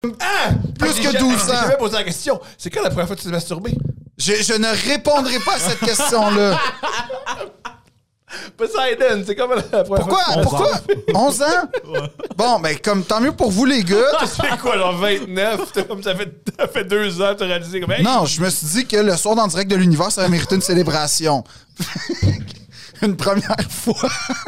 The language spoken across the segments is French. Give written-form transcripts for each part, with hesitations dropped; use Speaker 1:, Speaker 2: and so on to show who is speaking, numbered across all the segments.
Speaker 1: Plus que 12
Speaker 2: J'ai
Speaker 1: ans.
Speaker 2: jamais posé la question. C'est quand la première fois que tu t'es masturbé?
Speaker 1: Je ne répondrai pas à cette question-là.
Speaker 2: Poseidon, c'est comme la première
Speaker 1: Pourquoi?
Speaker 2: fois.
Speaker 1: Pourquoi? 11 ans? Bon, ben, comme tant mieux pour vous, les gars.
Speaker 2: Tu fais quoi, genre 29? Comme ça fait 2 ans, t'as réalisé comme... Hey,
Speaker 1: Non, je me suis dit que le soir dans le direct de l'univers, ça méritait une célébration. Une première fois.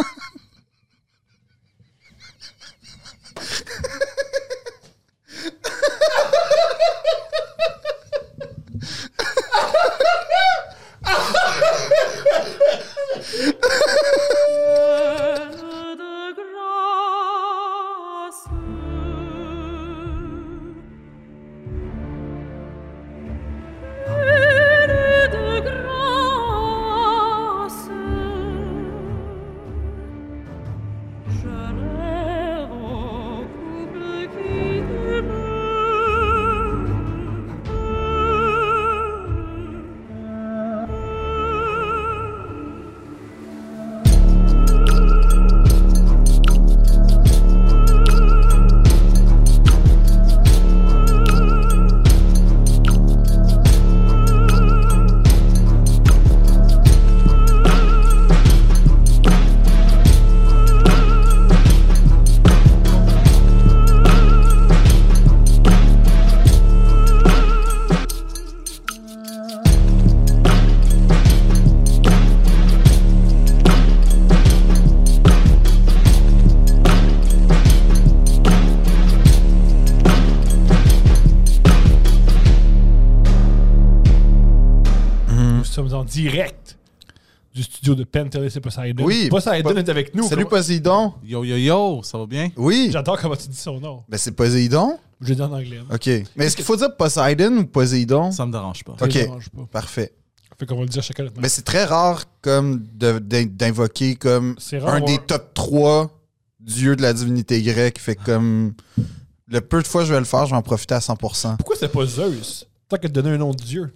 Speaker 2: En direct du studio de Pentelis et Poseidon.
Speaker 1: Oui.
Speaker 2: Poseidon est avec nous.
Speaker 1: Salut,
Speaker 2: Comment-
Speaker 1: Poséidon.
Speaker 3: Yo, yo, yo, ça va bien?
Speaker 1: Oui.
Speaker 2: J'adore comment tu dis son nom.
Speaker 1: Ben, c'est Poséidon.
Speaker 2: Je le dis en anglais. Hein.
Speaker 1: OK. Mais est-ce qu'il faut dire Poseidon ou Poséidon?
Speaker 3: Ça me dérange pas.
Speaker 2: Ça
Speaker 1: OK.
Speaker 2: me dérange pas.
Speaker 1: Parfait.
Speaker 2: Fait qu'on va le dire chacun notre
Speaker 1: Mais c'est très rare comme d'invoquer comme
Speaker 2: C'est rare,
Speaker 1: un des
Speaker 2: ouais.
Speaker 1: top 3 dieux de la divinité grecque. Fait que comme le peu de fois que je vais le faire, je vais en profiter à 100%.
Speaker 2: Pourquoi c'est pas Zeus? Tant qu'à te donner un nom de dieu.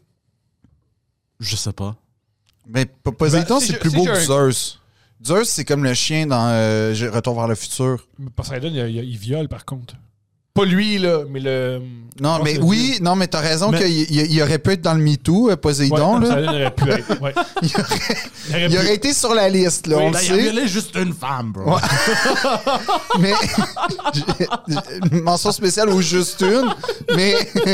Speaker 3: Je sais pas.
Speaker 1: Mais Poséidon,
Speaker 2: Ben, si
Speaker 1: c'est
Speaker 2: je-
Speaker 1: plus
Speaker 2: si
Speaker 1: beau
Speaker 2: j'ai
Speaker 1: que
Speaker 2: un-
Speaker 1: Zeus. Zeus, c'est comme le chien dans Retour vers le futur.
Speaker 2: Mais Poseidon, il viole par contre. Pas lui, là, mais le.
Speaker 1: Non,
Speaker 2: je
Speaker 1: mais
Speaker 2: pense que
Speaker 1: oui, non, mais t'as raison
Speaker 2: Mais-
Speaker 1: qu'il aurait pu être dans le MeToo, Poséidon.
Speaker 2: Ouais,
Speaker 1: là.
Speaker 2: Poseidon aurait pu être. Ouais.
Speaker 1: Il aurait été sur la liste, là,
Speaker 2: Oui,
Speaker 1: on
Speaker 2: ben,
Speaker 1: le
Speaker 3: Il a
Speaker 1: sait.
Speaker 3: violé juste une femme, bro.
Speaker 1: Ouais. Mais une mention spéciale ou juste une. Mais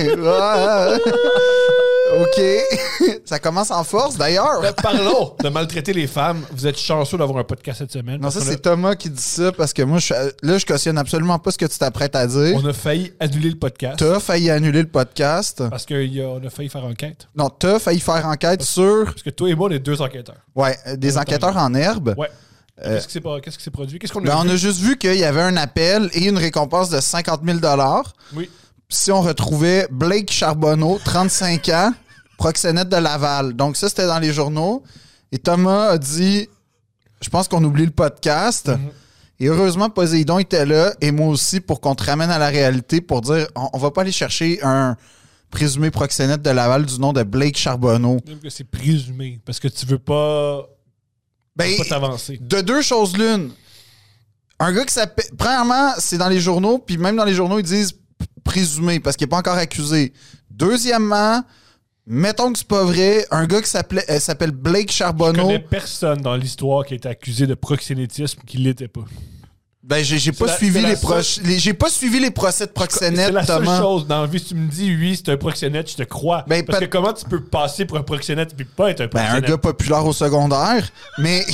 Speaker 1: OK. Ça commence en force d'ailleurs.
Speaker 2: Ben, parlons de maltraiter les femmes. Vous êtes chanceux d'avoir un podcast cette semaine.
Speaker 1: Non, ça
Speaker 2: parce qu'on
Speaker 1: c'est Thomas qui dit ça parce que moi je cautionne absolument pas ce que tu t'apprêtes à dire.
Speaker 2: on a failli annuler le podcast.
Speaker 1: T'as failli annuler le podcast.
Speaker 2: Parce qu'on a failli faire enquête.
Speaker 1: Non, t'as failli faire enquête sur
Speaker 2: Parce que toi et moi, on est 2 enquêteurs.
Speaker 1: des enquêteurs en herbe.
Speaker 2: Ouais. Qu'est-ce qui s'est produit? Qu'est-ce qu'on a
Speaker 1: Ben, on
Speaker 2: vu?
Speaker 1: a juste vu qu'il y avait un appel et une récompense de 50 000 $.
Speaker 2: Oui.
Speaker 1: Si on retrouvait Blake Charbonneau, 35 ans, proxénète de Laval. Donc ça, c'était dans les journaux. Et Thomas a dit, je pense qu'on oublie le podcast. Et heureusement, Poséidon était là, et moi aussi, pour qu'on te ramène à la réalité, pour dire, on va pas aller chercher un présumé proxénète de Laval du nom de Blake Charbonneau.
Speaker 2: Même que c'est présumé. Parce que tu veux pas
Speaker 1: Ben,
Speaker 2: t'avancer.
Speaker 1: de deux choses l'une. Un gars qui s'appelle... Premièrement, c'est dans les journaux, puis même dans les journaux, ils disent présumé, parce qu'il n'est pas encore accusé. Deuxièmement, mettons que c'est pas vrai, un gars qui s'appelle Blake
Speaker 2: Je
Speaker 1: Charbonneau...
Speaker 2: connais personne dans l'histoire qui a été accusé de proxénétisme qui l'était pas.
Speaker 1: Ben, j'ai pas
Speaker 2: la-
Speaker 1: suivi
Speaker 2: c'est
Speaker 1: les
Speaker 2: la
Speaker 1: j'ai pas suivi les procès de
Speaker 2: C'est
Speaker 1: proxénète,
Speaker 2: la seule
Speaker 1: Thomas.
Speaker 2: chose dans la vie. Si tu me dis, oui, c'est un proxénète, je te crois.
Speaker 1: Ben,
Speaker 2: Parce que comment tu peux passer pour un proxénète et pas être un
Speaker 1: Ben, un
Speaker 2: proxénète?
Speaker 1: gars populaire au secondaire, mais...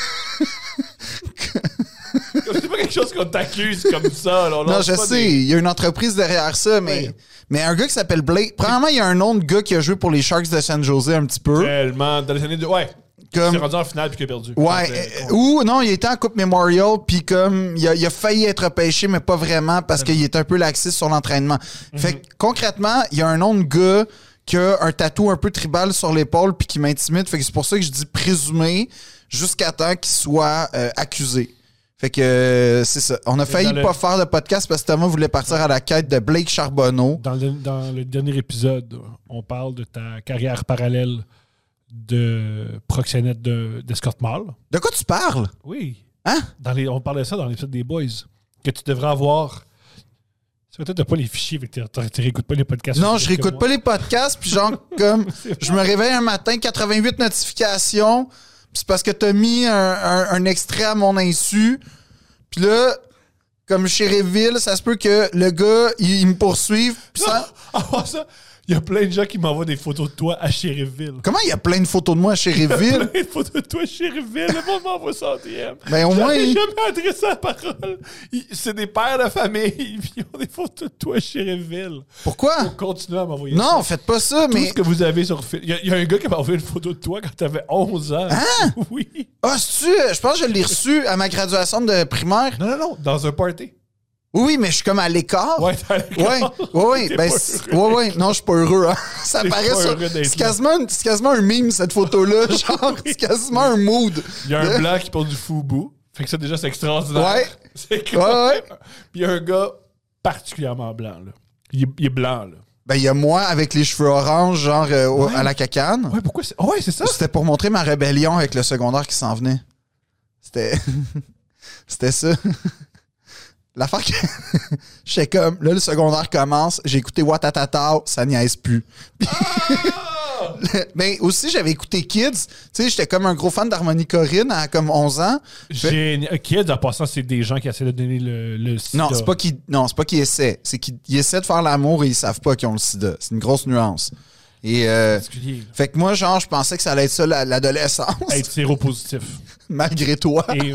Speaker 2: C'est pas quelque chose qu'on t'accuse comme ça. Là. On
Speaker 1: Non,
Speaker 2: lance
Speaker 1: je
Speaker 2: pas
Speaker 1: sais,
Speaker 2: des-
Speaker 1: il y a une entreprise derrière ça, mais...
Speaker 2: Oui.
Speaker 1: Mais un gars qui s'appelle Blake... Premièrement, il y a un nom de gars qui a joué pour les Sharks de San Jose un petit peu.
Speaker 2: Tellement. Dans les années de. Ouais.
Speaker 1: Comme-
Speaker 2: Il s'est rendu en finale puis qu'il a perdu.
Speaker 1: Ouais,
Speaker 2: Donc,
Speaker 1: ou non, il était en Coupe Memorial, puis comme il a failli être pêché, mais pas vraiment parce qu'il était un peu laxiste sur l'entraînement. Fait que concrètement, il y a un nom de gars qui a un tatou un peu tribal sur l'épaule puis qui m'intimide. Fait que c'est pour ça que je dis présumé jusqu'à temps qu'il soit accusé. Fait que c'est ça. On a failli
Speaker 2: dans le-
Speaker 1: pas faire de podcast parce que Thomas voulait partir à la quête de Blake Charbonneau.
Speaker 2: Dans le dernier épisode, on parle de ta carrière parallèle de proxénète d'escorte mâle.
Speaker 1: De quoi tu parles?
Speaker 2: Oui.
Speaker 1: Hein?
Speaker 2: On parlait de ça dans l'épisode des Boys. Que tu devrais avoir Ça peut-être t'as pas les fichiers, fait que tu réécoutes pas les podcasts.
Speaker 1: Non, je réécoute pas les podcasts, puis genre, comme, je me réveille un matin, 88 notifications, puis c'est parce que t'as mis un extrait à mon insu, puis là, comme chez Réville, ça se peut que le gars, il me poursuive, puis ça...
Speaker 2: Ah, ça... Il y a plein de gens qui m'envoient des photos de toi à Sheriffville.
Speaker 1: Comment il y a plein de photos de moi à Sheriffville?
Speaker 2: Plein de photos de toi à Sheriffville. Le monde m'envoie ça en DM.
Speaker 1: Ben au moins...
Speaker 2: J'ai jamais adressé la parole. C'est des pères de famille. Ils ont des photos de toi à Sheriffville.
Speaker 1: Pourquoi?
Speaker 2: Faut continuer à m'envoyer ça.
Speaker 1: Non, faites pas ça,
Speaker 2: Tout
Speaker 1: mais...
Speaker 2: ce que vous avez sur... Il y a un gars qui m'a envoyé une photo de toi quand t'avais 11 ans.
Speaker 1: Hein?
Speaker 2: Oui.
Speaker 1: Ah, c'est-tu? Je pense que je l'ai reçu à ma graduation de primaire.
Speaker 2: Non. Dans un party.
Speaker 1: Oui, mais je suis comme à l'écart.
Speaker 2: Ouais, t'as
Speaker 1: Ouais.
Speaker 2: T'es
Speaker 1: Ben,
Speaker 2: pas heureux.
Speaker 1: ouais. Non, je suis pas heureux. Hein. Ça
Speaker 2: T'es
Speaker 1: paraît
Speaker 2: pas
Speaker 1: sur.
Speaker 2: heureux d'être
Speaker 1: C'est quasiment un meme, cette photo-là. Genre, c'est quasiment un mood.
Speaker 2: Il y a un blanc qui porte du foubou. Fait que ça, déjà, c'est extraordinaire.
Speaker 1: Ouais.
Speaker 2: C'est quand
Speaker 1: Ouais.
Speaker 2: même... Puis il y a un gars particulièrement blanc, là. Il est blanc, là.
Speaker 1: Ben, il y a moi avec les cheveux orange, genre à la cacane.
Speaker 2: Ouais, pourquoi c'est... Ouais, c'est ça.
Speaker 1: C'était pour montrer ma rébellion avec le secondaire qui s'en venait. C'était. C'était ça. L'affaire que. J'étais comme, là, le secondaire commence, j'ai écouté Watatata, ça niaise plus. Puis... Ben, aussi, j'avais écouté Kids. Tu sais, j'étais comme un gros fan d'Harmonie Corinne à comme 11 ans.
Speaker 2: Kids, en passant, c'est des gens qui essaient de donner le sida.
Speaker 1: Non, c'est pas qu'ils essaient. C'est qu'ils essaient de faire l'amour et ils savent pas qu'ils ont le sida. C'est une grosse nuance. Et fait que moi, genre, je pensais que ça allait être ça l'adolescence.
Speaker 2: Être séropositif.
Speaker 1: Malgré toi.
Speaker 2: Et...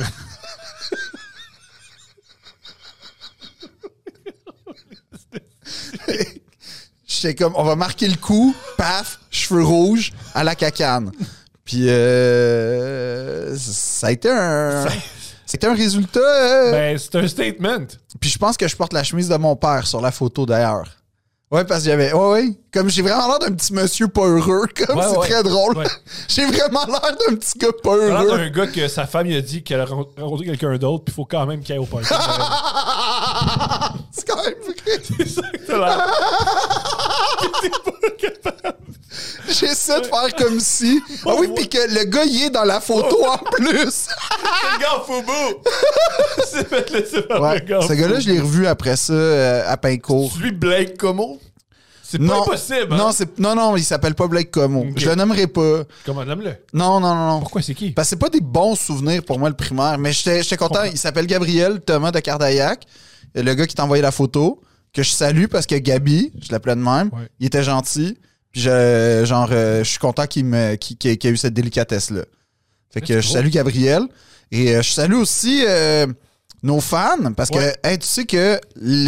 Speaker 1: J'étais comme, on va marquer le coup, paf, cheveux rouges, à la cacane. Puis ça a été c'était un résultat.
Speaker 2: Ben, c'est un statement.
Speaker 1: Puis je pense que je porte la chemise de mon père sur la photo d'ailleurs. Ouais, parce qu'il y avait. Ouais. Comme j'ai vraiment l'air d'un petit monsieur pas heureux. Comme c'est très drôle.
Speaker 2: Ouais.
Speaker 1: J'ai vraiment l'air d'un petit gars pas
Speaker 2: T'as l'air
Speaker 1: heureux.
Speaker 2: d'un gars que sa femme il a dit qu'elle a rencontré quelqu'un d'autre, puis il faut quand même qu'il aille au party.
Speaker 1: C'est quand même vrai.
Speaker 2: C'est ça que t'as l'air. T'es pas capable.
Speaker 1: J'essaie de faire comme si. Ah oui, puis que le gars y est dans la photo en plus.
Speaker 2: Le gars Foubou! C'est fait laisser par
Speaker 1: Ouais,
Speaker 2: le gars.
Speaker 1: ce gars-là, je l'ai revu après ça à Pincourt.
Speaker 2: Celui Blake Como? C'est pas impossible. Hein?
Speaker 1: Non, il s'appelle pas Blake Como.
Speaker 2: Okay.
Speaker 1: Je le nommerai pas.
Speaker 2: Comment nomme-le?
Speaker 1: Non.
Speaker 2: Pourquoi c'est qui?
Speaker 1: Parce que c'est pas des bons souvenirs pour moi le primaire, mais j'étais content. Il s'appelle Gabriel Thomas de Cardaillac, le gars qui t'a envoyé la photo, que je salue parce que Gabi, je l'appelais de même, il était gentil. Puis je suis content qu'il ait eu cette délicatesse-là. Fait que je salue Gabriel. Et je salue aussi nos fans, parce que hey, tu sais que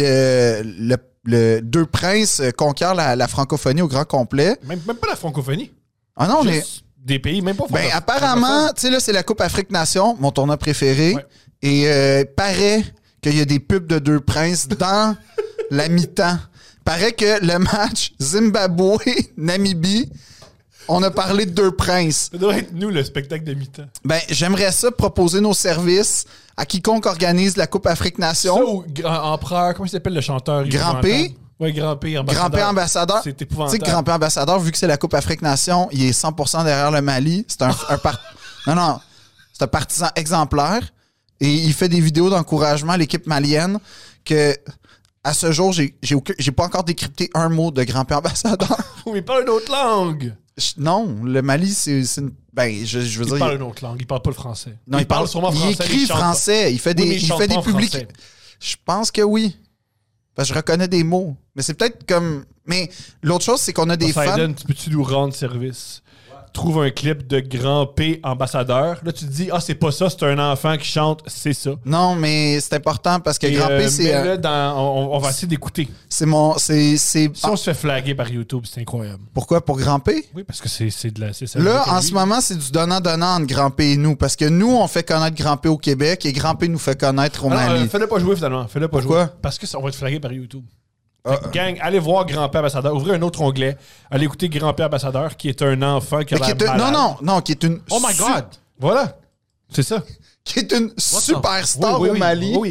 Speaker 1: le Deux Princes conquiert la francophonie au grand complet.
Speaker 2: Même pas la francophonie.
Speaker 1: Ah non, mais...
Speaker 2: Des pays, même pas
Speaker 1: Ben apparemment, tu sais là, c'est la Coupe Afrique Nation, mon tournoi préféré. Ouais. Et paraît qu'il y a des pubs de Deux Princes dans la mi-temps. Paraît que le match Zimbabwe-Namibie, on a parlé de Deux Princes.
Speaker 2: Ça doit être nous, le spectacle de mi-temps.
Speaker 1: Ben, j'aimerais ça proposer nos services à quiconque organise la Coupe Afrique Nation.
Speaker 2: Ça ou Empereur, comment il s'appelle le chanteur?
Speaker 1: Grand P.
Speaker 2: Oui, Grand P ambassadeur.
Speaker 1: Grand P ambassadeur.
Speaker 2: C'est épouvantable.
Speaker 1: Tu sais, Grand P ambassadeur, vu que c'est la Coupe Afrique Nation, il est 100% derrière le Mali. C'est Non, c'est un partisan exemplaire. Et il fait des vidéos d'encouragement à l'équipe malienne que... À ce jour, j'ai pas encore décrypté un mot de Grand P ambassadeur.
Speaker 2: Mais il parle une autre langue.
Speaker 1: Non, le Mali, c'est une... Ben, je veux dire...
Speaker 2: Il parle une autre langue. Il parle pas le français.
Speaker 1: Non, il parle sûrement français. Il écrit français. Il fait des publics... Je pense que oui. Parce que je reconnais des mots. Mais c'est peut-être comme... Mais l'autre chose, c'est qu'on a des fans...
Speaker 2: Peux-tu nous rendre service? Trouve un clip de Grand P ambassadeur. Là, tu te dis, c'est pas ça, c'est un enfant qui chante, c'est ça.
Speaker 1: Non, mais c'est important parce que Grand P, c'est...
Speaker 2: Mais là, on va essayer d'écouter.
Speaker 1: C'est mon... Si
Speaker 2: on se fait flaguer par YouTube, c'est incroyable.
Speaker 1: Pourquoi? Pour Grand P?
Speaker 2: Oui, parce que c'est ça.
Speaker 1: Là, en ce moment, c'est du donnant-donnant entre Grand P et nous. Parce que nous, on fait connaître Grand P au Québec et Grand P nous fait connaître au Mali.
Speaker 2: Fais-le pas jouer, finalement. Fais-le pas
Speaker 1: jouer.
Speaker 2: Parce que on va être flagué par YouTube. Gang, allez voir Grand P ambassadeur. Ouvrez un autre onglet. Allez écouter Grand P ambassadeur, qui est un enfant qui a l'air malade.
Speaker 1: Non, qui est une...
Speaker 2: Oh my God! Voilà. C'est ça.
Speaker 1: Qui est une superstar au Mali.
Speaker 2: Oui.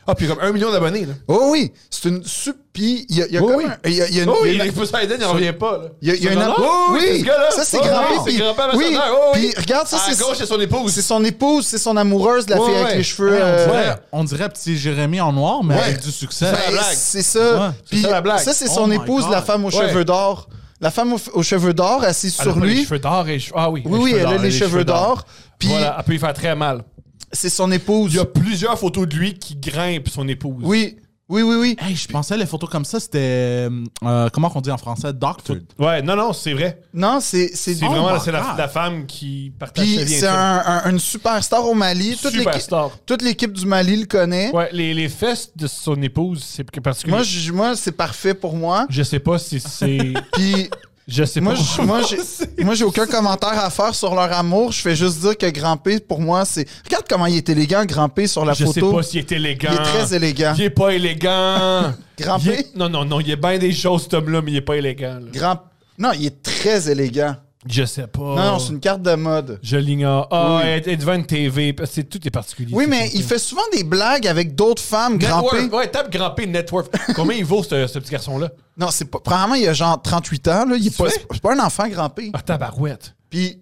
Speaker 4: Ah, puis comme 1 million d'abonnés, là.
Speaker 1: Oh oui, c'est une... Puis il y a comme
Speaker 4: oui.
Speaker 1: un... Il y a une...
Speaker 4: Oh,
Speaker 1: il y
Speaker 4: il
Speaker 1: a
Speaker 4: est
Speaker 1: une-
Speaker 4: Poseidon, il en revient pas, là.
Speaker 1: il y a une...
Speaker 4: Oh, oui, ce gars-là.
Speaker 1: ça c'est
Speaker 4: Oh,
Speaker 1: Grand-P.
Speaker 4: oui,
Speaker 1: puis-
Speaker 4: c'est Grand-P
Speaker 1: Oui,
Speaker 4: ambassadeur. Oh, oui.
Speaker 1: puis regarde, ça
Speaker 4: À
Speaker 1: c'est...
Speaker 4: gauche, c'est son épouse.
Speaker 1: C'est son épouse, c'est son amoureuse, la
Speaker 4: Ouais,
Speaker 1: fille avec
Speaker 4: ouais.
Speaker 1: les cheveux...
Speaker 3: On dirait petit Jérémy en noir, mais avec du succès.
Speaker 4: la blague.
Speaker 1: c'est ça.
Speaker 3: Ouais,
Speaker 1: Puis
Speaker 4: c'est ça la blague.
Speaker 1: ça, c'est
Speaker 3: Oh
Speaker 1: son
Speaker 3: my
Speaker 1: épouse,
Speaker 3: God.
Speaker 1: la femme aux
Speaker 4: Ouais.
Speaker 1: cheveux d'or. La femme aux cheveux d'or, assise
Speaker 4: Elle a
Speaker 1: sur
Speaker 4: pas les
Speaker 1: lui.
Speaker 4: cheveux d'or et Ah oui.
Speaker 1: Oui, elle a les cheveux d'or. Puis
Speaker 4: Voilà, elle peut y faire très mal.
Speaker 1: c'est son épouse.
Speaker 4: Il y a plusieurs photos de lui qui grimpent son épouse.
Speaker 1: Oui, oui.
Speaker 3: Hey, je pensais les photos comme ça, c'était... comment on dit en français? Doctored.
Speaker 4: Ouais, non, c'est vrai.
Speaker 1: Non, c'est
Speaker 4: C'est
Speaker 3: Oh
Speaker 4: vraiment
Speaker 3: my
Speaker 4: c'est
Speaker 3: God.
Speaker 4: la femme qui partage
Speaker 1: Puis
Speaker 4: sa vie
Speaker 1: c'est
Speaker 4: intime.
Speaker 1: une superstar au Mali.
Speaker 4: Superstar.
Speaker 1: Toute l'équipe du Mali le connaît.
Speaker 4: Ouais, les fesses de son épouse, c'est particulier.
Speaker 1: Moi, c'est parfait pour moi.
Speaker 4: Je sais pas si c'est...
Speaker 1: Puis
Speaker 4: Je sais
Speaker 1: moi,
Speaker 4: pas.
Speaker 1: j'ai aucun commentaire à faire sur leur amour. Je fais juste dire que Grand P, pour moi, c'est... Regarde comment il est élégant, Grand P, sur la
Speaker 4: Je sais
Speaker 1: photo.
Speaker 4: pas s'il est élégant.
Speaker 1: Il est très élégant.
Speaker 4: Il est pas élégant.
Speaker 1: Grand
Speaker 4: Il
Speaker 1: P?
Speaker 4: est- Non, il est bien des choses, cet homme-là, mais il est pas élégant. là.
Speaker 1: Non, il est très élégant.
Speaker 4: Je sais pas.
Speaker 1: Non, c'est une carte de mode.
Speaker 4: Je l'ignore. Ah,
Speaker 1: Oui.
Speaker 4: elle est devant une TV. Parce que tout est particulier.
Speaker 1: Oui, mais il fait souvent des blagues avec d'autres femmes, Grand P.
Speaker 4: Network. Ouais, tape Grand P Network. Combien il vaut, ce petit garçon-là?
Speaker 1: Non, c'est pas... Premièrement, il a genre 38 ans. Là. Il est pas...
Speaker 4: vrai?
Speaker 1: C'est pas un enfant, Grand P.
Speaker 4: Ah, tabarouette.
Speaker 1: Puis...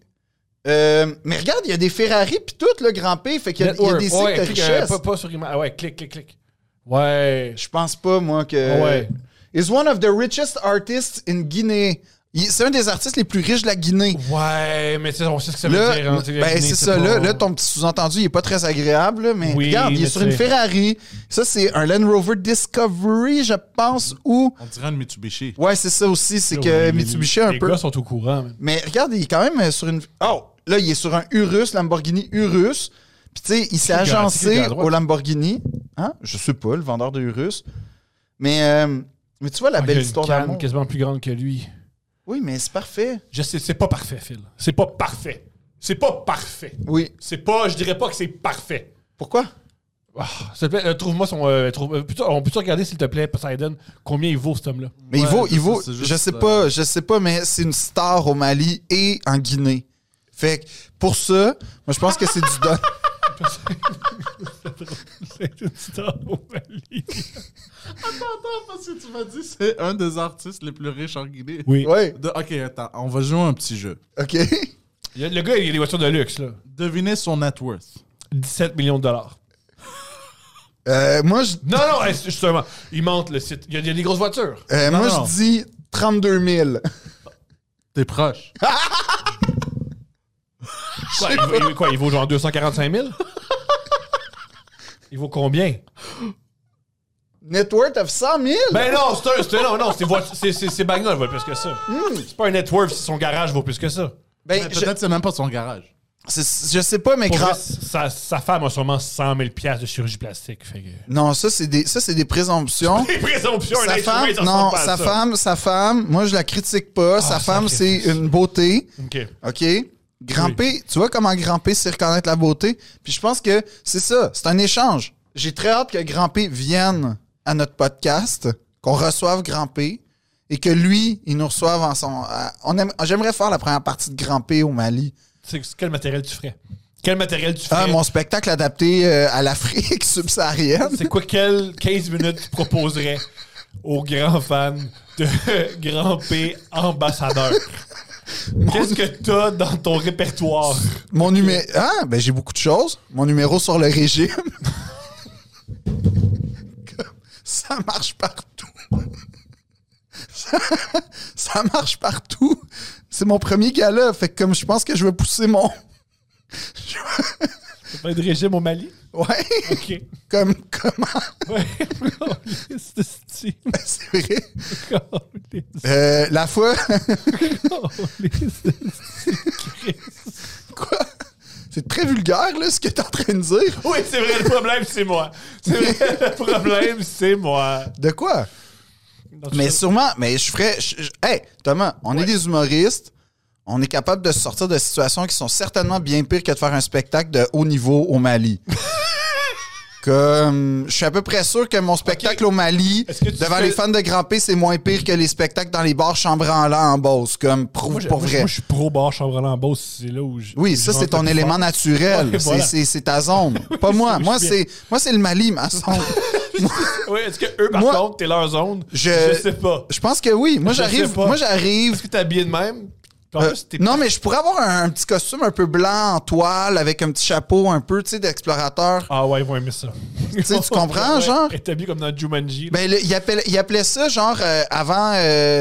Speaker 1: mais regarde, il y a des Ferrari puis tout, le Grand P. Fait qu'il y a, il y a des signes
Speaker 4: ouais,
Speaker 1: de
Speaker 4: clique,
Speaker 1: richesse.
Speaker 4: pas sur image. Ah ouais, clique. Ouais.
Speaker 1: Je pense pas, moi, que...
Speaker 4: Ouais.
Speaker 1: Is one of the richest artists in Guinea. C'est un des artistes les plus riches de la Guinée.
Speaker 4: Ouais, mais tu sais, on sait ce que ça veut
Speaker 1: Là,
Speaker 4: dire. Hein,
Speaker 1: ben, c'est ça.
Speaker 4: pas-
Speaker 1: Là, ton petit sous-entendu, il est pas très agréable, là, mais
Speaker 4: Oui,
Speaker 1: regarde, il est
Speaker 4: mais
Speaker 1: sur une
Speaker 4: tu sais.
Speaker 1: Ferrari. Ça, c'est un Land Rover Discovery, je pense, ou...
Speaker 3: On dirait une Mitsubishi.
Speaker 1: Ouais, c'est ça aussi. C'est que
Speaker 4: Les-
Speaker 1: Mitsubishi un
Speaker 4: les
Speaker 1: peu...
Speaker 4: gars sont au courant. man.
Speaker 1: Mais regarde, il est quand même sur une... Oh! Là, il est sur un Urus, Lamborghini Urus. Puis, tu sais, il s'est
Speaker 4: C'est qui le gars- c'est qui le
Speaker 1: agencé
Speaker 4: gars à droite?
Speaker 1: au Lamborghini. Hein? Je sais pas, le vendeur de Urus. Mais tu vois la
Speaker 4: Ah, il y
Speaker 1: belle
Speaker 4: a une
Speaker 1: histoire
Speaker 4: canne
Speaker 1: d'amour.
Speaker 4: quasiment plus grande que lui.
Speaker 1: Oui, mais c'est parfait.
Speaker 4: Je sais, c'est pas parfait, Phil. C'est pas parfait. C'est pas parfait.
Speaker 1: Oui.
Speaker 4: C'est pas, je dirais pas que c'est parfait.
Speaker 1: Pourquoi?
Speaker 4: Ah, s'il te plaît, trouve-moi son. On peut-tu regarder, s'il te plaît, Poseidon, combien il vaut cet homme-là?
Speaker 1: Mais
Speaker 3: Ouais,
Speaker 1: il vaut,
Speaker 3: c'est juste,
Speaker 1: je sais pas, mais c'est une star au Mali et en Guinée. Fait que pour ça, moi je pense que c'est du don.
Speaker 4: C'est une star au Mali.
Speaker 3: Attends, parce que tu m'as dit c'est un des artistes les plus riches en Guinée.
Speaker 4: Oui.
Speaker 1: Ouais.
Speaker 3: Ok, attends, on va jouer un petit jeu.
Speaker 1: OK.
Speaker 4: Le gars, il a des voitures de luxe, là.
Speaker 3: Devinez son net worth.
Speaker 4: 17 millions de dollars.
Speaker 1: Moi, je,
Speaker 4: Non, justement, il monte le site. Il y a des grosses voitures.
Speaker 1: moi,
Speaker 3: non.
Speaker 1: je dis 32 000.
Speaker 3: T'es proche.
Speaker 4: Il vaut genre 245 000? Il vaut combien?
Speaker 1: Net worth of 100 000?
Speaker 4: Ben non, c'est bagnole vaut plus que ça. C'est pas un net worth si son garage vaut plus que ça.
Speaker 1: Ben,
Speaker 3: Peut-être c'est même pas son garage.
Speaker 1: je sais pas, mais
Speaker 4: Pour
Speaker 1: grand...
Speaker 4: vrai, sa femme a sûrement 100 000 $ de chirurgie plastique. Fait que...
Speaker 1: Non, ça, c'est des présomptions.
Speaker 4: Les présomptions,
Speaker 1: Sa femme, non, sa femme, moi, je la critique pas. Sa femme, c'est
Speaker 4: sacrifice.
Speaker 1: une beauté.
Speaker 4: OK.
Speaker 1: OK? Grand P, tu vois comment Grand P sait reconnaître la beauté? Puis je pense que c'est ça, c'est un échange. J'ai très hâte que Grand P vienne à notre podcast, qu'on reçoive Grand P et que lui, il nous reçoive en son... J'aimerais faire la première partie de Grand P au Mali.
Speaker 4: Quel matériel tu ferais? Quel matériel tu ferais?
Speaker 1: Ah, mon spectacle adapté à l'Afrique subsaharienne.
Speaker 4: C'est quoi, quel 15 minutes tu proposerais aux grands fans de Grand P ambassadeur? Qu'est-ce que t'as dans ton répertoire?
Speaker 1: Mon numéro... Ah, ben j'ai beaucoup de choses. Mon numéro sur le régime. Ça marche partout. Ça marche partout. C'est mon premier gala. Fait que comme je pense que je vais pousser mon...
Speaker 4: Ça fait de régime au Mali?
Speaker 1: Ouais.
Speaker 4: OK.
Speaker 1: Comment?
Speaker 4: Ouais. C'est
Speaker 1: C'est vrai. La fois... Quoi? C'est très vulgaire, là, ce que t'es en train de dire.
Speaker 4: Oui, c'est vrai, le problème, c'est moi. C'est vrai, le problème, c'est moi.
Speaker 1: De quoi?
Speaker 4: Non,
Speaker 1: Mais
Speaker 4: tu-
Speaker 1: sûrement, mais je ferais... Hey, Thomas, on est des humoristes. On est capable de se sortir de situations qui sont certainement bien pires que de faire un spectacle de haut niveau au Mali. Comme, je suis à peu près sûr que mon spectacle au Mali,
Speaker 4: Est-ce que tu
Speaker 1: devant
Speaker 4: fais-
Speaker 1: les fans de Grand P, c'est moins pire que les spectacles dans les bars chambranlants en Beauce. Comme, prouve pour vrai.
Speaker 2: Moi, je suis pro bar Chambrelan en Beauce. C'est là où je.
Speaker 1: Oui, ça,
Speaker 2: je
Speaker 1: c'est ton
Speaker 2: rentre le
Speaker 1: élément
Speaker 2: plus
Speaker 1: naturel.
Speaker 2: Ouais, voilà.
Speaker 1: C'est ta zone. Pas moi.
Speaker 2: où
Speaker 1: Moi,
Speaker 2: je viens.
Speaker 1: c'est le Mali, ma zone.
Speaker 4: fort. Oui, est-ce que eux, par
Speaker 1: Moi-
Speaker 4: contre, t'es leur zone?
Speaker 1: Je-
Speaker 4: Je sais pas.
Speaker 1: Je pense que oui. Moi,
Speaker 4: Je sais
Speaker 1: j'arrive.
Speaker 4: pas.
Speaker 1: Moi, j'arrive.
Speaker 4: Est-ce que t'es habillé de même? Puis en plus, t'es
Speaker 1: Non, mais je pourrais avoir un petit costume un peu blanc en toile avec un petit chapeau un peu, tu sais, d'explorateur.
Speaker 4: Ah ouais, ils vont aimer ça.
Speaker 1: Tu sais, tu comprends, genre?
Speaker 4: Établi comme dans Jumanji.
Speaker 1: Ben, il appelait ça, genre, avant...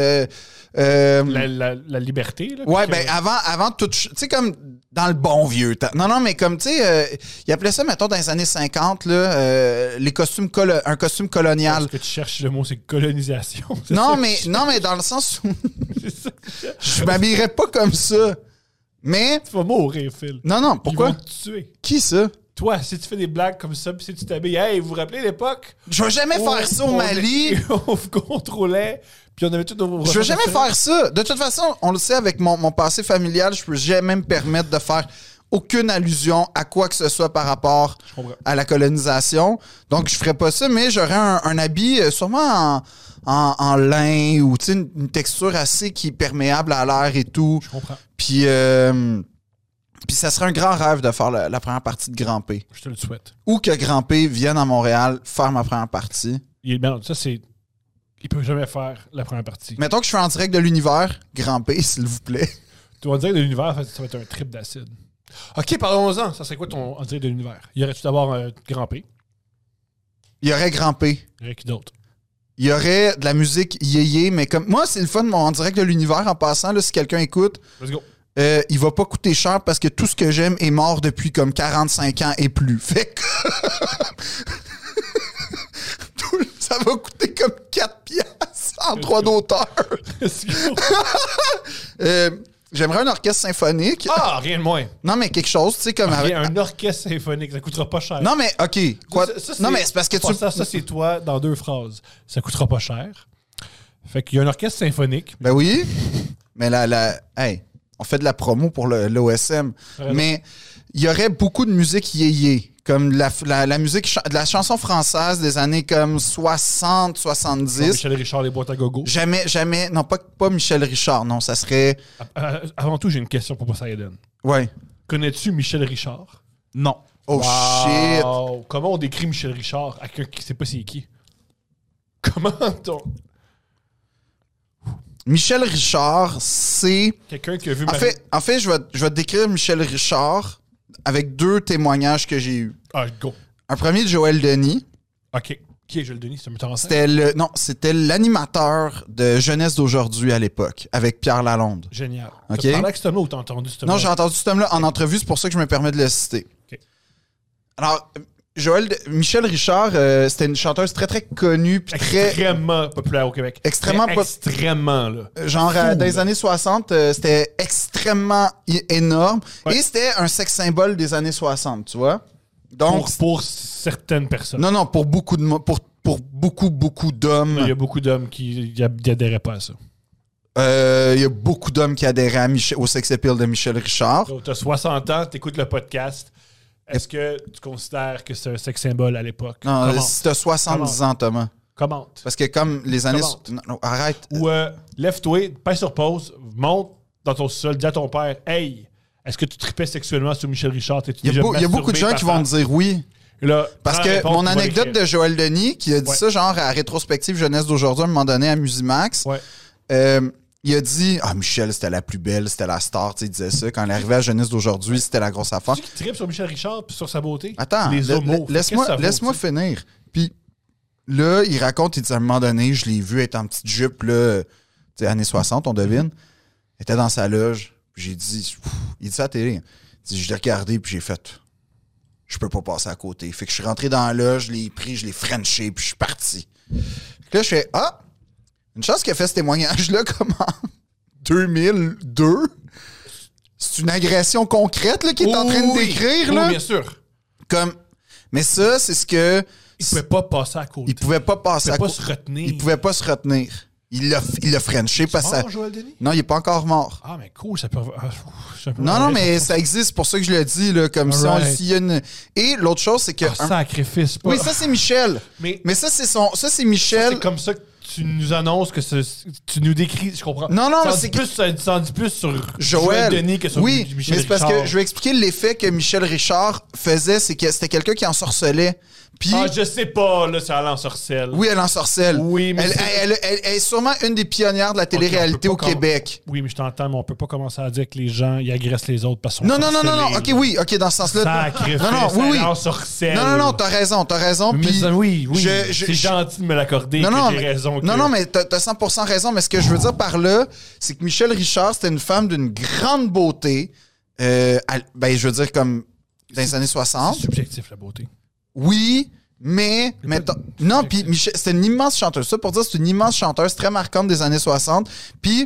Speaker 2: La liberté. Là,
Speaker 1: ouais,
Speaker 2: puis
Speaker 1: ben, avant tout... Tu sais, comme dans le bon vieux temps. Non, mais comme, tu sais, il appelait ça, mettons, dans les années 50, là, les costumes... un costume colonial.
Speaker 2: Ce que tu cherches, le mot, c'est colonisation. C'est
Speaker 1: Non,
Speaker 2: ça
Speaker 1: mais dans le sens où
Speaker 2: c'est ça que tu cherches.
Speaker 1: je m'habillerais pas comme ça. Mais...
Speaker 2: Tu vas mourir, Phil.
Speaker 1: Non,
Speaker 2: Ils
Speaker 1: pourquoi?
Speaker 2: vont te tuer.
Speaker 1: Qui ça?
Speaker 2: Toi, si tu fais des blagues comme ça, puis si tu t'habilles, hey, vous vous rappelez l'époque?
Speaker 1: Je vais jamais faire ça au Mali.
Speaker 2: On vous contrôlait, puis on avait tout nos...
Speaker 1: Je veux jamais faire ça. De toute façon, on le sait avec mon passé familial, je peux jamais me permettre de faire aucune allusion à quoi que ce soit par rapport
Speaker 2: Je comprends.
Speaker 1: à la colonisation. Donc, je ferais pas ça, mais j'aurais un habit sûrement en lin ou tu sais, une texture assez qui est perméable à l'air et tout.
Speaker 2: Je comprends.
Speaker 1: Puis ça serait un grand rêve de faire la première partie de Grand P.
Speaker 2: Je te le souhaite.
Speaker 1: Ou que Grand P vienne à Montréal faire ma première partie.
Speaker 2: Ben, ça, c'est... Il peut jamais faire la première partie.
Speaker 1: Mettons que je fais en direct de l'univers, Grand P, s'il vous plaît.
Speaker 2: Tu vas dire de l'univers, ça va être un trip d'acide. OK, parlons-en. Ça serait quoi ton en direct de l'univers? Y aurait-tu d'abord un Grand P?
Speaker 1: Il y aurait Grand P.
Speaker 2: Y aurait qui d'autre?
Speaker 1: Il y aurait de la musique yéyé, mais comme moi, c'est le fun, mon en direct de l'univers, en passant, là, si quelqu'un écoute,
Speaker 2: Let's go.
Speaker 1: il va pas coûter cher parce que tout ce que j'aime est mort depuis comme 45 ans et plus. Fait que... ça va coûter comme 4 piastres en droit d'auteur.
Speaker 2: Let's go.
Speaker 1: J'aimerais un orchestre symphonique.
Speaker 2: Ah, rien de moins.
Speaker 1: Non, mais quelque chose, tu sais, comme... avec-
Speaker 2: Un orchestre symphonique, ça coûtera pas cher.
Speaker 1: Non, mais OK. Quoi?
Speaker 2: Ça,
Speaker 1: Non, mais c'est parce que tu...
Speaker 2: Ça, c'est toi dans 2 phrases. Ça coûtera pas cher. Fait qu'il y a un orchestre symphonique.
Speaker 1: Ben oui. Mais hey, on fait de la promo pour l'OSM.
Speaker 2: Raison.
Speaker 1: Mais il y aurait beaucoup de musique yéyé. Comme la musique de la chanson française des années comme 60, 70.
Speaker 2: Michel Richard, les boîtes à gogo.
Speaker 1: Jamais. Non, pas Michel Richard. Non, ça serait...
Speaker 2: Avant tout, j'ai une question pour Poseidon.
Speaker 1: Ouais.
Speaker 2: Connais-tu Michel Richard?
Speaker 3: Non.
Speaker 1: Oh shit.
Speaker 2: Wow. Comment on décrit Michel Richard à quelqu'un qui sait pas c'est qui? Comment on...
Speaker 1: Michel Richard, c'est...
Speaker 2: Quelqu'un qui a vu
Speaker 1: En fait, je vais te décrire Michel Richard avec 2 témoignages que j'ai eus.
Speaker 2: Ah, go.
Speaker 1: Un premier de Joël Denis.
Speaker 2: OK. Qui est Joël Denis? C'est un metteur en scène?
Speaker 1: C'était l'animateur de Jeunesse d'aujourd'hui à l'époque, avec Pierre Lalonde.
Speaker 2: Génial.
Speaker 1: OK.
Speaker 2: T'as parlé avec cet homme-là ou t'as entendu cet homme-là?
Speaker 1: Non, j'ai entendu cet homme-là en entrevue, c'est pour ça que je me permets de le citer.
Speaker 2: OK.
Speaker 1: Alors, Michel Richard, c'était une chanteuse très, très connue, puis très...
Speaker 2: Extrêmement populaire au Québec.
Speaker 1: Extrêmement
Speaker 2: Mais extrêmement, là.
Speaker 1: Genre,
Speaker 2: Fou,
Speaker 1: dans les
Speaker 2: là.
Speaker 1: années 60, c'était extrêmement énorme.
Speaker 2: Ouais.
Speaker 1: Et c'était un sex symbole des années 60, tu vois? Donc,
Speaker 2: Pour certaines personnes.
Speaker 1: non, pour beaucoup de pour beaucoup d'hommes.
Speaker 2: Il y a beaucoup d'hommes qui adhéraient pas à ça.
Speaker 1: Il y a beaucoup d'hommes qui adhéraient au sex appeal de Michel Richard.
Speaker 2: Donc, t'as 60 ans, t'écoutes le podcast. Est-ce que tu considères que c'est un sexe symbole à l'époque?
Speaker 1: Non,
Speaker 2: Commente.
Speaker 1: si t'as 70 ans, Thomas.
Speaker 2: Commente.
Speaker 1: Parce que comme les années...
Speaker 2: Commente.
Speaker 1: Non, arrête.
Speaker 2: Ou lève-toi, pèse sur pause, monte dans ton sol, dis à ton père, hey, est-ce que tu tripais sexuellement sur Michel Richard?
Speaker 1: Il y a beaucoup de gens qui vont te dire oui.
Speaker 2: Et là,
Speaker 1: Parce
Speaker 2: prends la
Speaker 1: que
Speaker 2: réponse,
Speaker 1: mon
Speaker 2: tu vas
Speaker 1: anecdote
Speaker 2: l'écrire.
Speaker 1: de Joël Denis, qui a dit
Speaker 2: Ouais.
Speaker 1: ça genre à rétrospective jeunesse d'aujourd'hui à un moment donné à Musimax,
Speaker 2: Ouais.
Speaker 1: il a dit « Ah, Michel, c'était la plus belle, c'était la star. » Tu sais, il disait ça. Quand elle arrivait à jeunesse d'aujourd'hui, c'était la grosse affaire.
Speaker 2: Tu tripes sur Michel Richard puis sur sa beauté?
Speaker 1: Attends,
Speaker 2: Les homos.
Speaker 1: laisse-moi
Speaker 2: Qu'est-ce que ça vaut,
Speaker 1: finir. Puis là, il raconte, il dit à un moment donné, je l'ai vu être en petite jupe, là, tu sais, années 60, on devine. Il était dans sa loge. Puis j'ai dit, il dit ça à la télé. Il dit, je l'ai regardé, puis j'ai fait, je peux pas passer à côté. Fait que je suis rentré dans la loge, je l'ai pris, je l'ai frenché, puis je suis parti. Fait que là, je fais, ah, une chance qu'il a fait ce témoignage-là, comme en 2002. C'est une agression concrète là, qu'il est en train de décrire.
Speaker 2: Oui,
Speaker 1: Là.
Speaker 2: bien sûr.
Speaker 1: Comme, mais ça, c'est ce que...
Speaker 2: Il pouvait pas passer à côté.
Speaker 1: Il pouvait pas passer
Speaker 2: Il
Speaker 1: à
Speaker 2: pouvait pas
Speaker 1: côté.
Speaker 2: se retenir.
Speaker 1: Il pouvait pas se retenir. Il l'a frenché parce que ça...
Speaker 4: Mort, Joël Denis?
Speaker 1: Non, il est pas encore mort.
Speaker 4: Ah, mais cool, ça peut...
Speaker 1: Non, mais ça existe, c'est pour ça que je le dis, là, comme ça.
Speaker 4: Alright.
Speaker 1: S'il y a une... Et l'autre chose, c'est que...
Speaker 4: Sacrifice, pas...
Speaker 1: Oui, ça, c'est Michel.
Speaker 4: Mais
Speaker 1: ça, c'est Michel.
Speaker 4: c'est comme ça que tu nous annonces que tu nous décris, je comprends.
Speaker 1: Non,
Speaker 4: ça en
Speaker 1: c'est
Speaker 4: dit plus, ça en dit plus sur
Speaker 1: Joël
Speaker 4: Denis que sur
Speaker 1: oui,
Speaker 4: Michel
Speaker 1: mais c'est parce
Speaker 4: Richard.
Speaker 1: que je vais expliquer l'effet que Michel Richard faisait, c'est que c'était quelqu'un qui ensorcelait. Puis,
Speaker 4: Ah, je sais pas, là, ça allait en sorcelle.
Speaker 1: oui, elle ensorcelle.
Speaker 4: Oui, mais
Speaker 1: elle est sûrement une des pionnières de la télé-réalité
Speaker 4: on
Speaker 1: au
Speaker 4: peut pas
Speaker 1: Québec.
Speaker 4: Oui, mais je t'entends, mais on peut pas commencer à dire que les gens, ils agressent les autres parce qu'ils sont
Speaker 1: Non.
Speaker 4: sorcellés,
Speaker 1: OK,
Speaker 4: là.
Speaker 1: oui, OK, dans ce sens-là.
Speaker 4: Sacrifice,
Speaker 1: Non, oui.
Speaker 4: en sorcelle.
Speaker 1: Non, t'as raison.
Speaker 4: Mais
Speaker 1: Puis,
Speaker 4: ça, oui,
Speaker 1: je-
Speaker 4: c'est gentil de me l'accorder
Speaker 1: Non,
Speaker 4: que
Speaker 1: non,
Speaker 4: j'ai
Speaker 1: mais,
Speaker 4: raison. que-
Speaker 1: non, mais t'as 100% raison. Mais ce que je veux dire par là, c'est que Michel Richard, c'était une femme d'une grande beauté. Je veux dire, comme dans les années 60.
Speaker 4: C'est subjectif, la beauté.
Speaker 1: Oui, mais non, puis c'était une immense chanteuse. Ça, pour dire, c'est une immense chanteuse très marquante des années 60. Puis,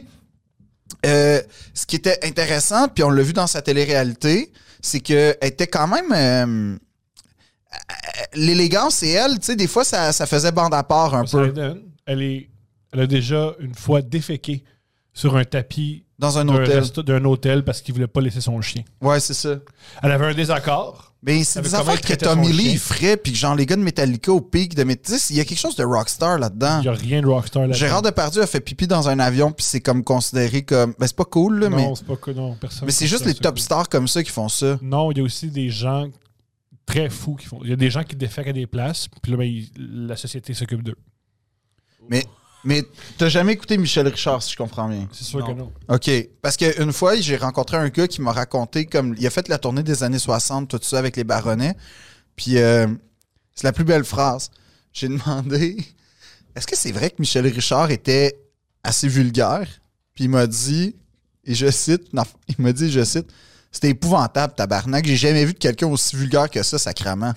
Speaker 1: ce qui était intéressant, puis on l'a vu dans sa télé-réalité, c'est qu'elle était quand même... l'élégance et elle, tu sais, des fois, ça faisait bande à part un peu.
Speaker 4: Elle a déjà une fois déféqué sur un tapis
Speaker 1: Dans un hôtel.
Speaker 4: d'un hôtel parce qu'il voulait pas laisser son chien.
Speaker 1: Ouais, c'est ça.
Speaker 4: Elle avait un désaccord.
Speaker 1: Mais c'est
Speaker 4: Avec
Speaker 1: des
Speaker 4: comment
Speaker 1: affaires
Speaker 4: il
Speaker 1: que
Speaker 4: traitait
Speaker 1: Tommy
Speaker 4: son
Speaker 1: Lee
Speaker 4: chien.
Speaker 1: il ferait, puis que genre les gars de Metallica au pic de Metallica, il y a quelque chose de rockstar là-dedans.
Speaker 4: Il n'y a rien de rockstar là-dedans.
Speaker 1: Gérard Depardieu a fait pipi dans un avion, puis c'est comme considéré comme... Ben, c'est pas cool, là,
Speaker 4: Non, c'est pas que non, personne.
Speaker 1: mais c'est juste les top stars comme ça qui font ça.
Speaker 4: Non, il y a aussi des gens très fous qui font. Il y a des gens qui défèquent à des places, puis là, la société s'occupe d'eux.
Speaker 1: Mais t'as jamais écouté Michel Richard, si je comprends bien.
Speaker 4: C'est sûr que non.
Speaker 1: OK. Parce qu'une fois, j'ai rencontré un gars qui m'a raconté comme... Il a fait la tournée des années 60, tout ça, avec les Baronnets. Puis c'est la plus belle phrase. J'ai demandé... Est-ce que c'est vrai que Michel Richard était assez vulgaire? Puis il m'a dit... Et je cite... Non, il m'a dit, je cite... C'était épouvantable, tabarnak. J'ai jamais vu de quelqu'un aussi vulgaire que ça, sacrément.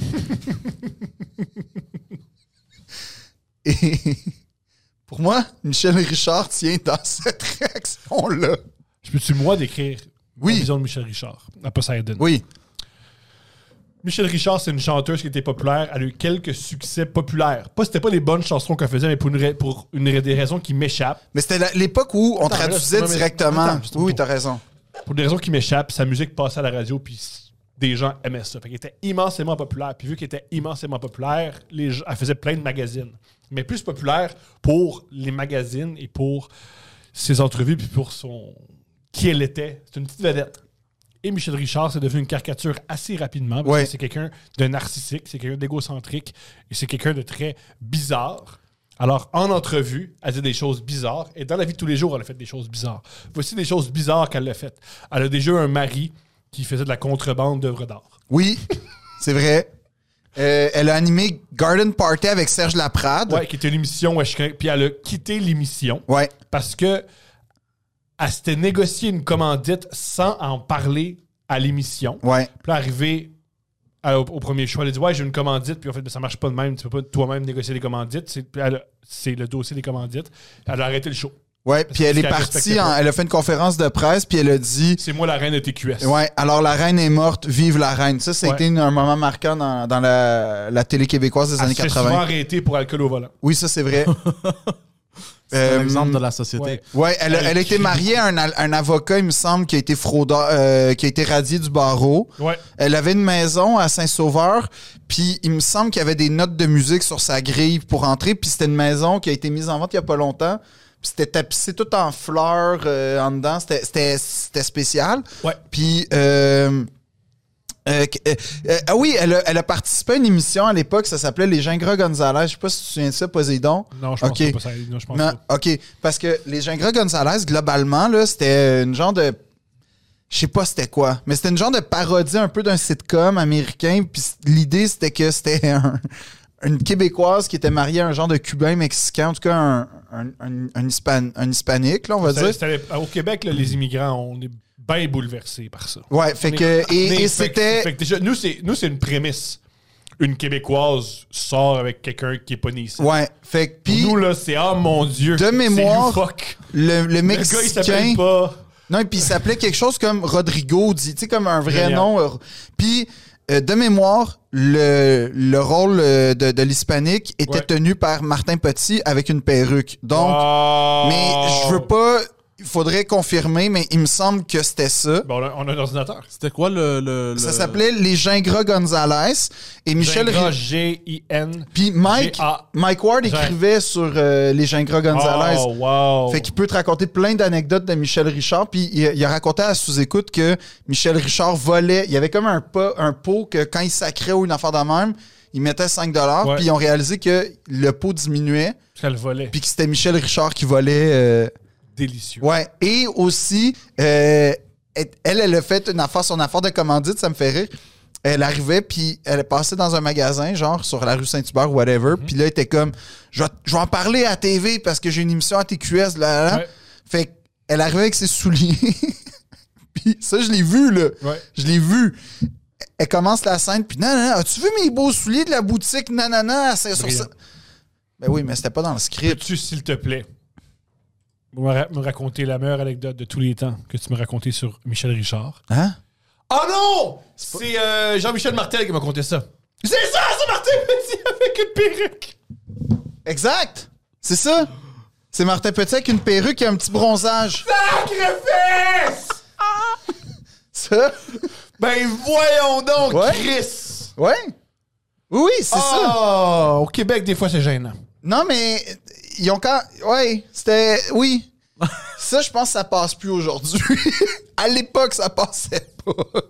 Speaker 1: Et... Pour moi, Michel Richard tient dans cette réaction-là.
Speaker 4: Je peux-tu, moi, décrire
Speaker 1: Oui.
Speaker 4: la vision de Michel Richard à Poseidon?
Speaker 1: Oui.
Speaker 4: Michel Richard, c'est une chanteuse qui était populaire. Elle a eu quelques succès populaires. C'était pas les bonnes chansons qu'elle faisait, mais pour des raisons qui m'échappent.
Speaker 1: Mais c'était l'époque où on traduisait
Speaker 4: là, mais-
Speaker 1: directement.
Speaker 4: attends, juste un
Speaker 1: Oui,
Speaker 4: peu.
Speaker 1: t'as raison.
Speaker 4: Pour des raisons qui m'échappent, sa musique passait à la radio, puis des gens aimaient ça. Fait qu'elle était immensément populaire. Puis vu qu'elle était immensément populaire, elle faisait plein de magazines. Mais plus populaire pour les magazines et pour ses entrevues, puis pour qui elle était. C'est une petite vedette. Et Michel Richard, c'est devenu une caricature assez rapidement, parce
Speaker 1: Ouais.
Speaker 4: que c'est quelqu'un de narcissique, c'est quelqu'un d'égocentrique, et c'est quelqu'un de très bizarre. Alors, en entrevue, elle dit des choses bizarres, et dans la vie de tous les jours, elle a fait des choses bizarres. Voici des choses bizarres qu'elle a faites. Elle a déjà eu un mari qui faisait de la contrebande d'œuvres d'art.
Speaker 1: Oui, c'est vrai. Elle a animé Garden Party avec Serge Laprade.
Speaker 4: Ouais, qui était une émission, puis elle a quitté l'émission
Speaker 1: Ouais.
Speaker 4: parce que elle s'était négocié une commandite sans en parler à l'émission.
Speaker 1: Ouais.
Speaker 4: Puis là, arrivé au premier choix, elle a dit ouais, j'ai une commandite, puis en fait, ça marche pas de même, tu peux pas toi-même négocier des commandites. C'est le dossier des commandites. Elle a arrêté le show.
Speaker 1: Ouais, puis elle est
Speaker 4: qu'elle
Speaker 1: partie,
Speaker 4: respectait pas.
Speaker 1: elle a fait une conférence de presse, puis elle a dit...
Speaker 4: C'est moi la reine de TQS.
Speaker 1: Ouais, alors la reine est morte, vive la reine. Ça a
Speaker 4: Ouais.
Speaker 1: été un moment marquant dans la télé québécoise des
Speaker 4: Elle
Speaker 1: années
Speaker 4: se fait souvent
Speaker 1: 80.
Speaker 4: arrêter pour alcool au volant.
Speaker 1: Oui, ça c'est vrai.
Speaker 3: C'est un exemple de la société.
Speaker 4: ouais.
Speaker 1: Ouais, elle a été
Speaker 4: crie
Speaker 1: mariée à un avocat, il me semble, qui a été fraudeur, qui a été radié du barreau.
Speaker 4: Ouais.
Speaker 1: Elle avait une maison à Saint-Sauveur, puis il me semble qu'il y avait des notes de musique sur sa grille pour entrer, puis c'était une maison qui a été mise en vente il y a pas longtemps. Puis c'était tapissé tout en fleurs en dedans. C'était spécial.
Speaker 4: Ouais.
Speaker 1: Puis... ah oui, elle a participé à une émission à l'époque, ça s'appelait Les Gingras Gonzalez. Je sais pas si tu te souviens de ça, Poséidon.
Speaker 4: Non, je pense
Speaker 1: Ok.
Speaker 4: pas ça. Non, je pense
Speaker 1: Non,
Speaker 4: pas.
Speaker 1: OK. Parce que les Gingras Gonzalez, globalement, là, c'était une genre de... Je sais pas c'était quoi, mais c'était une genre de parodie un peu d'un sitcom américain. Puis l'idée, c'était que c'était une Québécoise qui était mariée à un genre de Cubain mexicain, en tout cas un Hispanique, là, on va dire.
Speaker 4: Au Québec, là, les immigrants, on est bien bouleversés par ça.
Speaker 1: Ouais, fait que... Et c'était...
Speaker 4: Fait que déjà, nous, c'est une prémisse. Une Québécoise sort avec quelqu'un qui est pas né ici.
Speaker 1: Ouais, fait que...
Speaker 4: Pour
Speaker 1: Puis
Speaker 4: nous, là, c'est « Ah, mon Dieu! »
Speaker 1: de mémoire,
Speaker 4: c'est loufoque.
Speaker 1: le
Speaker 4: Le gars, il
Speaker 1: Mexicain...
Speaker 4: s'appelle pas...
Speaker 1: Non, et puis il s'appelait quelque chose comme Rodrigo, tu sais, comme un vrai
Speaker 4: Génial.
Speaker 1: nom. Puis de mémoire, le rôle de l'hispanique était tenu par Martin Petit avec une perruque. Donc, mais je veux pas... Il faudrait confirmer, mais il me semble que c'était ça.
Speaker 4: Bon, on a un ordinateur.
Speaker 3: C'était quoi le...
Speaker 1: Ça s'appelait Les Gingras Gonzalez. Et Michel...
Speaker 4: Gingras, G-I-N.
Speaker 1: Puis Mike Ward écrivait sur Les Gingras Gonzalez.
Speaker 4: Oh, wow.
Speaker 1: Fait qu'il peut te raconter plein d'anecdotes de Michel Richard. Puis il a raconté à sous-écoute que Michel Richard volait. Il y avait comme un pot que quand il sacrait ou une affaire de même, il mettait 5 $. Puis ils ont réalisé que le pot diminuait.
Speaker 4: Parce qu'elle volait.
Speaker 1: Puis que c'était Michel Richard qui volait...
Speaker 4: Délicieux.
Speaker 1: Ouais. Et aussi, elle a fait son affaire de commandite, ça me fait rire. Elle arrivait, puis elle passait dans un magasin, genre sur la rue Saint-Hubert ou whatever. Puis là, elle était comme, je vais en parler à la TV parce que j'ai une émission à TQS. Là.
Speaker 4: Ouais.
Speaker 1: Fait qu'elle arrivait avec ses souliers. Puis ça, je l'ai vu, là.
Speaker 4: Ouais.
Speaker 1: Je l'ai vu. Elle commence la scène, puis non, as-tu vu mes beaux souliers de la boutique? Nanana, c'est sur ça. Ben oui, mais c'était pas dans le script.
Speaker 4: Peux-tu, s'il te plaît, me raconter la meilleure anecdote de tous les temps que tu m'as raconté sur Michel Richard?
Speaker 1: Hein?
Speaker 4: Oh non! C'est Jean-Michel Martel qui m'a conté ça. C'est ça, c'est Martin Petit avec une perruque!
Speaker 1: Exact! C'est ça! C'est Martin Petit avec une perruque et un petit bronzage.
Speaker 4: Sacrifice!
Speaker 1: Ça?
Speaker 4: Ben voyons donc,
Speaker 1: Ouais.
Speaker 4: Chris!
Speaker 1: Ouais? Oui, c'est ça.
Speaker 4: Oh, au Québec, des fois, c'est gênant.
Speaker 1: Non, mais ils ont quand... Ouais, c'était... Oui. Ça, je pense que ça passe plus aujourd'hui. À l'époque, ça passait pas.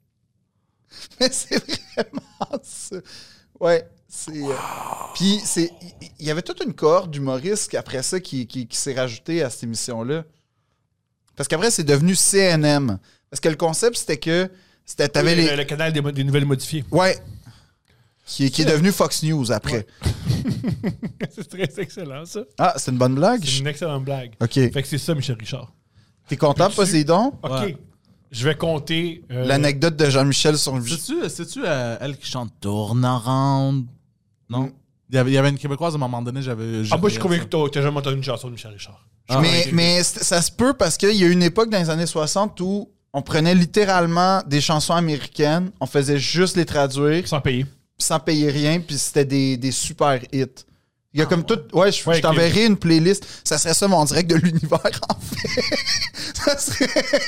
Speaker 1: Mais c'est vraiment ça. Ouais, c'est... Puis, il y avait toute une cohorte d'humoristes après ça qui s'est rajoutée à cette émission-là. Parce qu'après, c'est devenu CNM. Parce que le concept, c'était que... T'avais
Speaker 4: Oui, le canal des nouvelles modifiées.
Speaker 1: Ouais. Qui est devenu Fox News après.
Speaker 4: Ouais. C'est très excellent, ça.
Speaker 1: Ah, c'est une bonne blague?
Speaker 4: C'est une excellente blague.
Speaker 1: OK.
Speaker 4: Fait que c'est ça, Michel Richard.
Speaker 1: T'es content, Poséidon?
Speaker 4: OK.
Speaker 3: Ouais.
Speaker 4: Je vais compter...
Speaker 1: L'anecdote de Jean-Michel sur...
Speaker 3: C'est-tu elle qui chante Tourne en ronde? Non? Il y avait une Québécoise à un moment donné, j'avais...
Speaker 4: moi, je suis convaincu que t'as jamais entendu une chanson de Michel Richard.
Speaker 1: Mais ça se peut parce qu'il y a une époque dans les années 60 où on prenait littéralement des chansons américaines, on faisait juste les traduire
Speaker 4: Sans payer.
Speaker 1: sans payer rien, puis c'était des super hits. Il y a comme tout... Ouais, je
Speaker 4: Ouais,
Speaker 1: t'enverrai une playlist. Ça serait ça, mon direct de l'univers, en fait. Ça serait...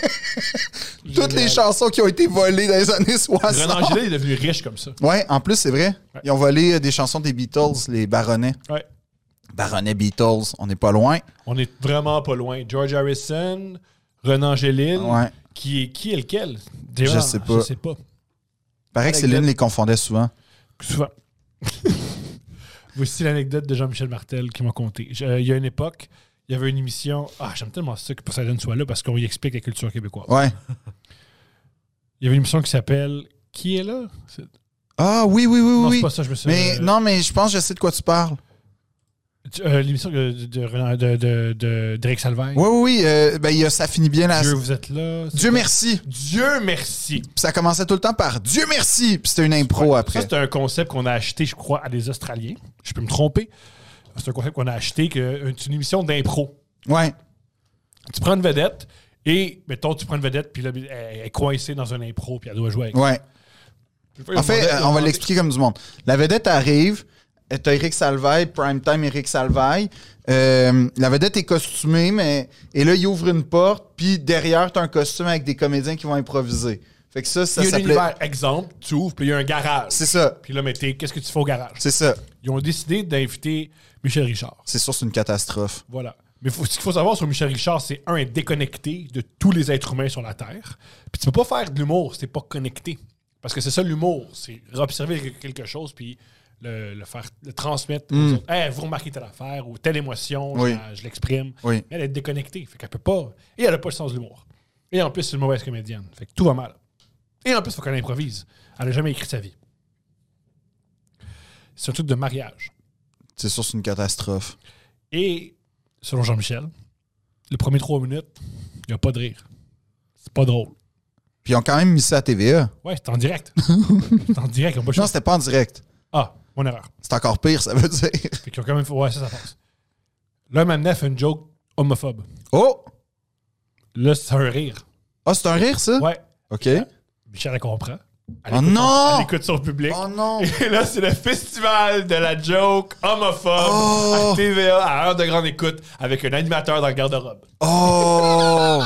Speaker 1: Toutes les chansons qui ont été volées dans les années 60.
Speaker 4: Renan Gillet est devenu riche comme ça.
Speaker 1: Ouais, en plus, c'est vrai.
Speaker 4: Ouais.
Speaker 1: Ils ont volé des chansons des Beatles, les Baronnets.
Speaker 4: Ouais.
Speaker 1: Baronnets Beatles, on n'est pas loin.
Speaker 4: On est vraiment pas loin. George Harrison, Renan Gélil.
Speaker 1: Ouais.
Speaker 4: Qui est lequel?
Speaker 1: Je sais pas.
Speaker 4: Je sais pas.
Speaker 1: Paraît que Céline les confondait souvent.
Speaker 4: Souvent. Voici l'anecdote de Jean-Michel Martel qui m'a conté. Il y a une époque, il y avait une émission... Ah, j'aime tellement ça que Poseidon soit là parce qu'on y explique la culture québécoise.
Speaker 1: Ouais.
Speaker 4: Il y avait une émission qui s'appelle Qui est là?
Speaker 1: Ah oui, oui, oui,
Speaker 4: Non,
Speaker 1: oui.
Speaker 4: c'est pas ça, je me suis...
Speaker 1: Mais non, mais je pense que je sais de quoi tu parles.
Speaker 4: L'émission d'Éric Salvaille.
Speaker 1: Oui, oui, oui. Ben, ça finit bien là.
Speaker 4: Dieu, vous êtes là.
Speaker 1: Dieu merci.
Speaker 4: Dieu merci.
Speaker 1: Puis ça commençait tout le temps par Dieu merci. Puis c'était une impro après.
Speaker 4: Ça, c'est un concept qu'on a acheté, je crois, à des Australiens. Je peux me tromper. C'est un concept qu'on a acheté, c'est une émission d'impro.
Speaker 1: Ouais.
Speaker 4: Tu prends une vedette et, mettons, tu prends une vedette, puis là, elle est coincée dans un impro, puis elle doit jouer avec.
Speaker 1: Ouais. En fait, on va l'expliquer comme du monde. La vedette arrive. T'as Éric Salvaille, Primetime Éric Salvaille. La vedette est costumée, et là, il ouvre une porte, puis derrière, t'as un costume avec des comédiens qui vont improviser. Fait que ça
Speaker 4: il y a un
Speaker 1: s'appelait...
Speaker 4: univers, exemple, tu ouvres, puis il y a un garage.
Speaker 1: C'est ça.
Speaker 4: Puis là, qu'est-ce que tu fais au garage?
Speaker 1: C'est ça.
Speaker 4: Ils ont décidé d'inviter Michel Richard.
Speaker 1: C'est sûr, c'est une catastrophe.
Speaker 4: Voilà. Mais ce qu'il faut savoir sur Michel Richard, c'est être déconnecté de tous les êtres humains sur la Terre. Puis tu peux pas faire de l'humour, c'est pas connecté. Parce que c'est ça l'humour, c'est observer quelque chose, puis le transmettre aux autres. Hey, vous remarquez telle affaire ou telle émotion,
Speaker 1: Oui.
Speaker 4: je l'exprime.
Speaker 1: Oui.
Speaker 4: Mais elle est déconnectée, fait qu'elle peut pas. Et elle a pas le sens de l'humour. Et en plus, c'est une mauvaise comédienne. Fait que tout va mal. Et en plus, il faut qu'elle improvise. Elle a jamais écrit sa vie. C'est un truc de mariage.
Speaker 1: C'est sûr, c'est une catastrophe.
Speaker 4: Et, selon Jean-Michel, les premiers 3 minutes, il n'y a pas de rire. C'est pas drôle.
Speaker 1: Puis ils ont quand même mis ça à TVA.
Speaker 4: Ouais, c'est en direct. C'est en direct. Ils ont pas
Speaker 1: Non,
Speaker 4: choisi.
Speaker 1: c'était pas en direct.
Speaker 4: Ah, mon erreur.
Speaker 1: C'est encore pire, ça veut dire.
Speaker 4: Fait qu'ils ont quand même fait... Ouais, ça passe. Là, maintenant, elle fait une joke homophobe.
Speaker 1: Oh!
Speaker 4: Là, c'est un rire.
Speaker 1: Ah, c'est un rire, ça?
Speaker 4: Ouais.
Speaker 1: OK.
Speaker 4: Michel, elle comprend.
Speaker 2: Elle
Speaker 1: Oh
Speaker 2: écoute
Speaker 1: non!
Speaker 2: Elle écoute son public.
Speaker 1: Oh non!
Speaker 2: Et là, c'est le festival de la joke homophobe à TVA à heure de grande écoute avec un animateur dans le garde-robe.
Speaker 1: Oh!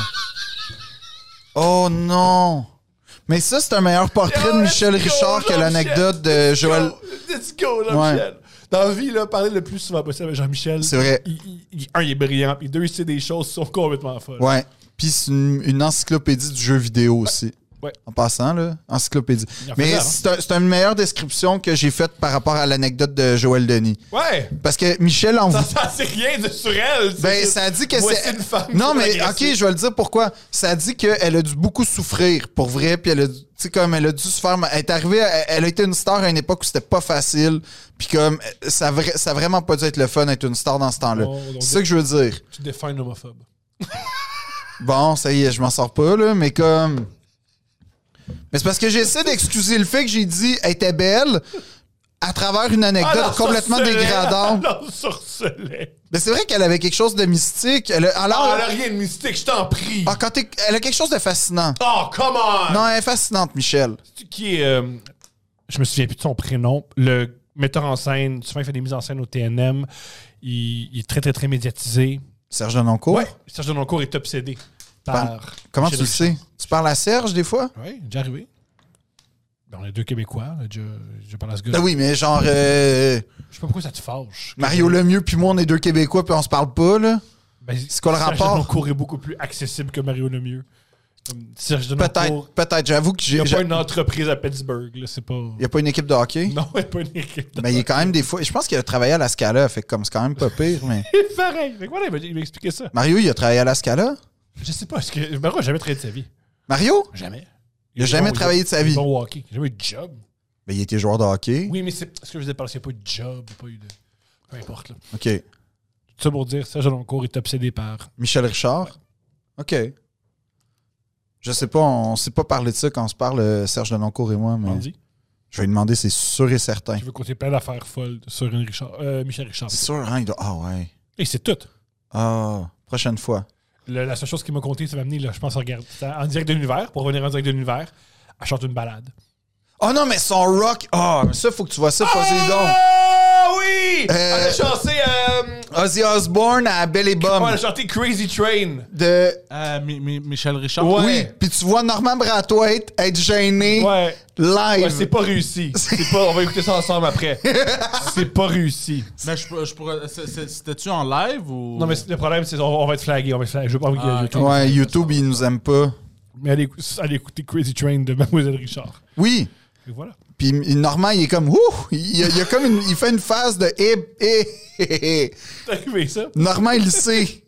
Speaker 1: Oh non! Mais ça, c'est un meilleur portrait de Michel Richard que l'anecdote de Joël.
Speaker 2: Let's go, Jean-Michel. Dans la vie, là, parler le plus souvent possible avec Jean-Michel.
Speaker 1: C'est vrai.
Speaker 2: Il est brillant. Puis deux, il sait des choses qui sont complètement folles.
Speaker 1: Ouais. Puis c'est une encyclopédie du jeu vidéo aussi.
Speaker 2: Ouais.
Speaker 1: En passant, là, encyclopédie.
Speaker 2: Il en fait
Speaker 1: Mais
Speaker 2: ça,
Speaker 1: c'est une meilleure description que j'ai faite par rapport à l'anecdote de Joël Denis.
Speaker 2: Ouais.
Speaker 1: Parce que Michel en
Speaker 2: Ça c'est rien sur elle.
Speaker 1: Ben, ça dit que
Speaker 2: Voici
Speaker 1: c'est.
Speaker 2: une femme
Speaker 1: Non, mais
Speaker 2: agressive.
Speaker 1: ok, je vais le dire pourquoi. Ça dit qu'elle a dû beaucoup souffrir, pour vrai, puis elle a, tu sais, comme elle a dû se faire. Elle est arrivée, elle a été une star à une époque où c'était pas facile, puis comme ça a vraiment pas dû être le fun d'être une star dans ce temps-là.
Speaker 2: Oh, donc
Speaker 1: C'est ça que je veux dire.
Speaker 2: Tu défends un homophobe.
Speaker 1: Bon, ça y est, je m'en sors pas, là, mais comme. Mais c'est parce que j'essaie d'excuser le fait que j'ai dit elle était belle à travers une anecdote complètement dégradante.
Speaker 2: Alors, sorcelet.
Speaker 1: Mais c'est vrai qu'elle avait quelque chose de mystique. Elle a
Speaker 2: rien de mystique, je t'en prie.
Speaker 1: Ah, elle a quelque chose de fascinant.
Speaker 2: Oh, come on.
Speaker 1: Non, elle est fascinante, Michel.
Speaker 2: Qui est... je me souviens plus de son prénom. Le metteur en scène, souvent il fait des mises en scène au TNM. Il est très, très, très médiatisé.
Speaker 1: Serge Denoncourt?
Speaker 2: Ouais. Serge Denoncourt est obsédé par...
Speaker 1: Comment
Speaker 2: Michel
Speaker 1: tu le sais? Tu parles à Serge, des fois?
Speaker 2: Oui, déjà arrivé. On est deux Québécois. Je parle à ce gars.
Speaker 1: Ben oui, mais genre...
Speaker 2: Je sais pas pourquoi ça te fâche.
Speaker 1: Mario Lemieux puis moi, on est deux Québécois puis on se parle pas, là.
Speaker 2: Ben,
Speaker 1: C'est quoi le
Speaker 2: Serge
Speaker 1: rapport?
Speaker 2: Denoncourt est beaucoup plus accessible que Mario Lemieux. Serge Denoncourt...
Speaker 1: Peut-être. J'avoue que
Speaker 2: Il n'y a
Speaker 1: j'ai...
Speaker 2: pas une entreprise à Pittsburgh. Là, c'est pas...
Speaker 1: Il n'y a pas une équipe de hockey?
Speaker 2: Non, il n'y a pas une équipe.
Speaker 1: Mais il est quand même des fois... Je pense qu'il a travaillé à la Scala, fait que comme c'est quand même pas pire, mais...
Speaker 2: C'est pareil. Fait que voilà, il m'a expliqué ça.
Speaker 1: Mario, il a travaillé à la Scala?
Speaker 2: Je sais pas. Est-ce que Mario n'a jamais travaillé de sa vie?
Speaker 1: Mario?
Speaker 2: Jamais.
Speaker 1: Il a jamais travaillé de sa vie.
Speaker 2: Bon hockey. Il n'a jamais eu de job.
Speaker 1: Ben, il était joueur de hockey.
Speaker 2: Oui, mais c'est ce que je vous ai parlé. Il n'y a pas eu de job. Il n'y a pas eu de... Peu importe. Là.
Speaker 1: OK.
Speaker 2: Tout ça pour dire, Serge Denoncourt est obsédé par...
Speaker 1: Michel Richard? OK. Je sais pas, on s'est pas parlé de ça quand on se parle, Serge Denoncourt et moi, mais
Speaker 2: Andy.
Speaker 1: je vais lui demander, c'est sûr et certain.
Speaker 2: Je veux compter plein d'affaires folles sur Michel Richard.
Speaker 1: C'est sûr, hein? Il doit... Ah ouais.
Speaker 2: Et c'est tout.
Speaker 1: Ah, prochaine fois.
Speaker 2: La seule chose qui m'a compté, ça m'a amené, là, je pense, à regarder en direct de l'univers, pour revenir en direct de l'univers, à chanter une balade.
Speaker 1: Oh non, mais son rock... Ah, ça, faut que tu vois ça, Poséidon.
Speaker 2: Ah oui! Elle a chanté...
Speaker 1: Ozzy Osbourne à Belle et Bum.
Speaker 2: elle a chanté Crazy Train.
Speaker 1: De...
Speaker 3: Michel Richard.
Speaker 2: Ouais.
Speaker 1: Oui, puis tu vois Norman Brathwaite être gêné
Speaker 2: Ouais.
Speaker 1: live.
Speaker 2: Ouais, c'est pas réussi. On va écouter ça ensemble après. C'est pas réussi.
Speaker 3: Mais je pourrais. C'était-tu en live ou.
Speaker 2: Non, mais le problème, c'est qu'on va être flagué. Je veux pas envie qu'il y ait YouTube.
Speaker 1: Ouais, YouTube, il nous aime pas.
Speaker 2: Mais allez écouter Crazy Train de Mademoiselle Richard.
Speaker 1: Oui.
Speaker 2: Et voilà.
Speaker 1: Puis Normand, il est comme... Ouh! Il a comme il fait une phase de...
Speaker 2: C'est arrivé, ça?
Speaker 1: Normand, il sait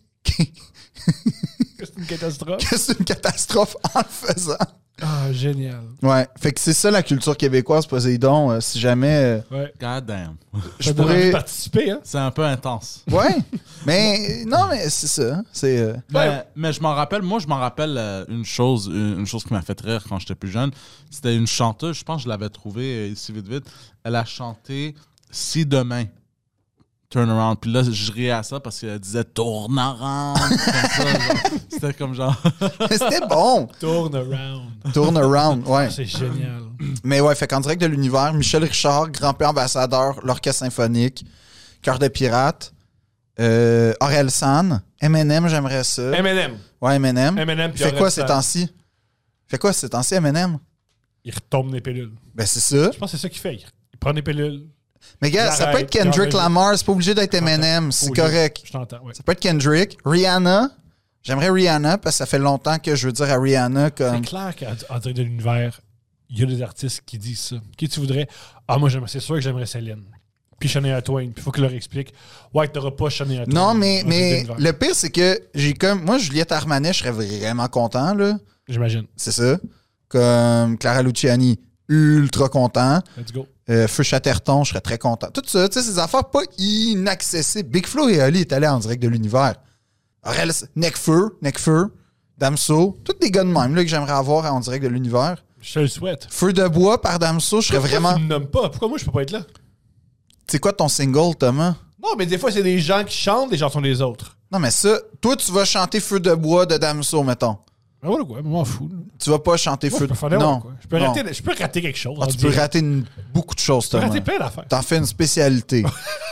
Speaker 2: C'est une catastrophe.
Speaker 1: que c'est une catastrophe en le faisant.
Speaker 2: Ah, génial.
Speaker 1: Ouais. Fait que c'est ça la culture québécoise, Poséidon. Si jamais...
Speaker 2: Ouais.
Speaker 3: God damn.
Speaker 1: je pourrais...
Speaker 2: participer, hein?
Speaker 3: C'est un peu intense.
Speaker 1: Ouais. Mais... Non, mais c'est ça. C'est...
Speaker 3: Mais je m'en rappelle, moi, une chose qui m'a fait rire quand j'étais plus jeune. C'était une chanteuse, je pense que je l'avais trouvée ici vite. Elle a chanté Si demain. Turn around. Puis là, je riais à ça parce qu'elle disait tourne around. Comme ça, genre. C'était comme genre.
Speaker 1: C'était bon.
Speaker 2: Turn around.
Speaker 1: Turn around, ouais.
Speaker 2: C'est génial.
Speaker 1: Mais ouais, fait qu'en direct de l'univers, Michel Richard, Grand P ambassadeur, l'Orchestre symphonique, Cœur de pirate, Aurel San, M&M, j'aimerais ça.
Speaker 2: M&M.
Speaker 1: Ouais, M&M.
Speaker 2: M&M
Speaker 1: Il fait quoi ces
Speaker 2: Orelsan.
Speaker 1: temps-ci? Il fait quoi ces temps-ci, M&M?
Speaker 2: Il retombe des pilules.
Speaker 1: Ben c'est ça.
Speaker 2: Je pense que c'est ça qu'il fait. Il prend des pilules.
Speaker 1: Mais gars,
Speaker 2: Il
Speaker 1: ça peut
Speaker 2: arrête,
Speaker 1: être Kendrick
Speaker 2: il enlève.
Speaker 1: Lamar, c'est pas obligé d'être M&M, c'est correct.
Speaker 2: Je t'entends, ouais.
Speaker 1: Ça peut être Kendrick. Rihanna, j'aimerais Rihanna parce que ça fait longtemps que je veux dire à Rihanna
Speaker 2: C'est
Speaker 1: comme...
Speaker 2: clair qu'en direct de l'univers, il y a des artistes qui disent ça. Qui tu voudrais? Ah, moi, c'est sûr que j'aimerais Céline. Puis Shania Twain. Puis il faut qu'il leur explique. Ouais, t'auras pas Shania Twain.
Speaker 1: Non, mais
Speaker 2: en direct de l'univers.
Speaker 1: le pire, c'est que j'ai comme... Moi, Juliette Armanet, je serais vraiment content, là.
Speaker 2: J'imagine.
Speaker 1: C'est ça. Comme Clara Luciani, ultra content.
Speaker 2: Let's go.
Speaker 1: Feu Chatterton, je serais très content. Tout ça, tu sais, ces affaires pas inaccessibles. Big Flo et Ali est allé en direct de l'univers. Necfeu, Damso, tous des gars de même là, que j'aimerais avoir en direct de l'univers.
Speaker 2: Je te le souhaite.
Speaker 1: Feu de bois par Damso, je serais
Speaker 2: Pourquoi
Speaker 1: vraiment...
Speaker 2: tu me nommes pas? Pourquoi moi, je peux pas être là?
Speaker 1: C'est quoi ton single, Thomas?
Speaker 2: Non, mais des fois, c'est des gens qui chantent des chansons des autres.
Speaker 1: Non, mais ça, toi, tu vas chanter Feu de bois de Damso, mettons.
Speaker 2: Ben voilà quoi, je m'en fous. Moi,
Speaker 1: Tu vas pas chanter
Speaker 2: je
Speaker 1: feu
Speaker 2: peux
Speaker 1: de...
Speaker 2: faire
Speaker 1: Non.
Speaker 2: quoi.
Speaker 1: Non.
Speaker 2: Je peux rater quelque chose.
Speaker 1: Ah, tu peux rater beaucoup de choses,
Speaker 2: Je peux
Speaker 1: Thomas.
Speaker 2: rater plein d'affaires.
Speaker 1: T'en fais une spécialité.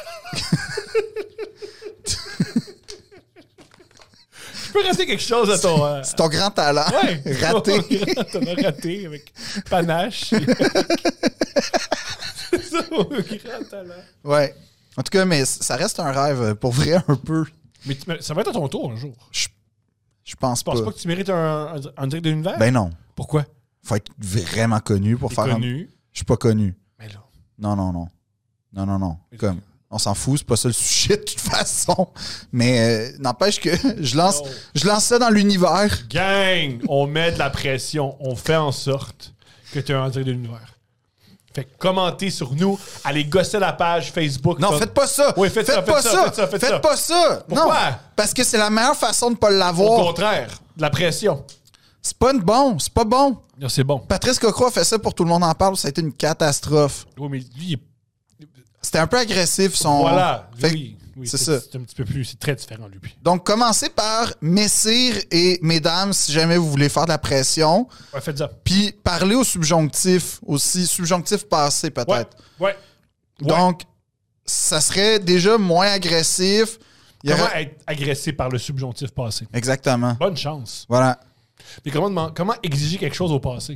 Speaker 2: Je peux rater quelque chose à ton...
Speaker 1: C'est ton grand talent.
Speaker 2: Ouais.
Speaker 1: Raté.
Speaker 2: T'en as raté avec panache. C'est ça, mon grand talent.
Speaker 1: Ouais. En tout cas, mais ça reste un rêve, pour vrai, un peu.
Speaker 2: Mais ça va être à ton tour un jour.
Speaker 1: Je pense
Speaker 2: Tu
Speaker 1: pas.
Speaker 2: penses pas que tu mérites un direct de l'univers?
Speaker 1: Ben non.
Speaker 2: Pourquoi?
Speaker 1: Faut être vraiment connu pour
Speaker 2: T'es
Speaker 1: faire
Speaker 2: connu.
Speaker 1: Je suis pas connu.
Speaker 2: Mais là...
Speaker 1: Non. Comme, on s'en fout, c'est pas ça le sujet de toute façon. Mais n'empêche que je lance ça dans l'univers.
Speaker 2: Gang! On met de la pression. On fait en sorte que tu aies un direct de l'univers. Fait que commentez sur nous. Allez gosser la page Facebook.
Speaker 1: Non, faites pas ça.
Speaker 2: Oui, faites ça,
Speaker 1: pas
Speaker 2: faites
Speaker 1: ça.
Speaker 2: ça, faites ça, faites ça.
Speaker 1: Faites pas ça.
Speaker 2: Pourquoi?
Speaker 1: Non, parce que c'est la meilleure façon de pas
Speaker 2: Au
Speaker 1: l'avoir.
Speaker 2: contraire, de la pression.
Speaker 1: C'est pas bon. C'est pas bon.
Speaker 2: Non, c'est bon.
Speaker 1: Patrice Cocro a fait ça pour Tout le monde en parle. Ça a été une catastrophe.
Speaker 2: Oui, mais lui, il est...
Speaker 1: C'était un peu agressif, son...
Speaker 2: Voilà.
Speaker 1: Fait que-
Speaker 2: Oui,
Speaker 1: c'est ça.
Speaker 2: C'est un petit peu plus... C'est très différent, lui.
Speaker 1: Donc, commencez par messire et mesdames, si jamais vous voulez faire de la pression.
Speaker 2: Ouais, faites ça.
Speaker 1: Puis, parlez au subjonctif aussi. Subjonctif passé, peut-être.
Speaker 2: Ouais.
Speaker 1: Donc, ça serait déjà moins agressif. Il y
Speaker 2: Comment
Speaker 1: aurait-
Speaker 2: être agressé par le subjonctif passé?
Speaker 1: Exactement.
Speaker 2: Bonne chance.
Speaker 1: Voilà.
Speaker 2: Mais comment exiger quelque chose au passé?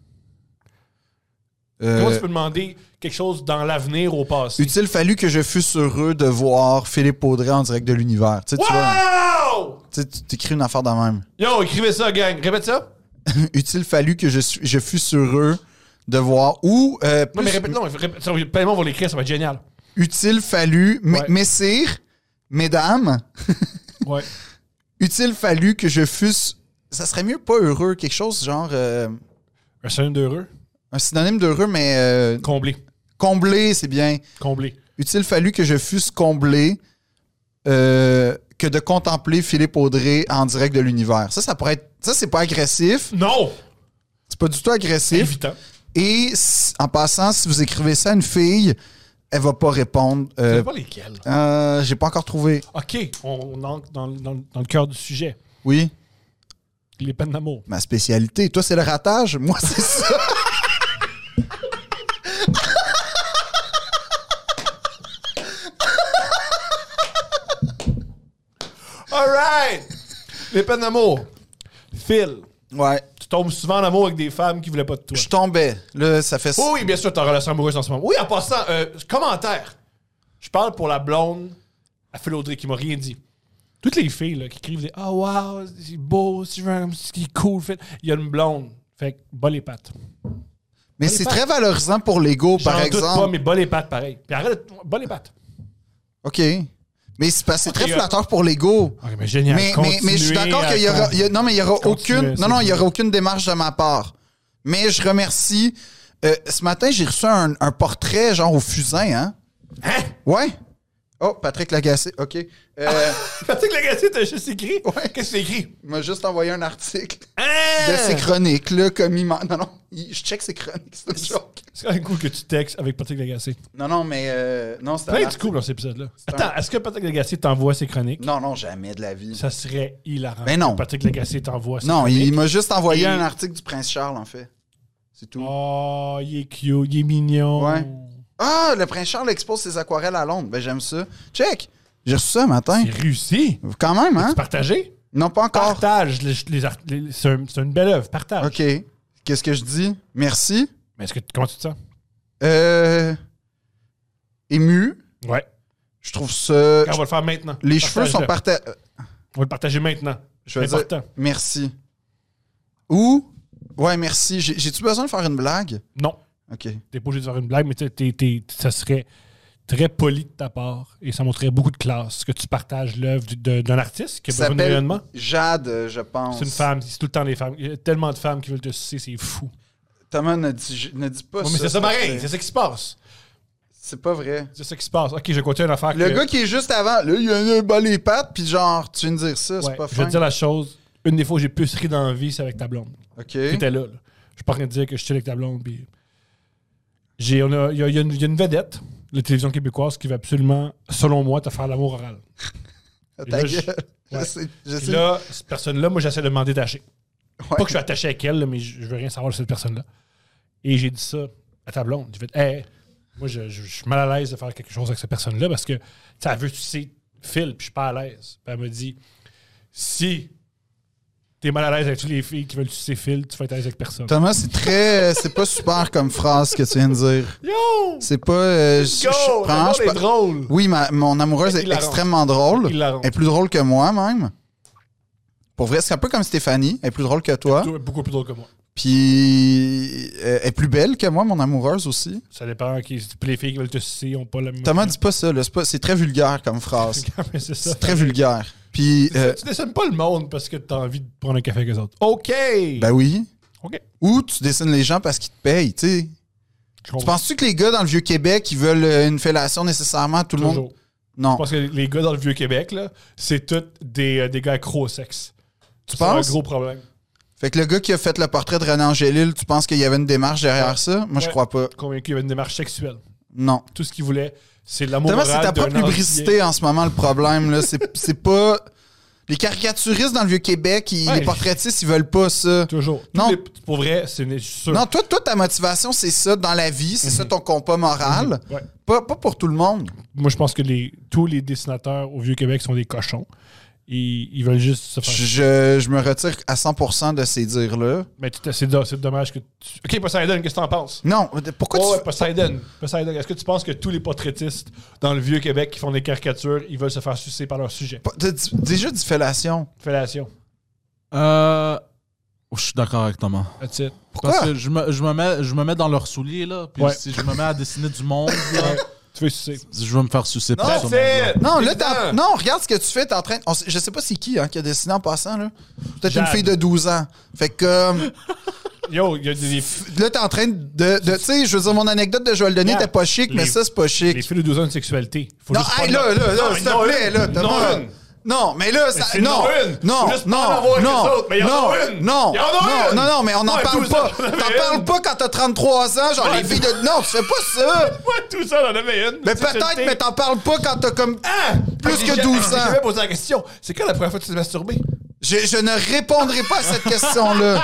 Speaker 2: Comment tu peux demander quelque chose dans l'avenir au passé?
Speaker 1: Eût-il fallu que je fusse heureux de voir Philippe Audrey en direct de l'univers? Tu sais, tu vois,
Speaker 2: Wow!
Speaker 1: tu sais, tu t'écris une affaire de même.
Speaker 2: Yo, écrivez ça, gang. Répète ça.
Speaker 1: Eût-il fallu que je fusse heureux de voir... Ou...
Speaker 2: Non,
Speaker 1: plus-
Speaker 2: mais répète. Non, répète. Ça, plein de monde va l'écrire, ça va être génial.
Speaker 1: Eût-il fallu...
Speaker 2: Ouais.
Speaker 1: Messire, mesdames,
Speaker 2: Ouais.
Speaker 1: eût-il fallu que je fusse... Ça serait mieux pas heureux, quelque chose genre...
Speaker 2: Un synonyme d'heureux.
Speaker 1: un synonyme d'heureux, mais...
Speaker 2: Comblé.
Speaker 1: comblé, c'est bien.
Speaker 2: Comblé.
Speaker 1: Eût-il fallu que je fusse comblé que de contempler Philippe Audrey en direct de l'univers? Ça pourrait être... Ça, c'est pas agressif.
Speaker 2: Non!
Speaker 1: C'est pas du tout
Speaker 2: C'est
Speaker 1: agressif.
Speaker 2: évitant.
Speaker 1: Et en passant, si vous écrivez ça à une fille, elle va pas répondre.
Speaker 2: Je sais pas lesquels.
Speaker 1: J'ai pas encore trouvé.
Speaker 2: OK, on entre dans le cœur du sujet.
Speaker 1: Oui,
Speaker 2: Les peines d'amour.
Speaker 1: ma spécialité. Toi, c'est le ratage. Moi, c'est ça.
Speaker 2: All right! Les peines d'amour. Phil,
Speaker 1: Ouais.
Speaker 2: tu tombes souvent en amour avec des femmes qui voulaient pas de toi.
Speaker 1: Je tombais. Là, ça fait...
Speaker 2: Oh oui, bien sûr, t'es en relation amoureuse en ce moment. Oui, en passant, commentaire. Je parle pour la blonde à Phil Audrey qui m'a rien dit. Toutes les filles là, qui écrivent des « Oh wow, c'est beau, c'est cool, Phil. » Il y a une blonde. Fait que, bas les pattes.
Speaker 1: Mais c'est très valorisant pour l'ego, par
Speaker 2: J'en doute
Speaker 1: exemple.
Speaker 2: pas, mais bas les pattes, pareil. Puis arrête, bas les pattes.
Speaker 1: OK. Mais c'est parce que c'est très
Speaker 2: Ok,
Speaker 1: flatteur pour l'ego.
Speaker 2: OK, mais génial.
Speaker 1: Mais je suis d'accord qu'il y aura... non, mais il y aura aucune... Non, il y aura aucune démarche de ma part. Mais je remercie... ce matin, j'ai reçu un portrait genre au fusain, hein?
Speaker 2: Hein?
Speaker 1: Ouais. Oh, Patrick Lagacé. OK.
Speaker 2: Patrick Lagacé, t'as juste écrit?
Speaker 1: Ouais.
Speaker 2: Qu'est-ce que t'as écrit?
Speaker 1: Il m'a juste envoyé un article
Speaker 2: Hein?
Speaker 1: de ses chroniques, là, comme il m'a... Non, je check ses chroniques, c'est une joke.
Speaker 2: C'est quand même cool que tu textes avec Patrick Lagacé.
Speaker 1: Non, mais... non, c'était un
Speaker 2: Plein de
Speaker 1: article.
Speaker 2: cool dans cet épisode-là.
Speaker 1: C'est
Speaker 2: Attends, est-ce que Patrick Lagacé t'envoie ses chroniques?
Speaker 1: Non, jamais de la vie.
Speaker 2: Ça serait hilarant.
Speaker 1: Ben non.
Speaker 2: que Patrick Lagacé t'envoie ses
Speaker 1: Non,
Speaker 2: chroniques.
Speaker 1: il m'a juste envoyé
Speaker 2: Et-
Speaker 1: un article du Prince Charles, en fait. C'est tout.
Speaker 2: Oh, il est cute, il est mignon.
Speaker 1: Ouais. Ah, le Prince Charles expose ses aquarelles à Londres. Ben, j'aime ça. Check! J'ai reçu ça matin.
Speaker 2: C'est réussi.
Speaker 1: Quand même, hein?
Speaker 2: Tu partagé?
Speaker 1: Non, pas encore.
Speaker 2: Partage. C'est une belle œuvre. Partage.
Speaker 1: OK. Qu'est-ce que je dis? Merci.
Speaker 2: Mais comment tu te sens?
Speaker 1: Ému.
Speaker 2: Ouais.
Speaker 1: Je trouve ça...
Speaker 2: On va le faire maintenant.
Speaker 1: Les cheveux sont
Speaker 2: Partage-le.
Speaker 1: partagés.
Speaker 2: On va le partager maintenant.
Speaker 1: Je veux
Speaker 2: C'est
Speaker 1: dire
Speaker 2: important.
Speaker 1: merci. Ou... Ouais, merci. J'ai-tu besoin de faire une blague?
Speaker 2: Non.
Speaker 1: OK.
Speaker 2: T'es pas obligé de faire une blague, mais ça serait très poli de ta part et ça montrerait beaucoup de classe que tu partages l'œuvre d'un artiste qui a
Speaker 1: Ça
Speaker 2: besoin d'un
Speaker 1: s'appelle
Speaker 2: rayonnement.
Speaker 1: Jade, je pense.
Speaker 2: C'est une femme, c'est tout le temps des femmes. Il y a tellement de femmes qui veulent te sucer, c'est fou.
Speaker 1: Thomas ne dit pas
Speaker 2: Ouais,
Speaker 1: ça.
Speaker 2: mais c'est ça pareil,
Speaker 1: s'il te
Speaker 2: c'est
Speaker 1: plaît.
Speaker 2: ça qui se passe.
Speaker 1: C'est pas vrai.
Speaker 2: C'est ça qui se passe. Ok, je continue à faire.
Speaker 1: Le gars qui est juste avant, là, il a un bas les pattes, puis genre, tu viens de dire ça, c'est
Speaker 2: Ouais,
Speaker 1: pas
Speaker 2: je vais
Speaker 1: fin.
Speaker 2: te dire la chose. Une des fois où j'ai plus ri dans la vie, c'est avec ta blonde.
Speaker 1: OK.
Speaker 2: T'étais là. Je suis pas en train de dire que je suis avec ta blonde. Puis il y a une vedette, la télévision québécoise, qui veut absolument, selon moi, te faire l'amour oral.
Speaker 1: Ta
Speaker 2: Et là,
Speaker 1: gueule.
Speaker 2: ouais.
Speaker 1: Je
Speaker 2: Puis
Speaker 1: sais.
Speaker 2: là, cette personne-là, moi, j'essaie de m'en détacher.
Speaker 1: Ouais.
Speaker 4: Pas que je suis attaché avec elle, là, mais je veux rien savoir de cette personne-là. Et j'ai dit ça à ta blonde. J'ai fait, hey, moi, je suis mal à l'aise de faire quelque chose avec cette personne-là parce que, elle veut sucer Phil, puis je suis pas à l'aise. Puis elle me dit, si t'es mal à l'aise avec toutes les filles qui veulent sucer Phil, tu vas être à l'aise avec personne.
Speaker 1: Thomas, c'est pas super comme phrase que tu viens de dire.
Speaker 4: Yo!
Speaker 1: C'est pas.
Speaker 4: Go!
Speaker 1: Vraiment,
Speaker 4: C'est drôle!
Speaker 1: Oui, mon amoureuse est
Speaker 4: Hilarante.
Speaker 1: extrêmement drôle.
Speaker 4: Hilarante.
Speaker 1: Elle est plus drôle que moi, même. Pour vrai, c'est un peu comme Stéphanie. Elle est plus drôle que toi.
Speaker 4: Beaucoup plus drôle que moi.
Speaker 1: Puis, elle est plus belle que moi, mon amoureuse aussi.
Speaker 4: Ça dépend. Les filles qui veulent te sucer n'ont pas la même.
Speaker 1: Thomas, dis pas ça. Là. C'est très vulgaire comme phrase.
Speaker 4: Mais c'est ça.
Speaker 1: C'est très vulgaire. Puis,
Speaker 4: Tu dessines pas le monde parce que t'as envie de prendre un café avec eux autres. OK!
Speaker 1: ben oui.
Speaker 4: OK.
Speaker 1: Ou tu dessines les gens parce qu'ils te payent, tu sais. Tu penses-tu que les gars dans le Vieux-Québec, ils veulent une fellation nécessairement à tout le monde?
Speaker 4: Toujours.
Speaker 1: Non.
Speaker 4: Je pense que les gars dans le Vieux-Québec, là, c'est tous des gars accros au sexe.
Speaker 1: Tu
Speaker 4: C'est un
Speaker 1: penses?
Speaker 4: gros problème.
Speaker 1: Fait que le gars qui a fait le portrait de René Angélil, tu penses qu'il y avait une démarche derrière
Speaker 4: Ouais.
Speaker 1: ça? Moi, je
Speaker 4: Ouais.
Speaker 1: crois pas.
Speaker 4: Convaincu qu'il y avait une démarche sexuelle.
Speaker 1: Non.
Speaker 4: Tout ce qu'il voulait, c'est l'amour
Speaker 1: Thomas,
Speaker 4: moral
Speaker 1: c'est ta
Speaker 4: d'un
Speaker 1: propre lubricité en ce moment, le problème. Là. C'est pas... Les caricaturistes dans le Vieux-Québec,
Speaker 4: Ouais.
Speaker 1: les portraitistes, ils veulent pas ça.
Speaker 4: Toujours.
Speaker 1: Non.
Speaker 4: Pour vrai, c'est sûr.
Speaker 1: Non, toi, ta motivation, c'est ça dans la vie. C'est ça ton compas moral.
Speaker 4: Ouais.
Speaker 1: Pas pour tout le monde.
Speaker 4: Moi, je pense que tous les dessinateurs au Vieux-Québec sont des cochons. Ils veulent juste se faire...
Speaker 1: Je me retire à 100% de ces dires-là.
Speaker 4: Mais c'est dommage que tu... OK, Poseidon, qu'est-ce que t'en penses?
Speaker 1: Non, pourquoi
Speaker 4: Oh,
Speaker 1: tu...
Speaker 4: ouais, Poseidon, est-ce que tu penses que tous les portraitistes dans le Vieux-Québec qui font des caricatures, ils veulent se faire sucer par leur sujet?
Speaker 1: Déjà dit fellation.
Speaker 4: Fellation.
Speaker 3: Je suis d'accord avec Thomas.
Speaker 4: That's it.
Speaker 1: Pourquoi?
Speaker 3: Parce que je me mets dans leurs souliers, là. Puis
Speaker 4: Ouais.
Speaker 3: si je me mets à dessiner du monde, là,
Speaker 4: Tu veux sucer.
Speaker 3: je vais me faire sucer par
Speaker 1: Non,
Speaker 3: ce monde-là.
Speaker 1: Non, là,
Speaker 4: Évident.
Speaker 1: non, regarde ce que tu fais. T'es en train... Je sais pas c'est qui qui a dessiné en passant. Là. Peut-être une
Speaker 4: Jade.
Speaker 1: fille de 12 ans. Fait que...
Speaker 4: Yo, il y a des...
Speaker 1: Là, t'es en train de tu sais, je veux dire, mon anecdote de Joël Denis
Speaker 4: Yeah.
Speaker 1: était pas chic, mais
Speaker 4: Les-
Speaker 1: ça, c'est pas chic.
Speaker 4: Les filles de 12 ans de sexualité. Faut
Speaker 1: Non,
Speaker 4: juste pas
Speaker 1: hey,
Speaker 4: de-
Speaker 1: là,
Speaker 4: Non,
Speaker 1: s'il
Speaker 4: il y en
Speaker 1: te
Speaker 4: a
Speaker 1: plaît,
Speaker 4: une.
Speaker 1: là,
Speaker 4: Il y en a
Speaker 1: Thomas.
Speaker 4: une.
Speaker 1: Non, mais là, ça.
Speaker 4: c'est
Speaker 1: Non,
Speaker 4: une.
Speaker 1: non,
Speaker 4: Faut juste pas
Speaker 1: non,
Speaker 4: en avoir avec
Speaker 1: non,
Speaker 4: les autres, mais il y en a
Speaker 1: non,
Speaker 4: une.
Speaker 1: non,
Speaker 4: Il y en a
Speaker 1: non,
Speaker 4: une.
Speaker 1: non, non, mais on n'en
Speaker 4: Ouais,
Speaker 1: parle
Speaker 4: 12
Speaker 1: pas.
Speaker 4: ans, j'en avais
Speaker 1: T'en parles
Speaker 4: une.
Speaker 1: pas quand t'as 33 ans, genre
Speaker 4: Ouais.
Speaker 1: les filles de. Non, tu fais pas ça.
Speaker 4: Ouais, tout ça, on en avait une.
Speaker 1: Mais peut-être, mais t'en parles pas quand t'as comme plus que 12
Speaker 4: J'ai
Speaker 1: ans.
Speaker 4: jamais posé la question. C'est quand la première fois que tu t'es masturbé?
Speaker 1: Je ne répondrai pas à cette question-là.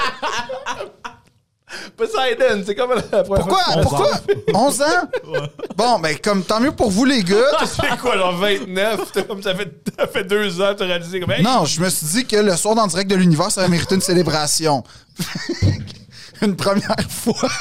Speaker 4: Poseidon, c'est comme la première
Speaker 1: Pourquoi?
Speaker 4: fois que tu t'es
Speaker 1: Pourquoi? 11 ans? Bon, ben, comme tant mieux pour vous, les gars.
Speaker 4: masturbé. C'est quoi, genre 29? T'as comme ça fait 2 ans, t'as réalisé comme, hey,
Speaker 1: Non, je me suis dit que le soir dans le direct de l'univers, ça aurait mérité une célébration. Une première fois.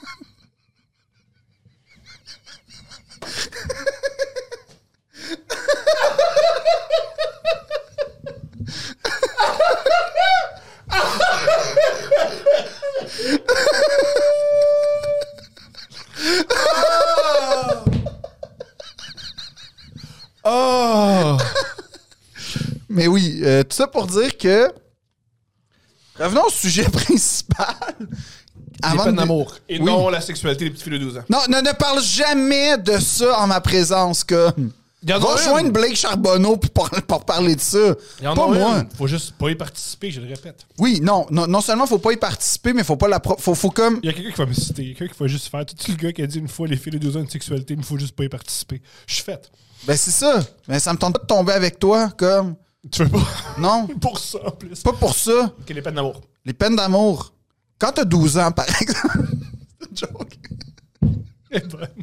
Speaker 4: Oh!
Speaker 1: Mais oui, tout ça pour dire que... Revenons au sujet principal.
Speaker 4: Les
Speaker 1: Avant
Speaker 4: peines
Speaker 1: de-
Speaker 4: d'amour. Et
Speaker 1: Oui.
Speaker 4: non la sexualité des petites filles de 12 ans.
Speaker 1: Non, ne parle jamais de ça en ma présence, comme...
Speaker 4: Il y en a
Speaker 1: Va
Speaker 4: une.
Speaker 1: rejoindre Blake Charbonneau pour parler de ça.
Speaker 4: Il y en
Speaker 1: Pas
Speaker 4: a
Speaker 1: moi.
Speaker 4: une. Faut juste pas y participer, je le répète.
Speaker 1: Oui, non seulement faut pas y participer, mais faut pas la... Faut comme...
Speaker 4: Il y a quelqu'un qui va me citer. Il y a quelqu'un qui va juste faire. Tout le gars qui a dit une fois les filles de 12 ans de sexualité, il me faut juste pas y participer. Je suis fait.
Speaker 1: Ben c'est ça. Mais ça me tente pas de tomber avec toi, comme...
Speaker 4: Tu veux pas?
Speaker 1: Non,
Speaker 4: Pour ça, en plus.
Speaker 1: pas pour ça.
Speaker 4: Ok, les peines d'amour.
Speaker 1: Les peines d'amour. Quand t'as 12 ans, par exemple... C'est une joke.
Speaker 4: Elle est bonne.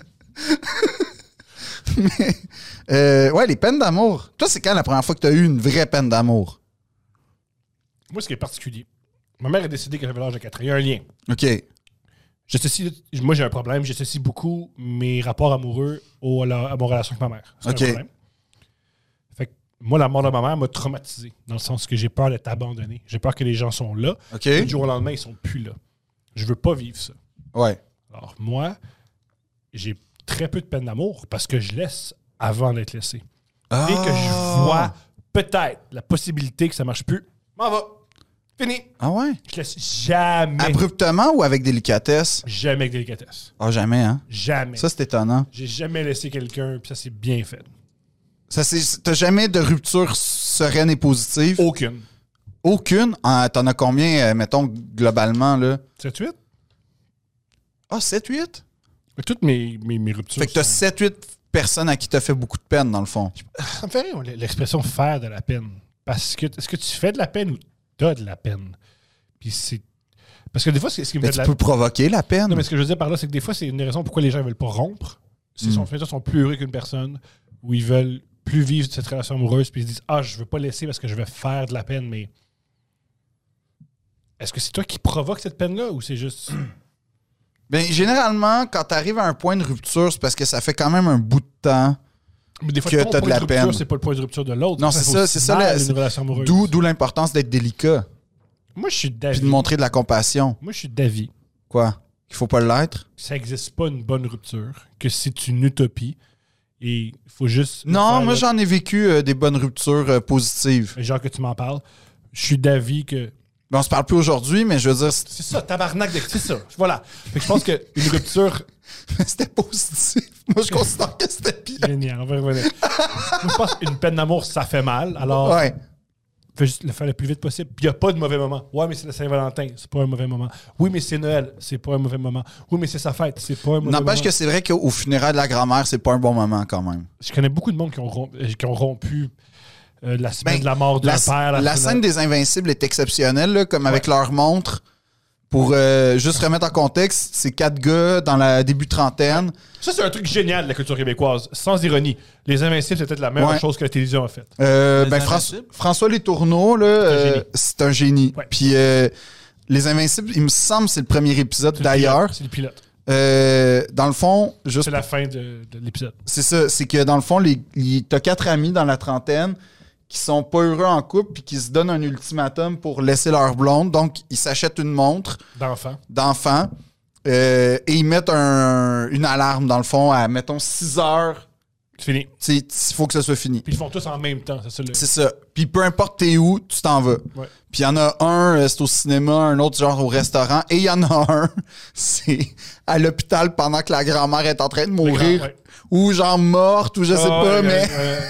Speaker 1: Mais, ouais, les peines d'amour. Toi, c'est quand la première fois que t'as eu une vraie peine d'amour?
Speaker 4: Moi, ce qui est particulier, ma mère a décidé qu'elle avait l'âge de 4 ans. Il y a un lien.
Speaker 1: OK.
Speaker 4: Moi, j'ai un problème. J'associe beaucoup mes rapports amoureux à mon relation avec ma mère. C'est
Speaker 1: OK.
Speaker 4: un problème. Fait que moi, la mort de ma mère m'a traumatisé. Dans le sens que j'ai peur d'être abandonné. J'ai peur que les gens sont là.
Speaker 1: OK.
Speaker 4: Et du jour au lendemain, ils sont plus là. Je veux pas vivre ça.
Speaker 1: Ouais.
Speaker 4: Alors, moi, j'ai très peu de peine d'amour parce que je laisse avant d'être laissé.
Speaker 1: Ah.
Speaker 4: Dès que je vois peut-être la possibilité que ça marche plus, m'en va. Fini.
Speaker 1: Ah ouais?
Speaker 4: Je laisse jamais.
Speaker 1: Abruptement ou avec délicatesse?
Speaker 4: Jamais avec délicatesse.
Speaker 1: Ah, jamais, hein?
Speaker 4: Jamais.
Speaker 1: Ça, c'est étonnant.
Speaker 4: J'ai jamais laissé quelqu'un, puis ça c'est bien fait.
Speaker 1: T'as jamais de rupture sereine et positive?
Speaker 4: Aucune.
Speaker 1: Aucune? Ah, t'en as combien, mettons, globalement, là?
Speaker 4: 7-8?
Speaker 1: Ah, 7-8?
Speaker 4: Toutes mes ruptures.
Speaker 1: Fait que t'as
Speaker 4: sont-
Speaker 1: 7-8 personnes à qui t'as fait beaucoup de peine, dans le fond.
Speaker 4: Ça me fait rire, l'expression faire de la peine. Parce que est-ce que tu fais de la peine ou t'as de la peine?
Speaker 2: Puis c'est... Parce que des fois, ce qui me
Speaker 1: Mais
Speaker 2: fait
Speaker 1: tu
Speaker 2: de la...
Speaker 1: peux provoquer la peine.
Speaker 2: Non, mais ce que je veux dire par là, c'est que des fois, c'est une des raisons pourquoi les gens ne veulent pas rompre. C'est qu'ils sont plus heureux qu'une personne, ou ils veulent plus vivre cette relation amoureuse, puis ils se disent « Ah, je veux pas laisser parce que je vais faire de la peine, mais... » Est-ce que c'est toi qui provoque cette peine-là, ou c'est juste...
Speaker 1: Ben, généralement, quand tu arrives à un point de rupture, c'est parce que ça fait quand même un bout de temps.
Speaker 2: Mais des fois,
Speaker 1: Que
Speaker 2: ton
Speaker 1: t'as de
Speaker 2: point
Speaker 1: la
Speaker 2: de rupture,
Speaker 1: peine.
Speaker 2: c'est pas le point de rupture de l'autre.
Speaker 1: Non,
Speaker 2: Ça
Speaker 1: c'est
Speaker 2: fait
Speaker 1: ça,
Speaker 2: aussi
Speaker 1: c'est ça,
Speaker 2: mal,
Speaker 1: la-
Speaker 2: une relation amoureuse.
Speaker 1: D'où l'importance d'être délicat,
Speaker 2: Moi, je suis
Speaker 1: puis
Speaker 2: d'avis.
Speaker 1: de montrer de la compassion.
Speaker 2: Moi, je suis d'avis.
Speaker 1: Quoi? Qu'il faut pas l'être?
Speaker 2: Ça n'existe pas une bonne rupture, que c'est une utopie, et il faut juste...
Speaker 1: Non,
Speaker 2: faire
Speaker 1: moi
Speaker 2: le-
Speaker 1: j'en ai vécu des bonnes ruptures positives.
Speaker 2: Genre que tu m'en parles, je suis d'avis que...
Speaker 1: Ben, on se parle plus aujourd'hui, mais je veux dire,
Speaker 2: C'est ça, tabarnak de... C'est ça, voilà. Fait que je pense qu'une rupture...
Speaker 1: c'était positif. Moi, je considère que c'était pire.
Speaker 2: Génial, on va revenir. Moi, je pense qu'une peine d'amour, ça fait mal, alors...
Speaker 1: Ouais.
Speaker 2: Fais juste le faire le plus vite possible. Puis il n'y a pas de mauvais moment. Ouais, mais c'est la Saint-Valentin, c'est pas un mauvais moment. Oui, mais c'est Noël, c'est pas un mauvais moment. Oui, mais c'est sa fête, c'est pas un mauvais moment.
Speaker 1: N'empêche que c'est vrai qu'au funérail de la grand-mère, c'est pas un bon moment quand même.
Speaker 2: Je connais beaucoup de monde qui ont rompu la semaine
Speaker 1: Ben,
Speaker 2: de la mort d'un père.
Speaker 1: La scène des Invincibles est exceptionnelle, là, comme avec leur montre. Pour juste remettre en contexte, c'est 4 gars dans la début trentaine.
Speaker 2: Ça, c'est un truc génial de la culture québécoise, sans ironie. Les Invincibles, c'est peut-être la meilleure
Speaker 1: Ouais.
Speaker 2: chose que la télévision a faite.
Speaker 3: Invincibles?
Speaker 1: François Letourneau, là,
Speaker 2: C'est un génie.
Speaker 1: c'est un génie.
Speaker 2: Ouais.
Speaker 1: Puis Les Invincibles, il me semble que c'est le premier épisode d'ailleurs.
Speaker 2: C'est le pilote.
Speaker 1: Dans le fond, juste
Speaker 2: C'est la fin de l'épisode.
Speaker 1: c'est ça, c'est que dans le fond, t'as 4 amis dans la trentaine qui sont pas heureux en couple puis qui se donnent un ultimatum pour laisser leur blonde. Donc, ils s'achètent une montre d'enfant et ils mettent une alarme, dans le fond, à, mettons, 6 heures.
Speaker 2: C'est fini.
Speaker 1: Il faut que ça soit fini.
Speaker 2: Puis ils le font tous en même temps. C'est ça le...
Speaker 1: C'est ça. Puis peu importe t'es où, tu t'en vas.
Speaker 2: Ouais.
Speaker 1: Puis il y en a un, c'est au cinéma, un autre genre au restaurant. Et il y en a un, c'est à l'hôpital pendant que la grand-mère est en train de mourir.
Speaker 2: Ouais.
Speaker 1: Ou genre morte, ou je sais pas, mais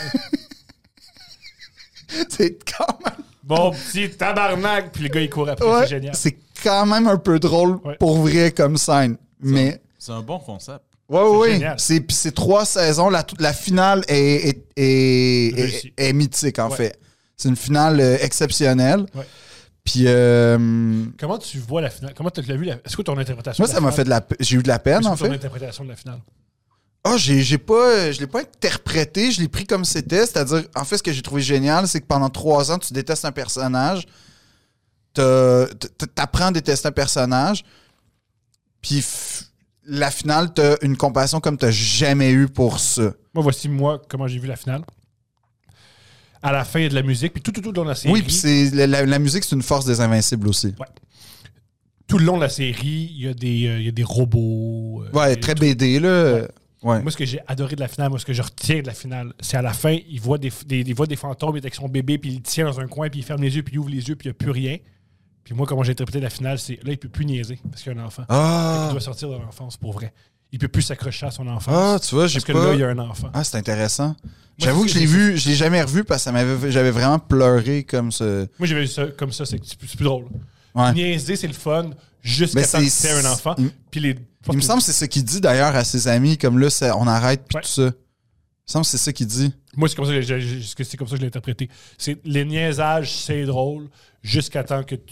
Speaker 2: ouais.
Speaker 1: c'est quand même...
Speaker 2: Bon, petit tabarnak. Puis le gars, il court après.
Speaker 1: Ouais,
Speaker 2: C'est génial.
Speaker 1: c'est quand même un peu drôle
Speaker 2: Ouais.
Speaker 1: pour vrai comme scène. Mais...
Speaker 3: C'est un bon concept.
Speaker 1: Ouais.
Speaker 2: génial.
Speaker 1: Puis c'est 3 saisons. La finale
Speaker 2: Réussi.
Speaker 1: est mythique, en
Speaker 2: Ouais.
Speaker 1: fait. C'est une finale exceptionnelle.
Speaker 2: Ouais.
Speaker 1: Puis
Speaker 2: Comment tu vois la finale? Comment tu l'as vu? Est-ce que ton interprétation
Speaker 1: moi, ça m'a fait j'ai eu de la peine,
Speaker 2: Est-ce
Speaker 1: en
Speaker 2: que ton
Speaker 1: fait.
Speaker 2: interprétation de la finale?
Speaker 1: Ah, je l'ai pas interprété, je l'ai pris comme c'était. C'est-à-dire, en fait, ce que j'ai trouvé génial, c'est que pendant 3 ans, tu détestes un personnage. T'apprends à détester un personnage. Puis la finale, t'as une compassion comme t'as jamais eu pour ça.
Speaker 2: Voici comment j'ai vu la finale. À la fin, il y a de la musique, puis tout dans la série.
Speaker 1: Oui, puis la musique, c'est une force des Invincibles aussi.
Speaker 2: Tout le long de la série, il y a des robots.
Speaker 1: Ouais,
Speaker 2: des
Speaker 1: très
Speaker 2: trucs.
Speaker 1: BD, là.
Speaker 2: Ouais.
Speaker 1: Ouais.
Speaker 2: Moi, ce que j'ai adoré de la finale, moi, ce que je retiens de la finale, c'est à la fin, il voit des fantômes, il est avec son bébé, puis il le tient dans un coin, puis il ferme les yeux, puis il ouvre les yeux, puis il n'y a plus rien. Puis moi, comment j'ai interprété la finale, c'est là, il peut plus niaiser, parce qu'il y a un enfant.
Speaker 1: Ah,
Speaker 2: Il doit sortir de l'enfance, pour vrai. Il peut plus s'accrocher à son enfance.
Speaker 1: ah, tu vois, j'ai
Speaker 2: parce que
Speaker 1: pas...
Speaker 2: là, il y a un enfant.
Speaker 1: Ah, c'est intéressant.
Speaker 2: c'est
Speaker 1: J'avoue
Speaker 2: ce
Speaker 1: que
Speaker 2: que
Speaker 1: je l'ai
Speaker 2: j'ai
Speaker 1: vu, je l'ai jamais revu parce que j'avais vraiment pleuré comme ça.
Speaker 2: Moi, j'avais vu ça comme ça, c'est plus drôle.
Speaker 1: Ouais.
Speaker 2: Niaiser, c'est le fun, jusqu'à
Speaker 1: Mais
Speaker 2: temps que
Speaker 1: c'est-
Speaker 2: c'est un enfant. Puis
Speaker 1: Il me semble que c'est ce qu'il dit d'ailleurs à ses amis, comme là, on arrête, puis
Speaker 2: Ouais.
Speaker 1: tout ça. Il me semble que c'est ça qu'il dit.
Speaker 2: Moi, c'est comme ça que je l'ai interprété. C'est les niaisages, c'est drôle, jusqu'à temps que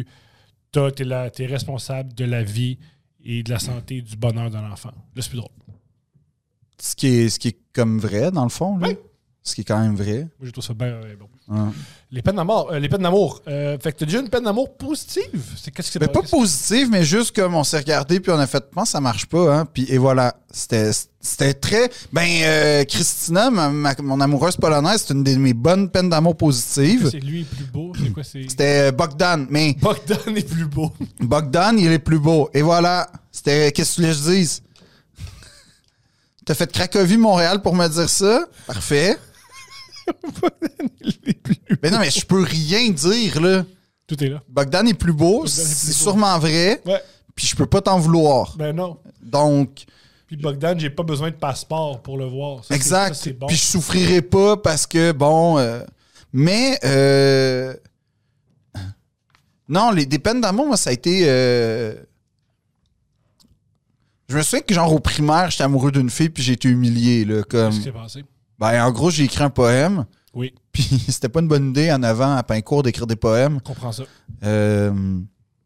Speaker 2: t'es responsable de la vie et de la santé et du bonheur d'un enfant. Là, c'est plus drôle.
Speaker 1: Ce qui est comme vrai, dans le fond. Là.
Speaker 2: Oui.
Speaker 1: Ce qui est quand même vrai.
Speaker 2: Moi, je trouve ça bien bon.
Speaker 1: Ouais.
Speaker 2: Les peines d'amour. Fait que t'as déjà une peine d'amour positive. Qu'est-ce qui s'est
Speaker 1: Mais pas positive, mais juste comme on s'est regardé, puis on a fait, je pense que ça marche pas, hein. Puis et voilà. C'était très. Christina, mon amoureuse polonaise, c'est une de mes bonnes peines d'amour positives.
Speaker 2: C'est lui le plus beau. C'est quoi?
Speaker 1: C'était Bogdan. Mais
Speaker 2: Bogdan est plus beau.
Speaker 1: Bogdan, il est plus beau. Et voilà. Qu'est-ce que tu voulais que je dise? T'as fait Cracovie-Montréal pour me dire ça? Parfait. Mais non, mais je peux rien dire, là.
Speaker 2: Tout est là.
Speaker 1: Bogdan est plus beau,
Speaker 2: Bogdan est plus
Speaker 1: c'est
Speaker 2: beau.
Speaker 1: sûrement vrai,
Speaker 2: Ouais.
Speaker 1: puis je peux pas t'en vouloir.
Speaker 2: Ben non.
Speaker 1: Donc,
Speaker 2: Puis Bogdan, j'ai pas besoin de passeport pour le voir. Ça,
Speaker 1: exact.
Speaker 2: c'est bon.
Speaker 1: Puis je souffrirai pas parce que, bon... mais... non, des peines d'amour, moi, ça a été... Je me souviens que, genre, au primaire, j'étais amoureux d'une fille, puis j'ai été humilié, là, comme...
Speaker 2: Qu'est-ce qui s'est passé?
Speaker 1: Ben, en gros, j'ai écrit un poème,
Speaker 2: Oui,
Speaker 1: puis c'était pas une bonne idée en avant, à Pincourt, d'écrire des poèmes.
Speaker 2: on comprend ça.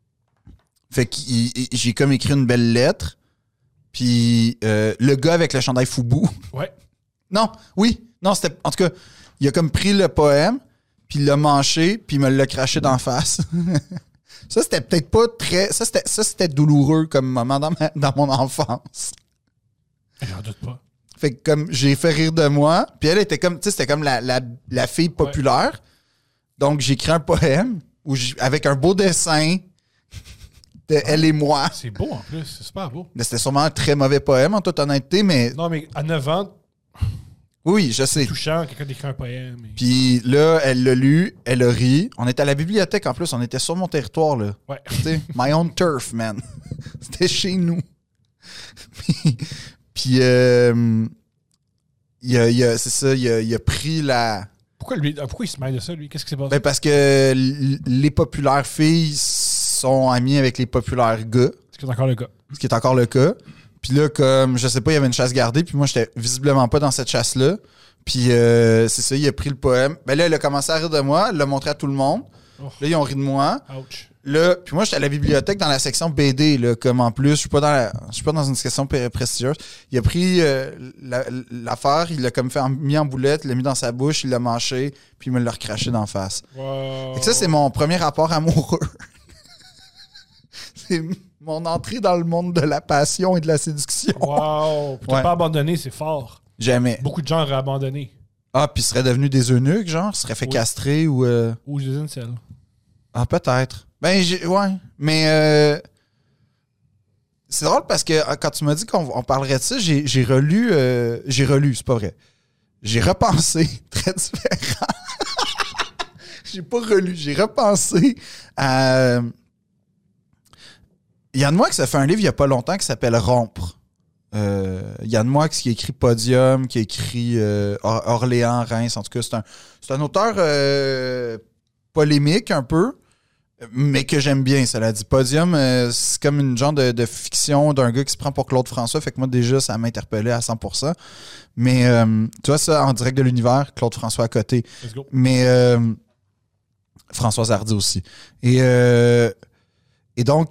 Speaker 1: Fait que j'ai comme écrit une belle lettre. Puis le gars avec le chandail Foubou.
Speaker 2: Ouais.
Speaker 1: Non, oui. Non, c'était. En tout cas, il a comme pris le poème, puis il l'a mâché, puis il me l'a craché d'en face. Ça, c'était peut-être pas très. Ça, c'était douloureux comme moment dans mon enfance.
Speaker 2: J'en doute pas.
Speaker 1: Fait que comme j'ai fait rire de moi, puis elle était comme. Tu sais, c'était comme la fille populaire. Donc, j'ai écrit un poème avec un beau dessin de elle et moi.
Speaker 2: C'est beau en plus, c'est super beau.
Speaker 1: Mais c'était sûrement un très mauvais poème, en toute honnêteté, mais.
Speaker 2: Non, mais à 9 ans,
Speaker 1: Oui, je sais.
Speaker 2: touchant, quelqu'un d'écrit un poème.
Speaker 1: Puis là, elle l'a lu, elle a ri. On était à la bibliothèque en plus, on était sur mon territoire, là.
Speaker 2: Ouais.
Speaker 1: Tu sais, my own turf, man. C'était chez nous. Puis c'est ça, il a pris la...
Speaker 2: Pourquoi il se mêle de ça, lui? Qu'est-ce qui s'est passé?
Speaker 1: Ben parce que les populaires filles sont amies avec les populaires gars,
Speaker 2: C'est encore le gars.
Speaker 1: ce qui est encore le cas. Puis là, comme, je sais pas, il y avait une chasse gardée, puis moi, j'étais visiblement pas dans cette chasse-là. Puis c'est ça, il a pris le poème. Ben là, il a commencé à rire de moi, il l'a montré à tout le monde.
Speaker 2: Oh.
Speaker 1: Là, ils ont ri de moi.
Speaker 2: Ouch.
Speaker 1: Là, puis moi, j'étais à la bibliothèque dans la section BD, là, comme en plus, je suis pas dans une section prestigieuse. Il a pris l'affaire, il l'a comme mis en boulette, il l'a mis dans sa bouche, il l'a mâché, puis il me l'a recraché d'en face.
Speaker 2: Wow.
Speaker 1: Fait que ça, c'est mon premier rapport amoureux. C'est mon entrée dans le monde de la passion et de la séduction.
Speaker 2: Wow. Puis t'as
Speaker 1: Ouais.
Speaker 2: pas abandonné, c'est fort.
Speaker 1: Jamais.
Speaker 2: Beaucoup de gens auraient abandonné.
Speaker 1: Ah, puis il serait devenu des eunuques, genre? Il serait fait
Speaker 2: Oui.
Speaker 1: castrer ou...
Speaker 2: Ou des incels.
Speaker 1: Ah, peut-être. Ben, ouais. Mais c'est drôle parce que quand tu m'as dit qu'on parlerait de ça, j'ai relu, c'est pas vrai. J'ai repensé, très différent. J'ai pas relu, j'ai repensé à... Yann Moix a fait un livre il y a pas longtemps qui s'appelle Rompre. Yann Moix qui a écrit Podium, qui a écrit Orléans, Reims. En tout cas, c'est un auteur polémique un peu, mais que j'aime bien, cela dit. Podium, c'est comme une genre de fiction d'un gars qui se prend pour Claude François. Fait que moi, déjà, ça m'interpellait à 100%. Mais tu vois, ça, en direct de l'univers, Claude François à côté.
Speaker 2: Let's go.
Speaker 1: Mais Françoise Hardy aussi. Et donc,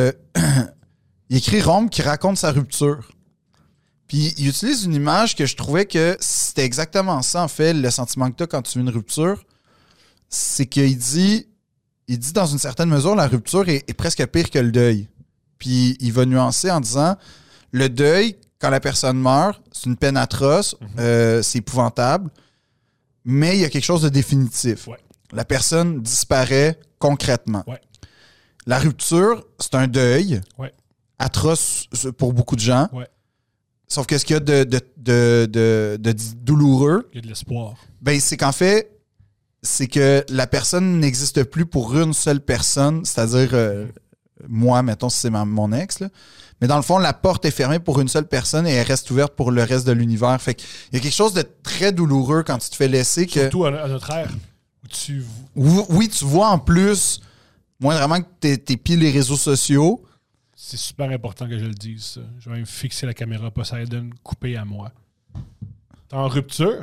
Speaker 1: il écrit Rome qui raconte sa rupture. Puis il utilise une image que je trouvais que c'était exactement ça, en fait, le sentiment que tu as quand tu vis une rupture. C'est qu'il dit dans une certaine mesure, la rupture est presque pire que le deuil. Puis il va nuancer en disant, le deuil, quand la personne meurt, c'est une peine atroce, c'est épouvantable, mais il y a quelque chose de définitif.
Speaker 2: Ouais.
Speaker 1: La personne disparaît concrètement.
Speaker 2: Ouais.
Speaker 1: La rupture, c'est un deuil
Speaker 2: Ouais.
Speaker 1: atroce pour beaucoup de gens.
Speaker 2: Ouais.
Speaker 1: Sauf que ce qu'il y a de douloureux,
Speaker 2: Il y a de l'espoir.
Speaker 1: ben c'est qu'en fait, c'est que la personne n'existe plus pour une seule personne, c'est-à-dire moi, mettons, si c'est mon ex. Là. Mais dans le fond, la porte est fermée pour une seule personne et elle reste ouverte pour le reste de l'univers. Fait qu'il y a quelque chose de très douloureux quand tu te fais laisser. Que
Speaker 2: Surtout à notre ère, où tu...
Speaker 1: oui, tu vois en plus, moindrement que t'es pile les réseaux sociaux.
Speaker 2: C'est super important que je le dise, ça. Je vais même fixer la caméra Poseidon coupée à moi. T'es en rupture?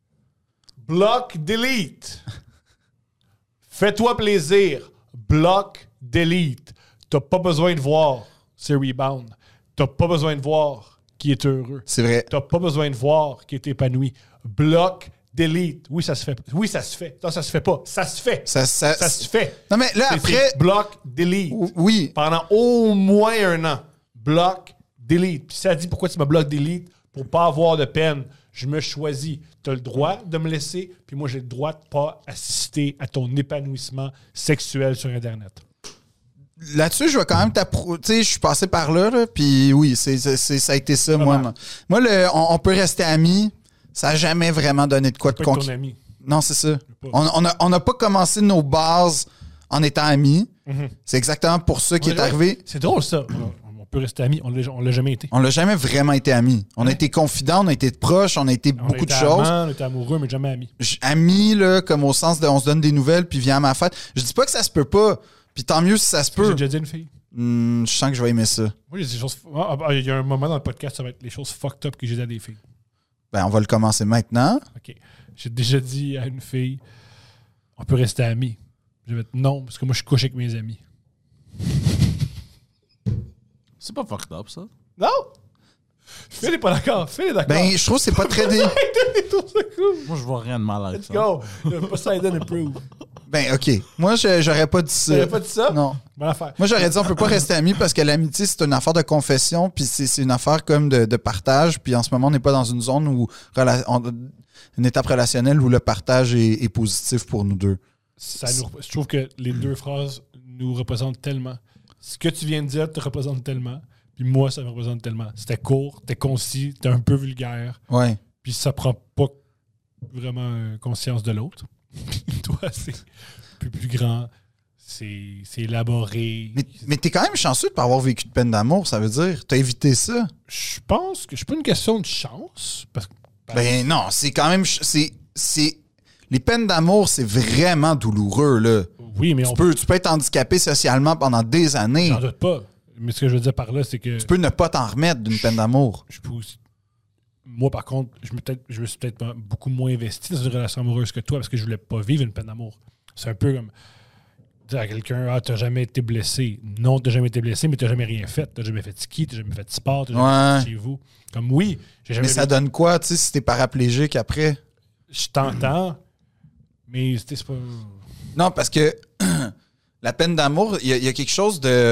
Speaker 2: Block, delete. Fais-toi plaisir. Block, delete. T'as pas besoin de voir c'est rebound. T'as pas besoin de voir qui est heureux.
Speaker 1: C'est vrai.
Speaker 2: T'as pas besoin de voir qui est épanoui. Block, delete. Oui, ça se fait. Oui, ça se fait. Non, ça se fait pas. Ça se fait. Ça se fait.
Speaker 1: Non, mais là,
Speaker 2: C'est
Speaker 1: après.
Speaker 2: block, delete.
Speaker 1: Oui.
Speaker 2: Pendant au moins un an. Block, delete. Puis ça dit pourquoi tu me bloques, delete? Pour pas avoir de peine. Je me choisis. Tu as le droit de me laisser, puis moi, j'ai le droit de pas assister à ton épanouissement sexuel sur Internet.
Speaker 1: Là-dessus, je vais quand même t'approuver. Tu sais, je suis passé par là, puis oui, ça a été ça, moi. Moi, on peut rester amis. Ça n'a jamais vraiment donné de quoi de
Speaker 2: Pas être ton
Speaker 1: concret.
Speaker 2: ami.
Speaker 1: Non, c'est ça.
Speaker 2: pas.
Speaker 1: On n'a pas commencé nos bases en étant amis.
Speaker 2: Mhm.
Speaker 1: C'est exactement pour ça qui est arrivé.
Speaker 2: C'est drôle, ça. On peut rester amis. On l'a jamais été.
Speaker 1: On l'a jamais vraiment été amis. On a été confidents, on a été proches, on a été
Speaker 2: On
Speaker 1: beaucoup
Speaker 2: était
Speaker 1: de choses.
Speaker 2: amants, on était amoureux, mais jamais amis.
Speaker 1: Amis, là, comme au sens de on se donne des nouvelles puis viens à ma fête. Je dis pas que ça se peut pas. Puis tant mieux si ça se
Speaker 2: J'ai
Speaker 1: peut.
Speaker 2: déjà dit à une fille.
Speaker 1: Je sens que je vais aimer ça.
Speaker 2: Moi, il y a des choses. Il y a un moment dans le podcast, ça va être les choses fucked up que j'ai dit à des filles.
Speaker 1: Ben, on va le commencer maintenant.
Speaker 2: OK. J'ai déjà dit à une fille, on peut rester amis. Je vais être non, parce que moi, je couche avec mes amis.
Speaker 3: C'est pas fucked up, ça.
Speaker 2: Non? Phil est pas d'accord. Phil est d'accord.
Speaker 1: Ben, je trouve que c'est pas très...
Speaker 2: il trouve ça cool.
Speaker 3: Moi, je vois rien de mal avec
Speaker 2: Let's
Speaker 3: ça.
Speaker 2: go. Poseidon approve.
Speaker 1: Ben, OK. Moi, j'aurais pas dit ça.
Speaker 2: T'aurais pas dit ça?
Speaker 1: Non.
Speaker 2: Bonne affaire.
Speaker 1: Moi, j'aurais dit on peut pas rester amis parce que l'amitié, c'est une affaire de confession, puis c'est une affaire comme de partage. Puis en ce moment, on n'est pas dans une zone où... une étape relationnelle où le partage est positif pour nous deux.
Speaker 2: Je trouve que les deux phrases nous représentent tellement. Ce que tu viens de dire te représente tellement. Puis moi, ça me représente tellement. C'était court, t'es concis, t'es un peu vulgaire.
Speaker 1: Ouais.
Speaker 2: Puis ça prend pas vraiment conscience de l'autre. Puis toi, c'est plus grand, c'est élaboré.
Speaker 1: Mais t'es quand même chanceux de pas avoir vécu de peine d'amour, ça veut dire. T'as évité ça.
Speaker 2: Je pense que c'est pas une question de chance. Parce que,
Speaker 1: Ben non, c'est quand même... Les peines d'amour, c'est vraiment douloureux, là.
Speaker 2: oui, mais
Speaker 1: Tu peux être handicapé socialement pendant des années.
Speaker 2: j'en doute pas. Mais ce que je veux dire par là, c'est que...
Speaker 1: Tu peux ne pas t'en remettre d'une peine d'amour.
Speaker 2: Moi, par contre, je me suis peut-être beaucoup moins investi dans une relation amoureuse que toi parce que je voulais pas vivre une peine d'amour. C'est un peu comme dire à quelqu'un, t'as jamais été blessé. Non, t'as jamais été blessé, mais t'as jamais rien fait. T'as jamais fait ski, t'as jamais fait de sport, t'as jamais fait chez vous. Comme oui, j'ai jamais...
Speaker 1: Mais ça donne quoi, tu sais, si t'es paraplégique après?
Speaker 2: Je t'entends, mais c'est pas...
Speaker 1: Non, parce que la peine d'amour, il y a quelque chose de...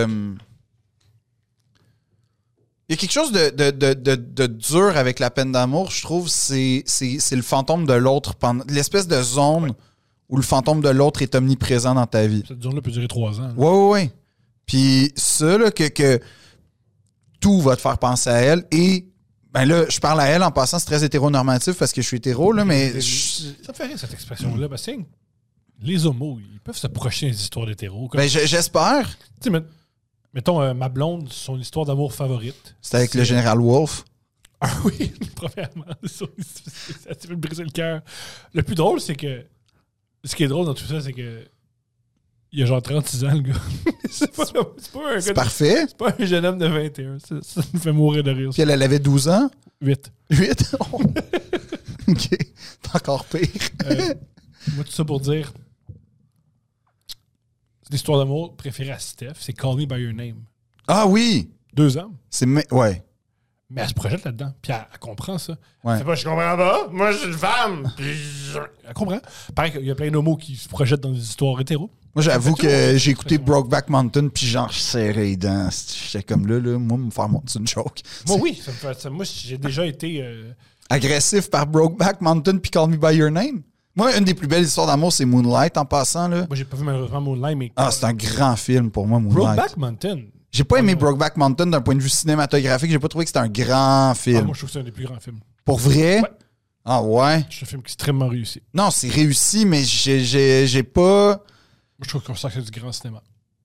Speaker 1: Il y a quelque chose de dur avec la peine d'amour, je trouve, c'est le fantôme de l'autre, l'espèce de zone où le fantôme de l'autre est omniprésent dans ta vie.
Speaker 2: Cette zone-là peut durer 3 ans.
Speaker 1: Ouais. Puis ça, là, que tout va te faire penser à elle. Et ben là, je parle à elle en passant, c'est très hétéronormatif parce que je suis hétéro, là, mais...
Speaker 2: Ça me fait rire, cette expression-là. Parce que les homos, ils peuvent se projeter des histoires d'hétéros.
Speaker 1: Ben, j'espère.
Speaker 2: Tu sais, mettons, ma blonde, son histoire d'amour favorite.
Speaker 1: C'est avec le général Wolfe.
Speaker 2: Ah oui, premièrement. Ça te fait briser le cœur. Le plus drôle, c'est que... Ce qui est drôle dans tout ça, c'est que... Il a genre 36 ans, le gars. c'est pas un gars...
Speaker 1: C'est parfait.
Speaker 2: C'est pas un jeune homme de 21. Ça me fait mourir de rire.
Speaker 1: Puis elle avait 12 ans.
Speaker 2: 8.
Speaker 1: 8? OK. C'est encore pire.
Speaker 2: Moi, tout ça pour dire... L'histoire d'amour préférée à Steph, c'est Call Me By Your Name.
Speaker 1: Ah oui!
Speaker 2: 2 ans.
Speaker 1: Ouais.
Speaker 2: Mais elle se projette là-dedans. Puis elle comprend ça.
Speaker 1: Ouais.
Speaker 2: Elle fait pas, je comprends pas. Moi, je suis une femme. Elle comprend. Pareil qu'il y a plein d'homos qui se projettent dans des histoires hétéros.
Speaker 1: Moi, j'avoue que j'ai écouté Brokeback Mountain, puis genre, je serrais les dents. J'étais comme là, moi, me faire monter une joke.
Speaker 2: Moi, oui. Moi, j'ai déjà été...
Speaker 1: Agressif par Brokeback Mountain, puis Call Me By Your Name. Moi, une des plus belles histoires d'amour, c'est Moonlight, en passant, là.
Speaker 2: Moi, j'ai pas vu malheureusement Moonlight, mais...
Speaker 1: Ah, c'est un grand film pour moi, Moonlight.
Speaker 2: Brokeback Mountain.
Speaker 1: J'ai pas aimé Brokeback Mountain d'un point de vue cinématographique. J'ai pas trouvé que c'était un grand film.
Speaker 2: Moi, je trouve que c'est un des plus grands films.
Speaker 1: Pour vrai?
Speaker 2: Ouais.
Speaker 1: Ah ouais?
Speaker 2: C'est un film extrêmement réussi.
Speaker 1: Non, c'est réussi, mais j'ai pas...
Speaker 2: Moi, je trouve qu'on sent que c'est du grand cinéma.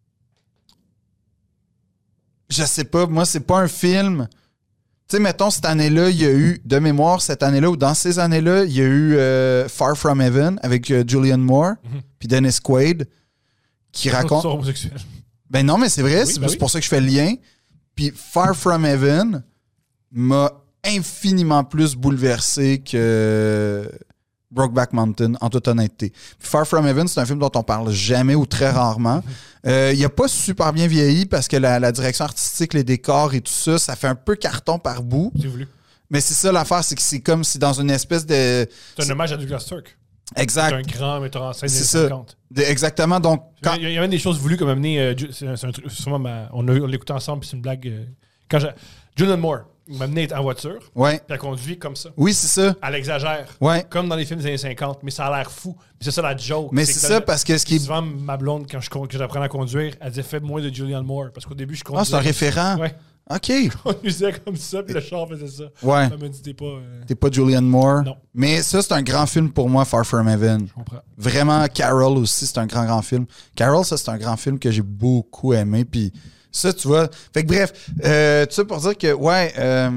Speaker 1: Je sais pas, moi, c'est pas un film... Tu sais, mettons, cette année-là, il y a eu, de mémoire, cette année-là, ou dans ces années-là, il y a eu Far From Heaven avec Julianne Moore, puis Dennis Quaid, qui raconte...
Speaker 2: homosexuel.
Speaker 1: Ben non, mais c'est vrai,
Speaker 2: Oui,
Speaker 1: c'est pour ça que je fais le lien. Puis Far From Heaven m'a infiniment plus bouleversé que Brokeback Mountain, en toute honnêteté. Puis Far From Heaven, c'est un film dont on parle jamais ou très rarement. Il a pas super bien vieilli parce que la direction artistique, les décors et tout ça, ça fait un peu carton par bout.
Speaker 2: J'ai voulu.
Speaker 1: Mais c'est ça l'affaire, c'est que c'est comme si dans une espèce de...
Speaker 2: C'est un hommage à Douglas Sirk.
Speaker 1: Exact.
Speaker 2: C'est un grand metteur en scène des
Speaker 1: C'est
Speaker 2: années
Speaker 1: ça.
Speaker 2: 50.
Speaker 1: Exactement. Donc, quand...
Speaker 2: Il y a même des choses voulues comme amener... c'est un truc, sûrement, on l'écoutait ensemble, puis c'est une blague. Julianne Moore m'a amené en voiture,
Speaker 1: Ouais.
Speaker 2: puis elle conduit comme ça.
Speaker 1: Oui, c'est ça.
Speaker 2: Elle exagère.
Speaker 1: Ouais.
Speaker 2: Comme dans les films des années 50, mais ça a l'air fou. Puis c'est ça la joke.
Speaker 1: Mais c'est ça parce que ce qui est...
Speaker 2: Souvent, ma blonde, quand j'apprends à conduire, elle disait « Fais moins de Julianne Moore ». Parce qu'au début, je conduisais...
Speaker 1: Ah, c'est un référent.
Speaker 2: Ouais.
Speaker 1: OK.
Speaker 2: Je conduisais comme ça, puis le char faisait ça.
Speaker 1: Ouais.
Speaker 2: Elle m'a dit « T'es pas...
Speaker 1: T'es pas Julianne Moore.
Speaker 2: Non.
Speaker 1: Mais ça, c'est un grand film pour moi, Far From Heaven.
Speaker 2: Je comprends.
Speaker 1: Vraiment, Carol aussi, c'est un grand film. Carol, ça, c'est un grand film que j'ai beaucoup aimé. Puis ça, tu vois... Fait que bref, tout ça pour dire que, ouais...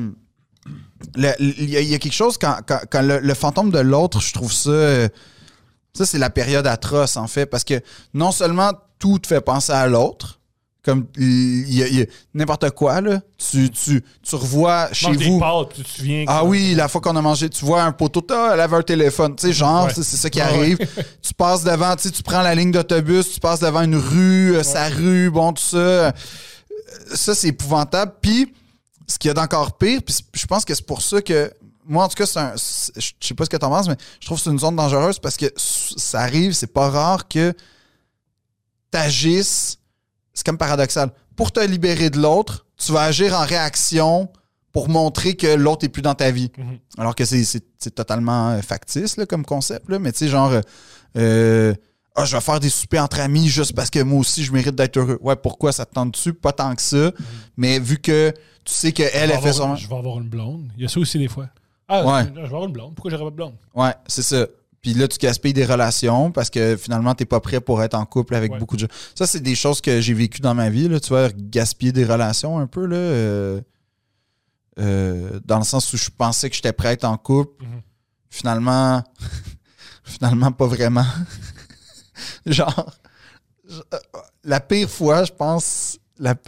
Speaker 1: Il y a quelque chose quand le fantôme de l'autre, je trouve ça... ça, c'est la période atroce, en fait. Parce que non seulement tout te fait penser à l'autre, comme il y a n'importe quoi, là. Tu revois chez
Speaker 2: Mange
Speaker 1: vous...
Speaker 2: des pâtes, puis tu te souviens...
Speaker 1: Ah oui, la fois qu'on a mangé, tu vois un poteau, elle avait un téléphone. Tu sais, genre,
Speaker 2: Ouais.
Speaker 1: c'est ça qui arrive. Tu passes devant, tu sais, tu prends la ligne d'autobus, tu passes devant une rue, sa rue, bon, tout ça. ça, c'est épouvantable. Puis, ce qu'il y a d'encore pire, puis je pense que c'est pour ça que... Moi, en tout cas, je sais pas ce que t'en penses, mais je trouve que c'est une zone dangereuse parce que ça arrive, c'est pas rare que t'agisses... C'est comme paradoxal. Pour te libérer de l'autre, tu vas agir en réaction pour montrer que l'autre est plus dans ta vie.
Speaker 2: Mhm.
Speaker 1: Alors que c'est totalement factice là, comme concept. Là. Mais tu sais, genre, je vais faire des soupers entre amis juste parce que moi aussi, je mérite d'être heureux. Ouais, pourquoi ça te tente dessus? Pas tant que ça. Mais vu que tu sais qu'elle a fait son...
Speaker 2: Je vais avoir une blonde. Il y a ça aussi des fois. Ah,
Speaker 1: Ouais.
Speaker 2: je vais avoir une blonde. Pourquoi j'aurais pas de blonde?
Speaker 1: Ouais, c'est ça. Puis là, tu gaspilles des relations parce que finalement, t'es pas prêt pour être en couple avec beaucoup de gens. Ça, c'est des choses que j'ai vécues dans ma vie. Là, tu vois, gaspiller des relations un peu, là. Dans le sens où je pensais que j'étais prêt à être en couple.
Speaker 2: Mhm.
Speaker 1: Finalement, pas vraiment. Genre, la pire fois, je pense,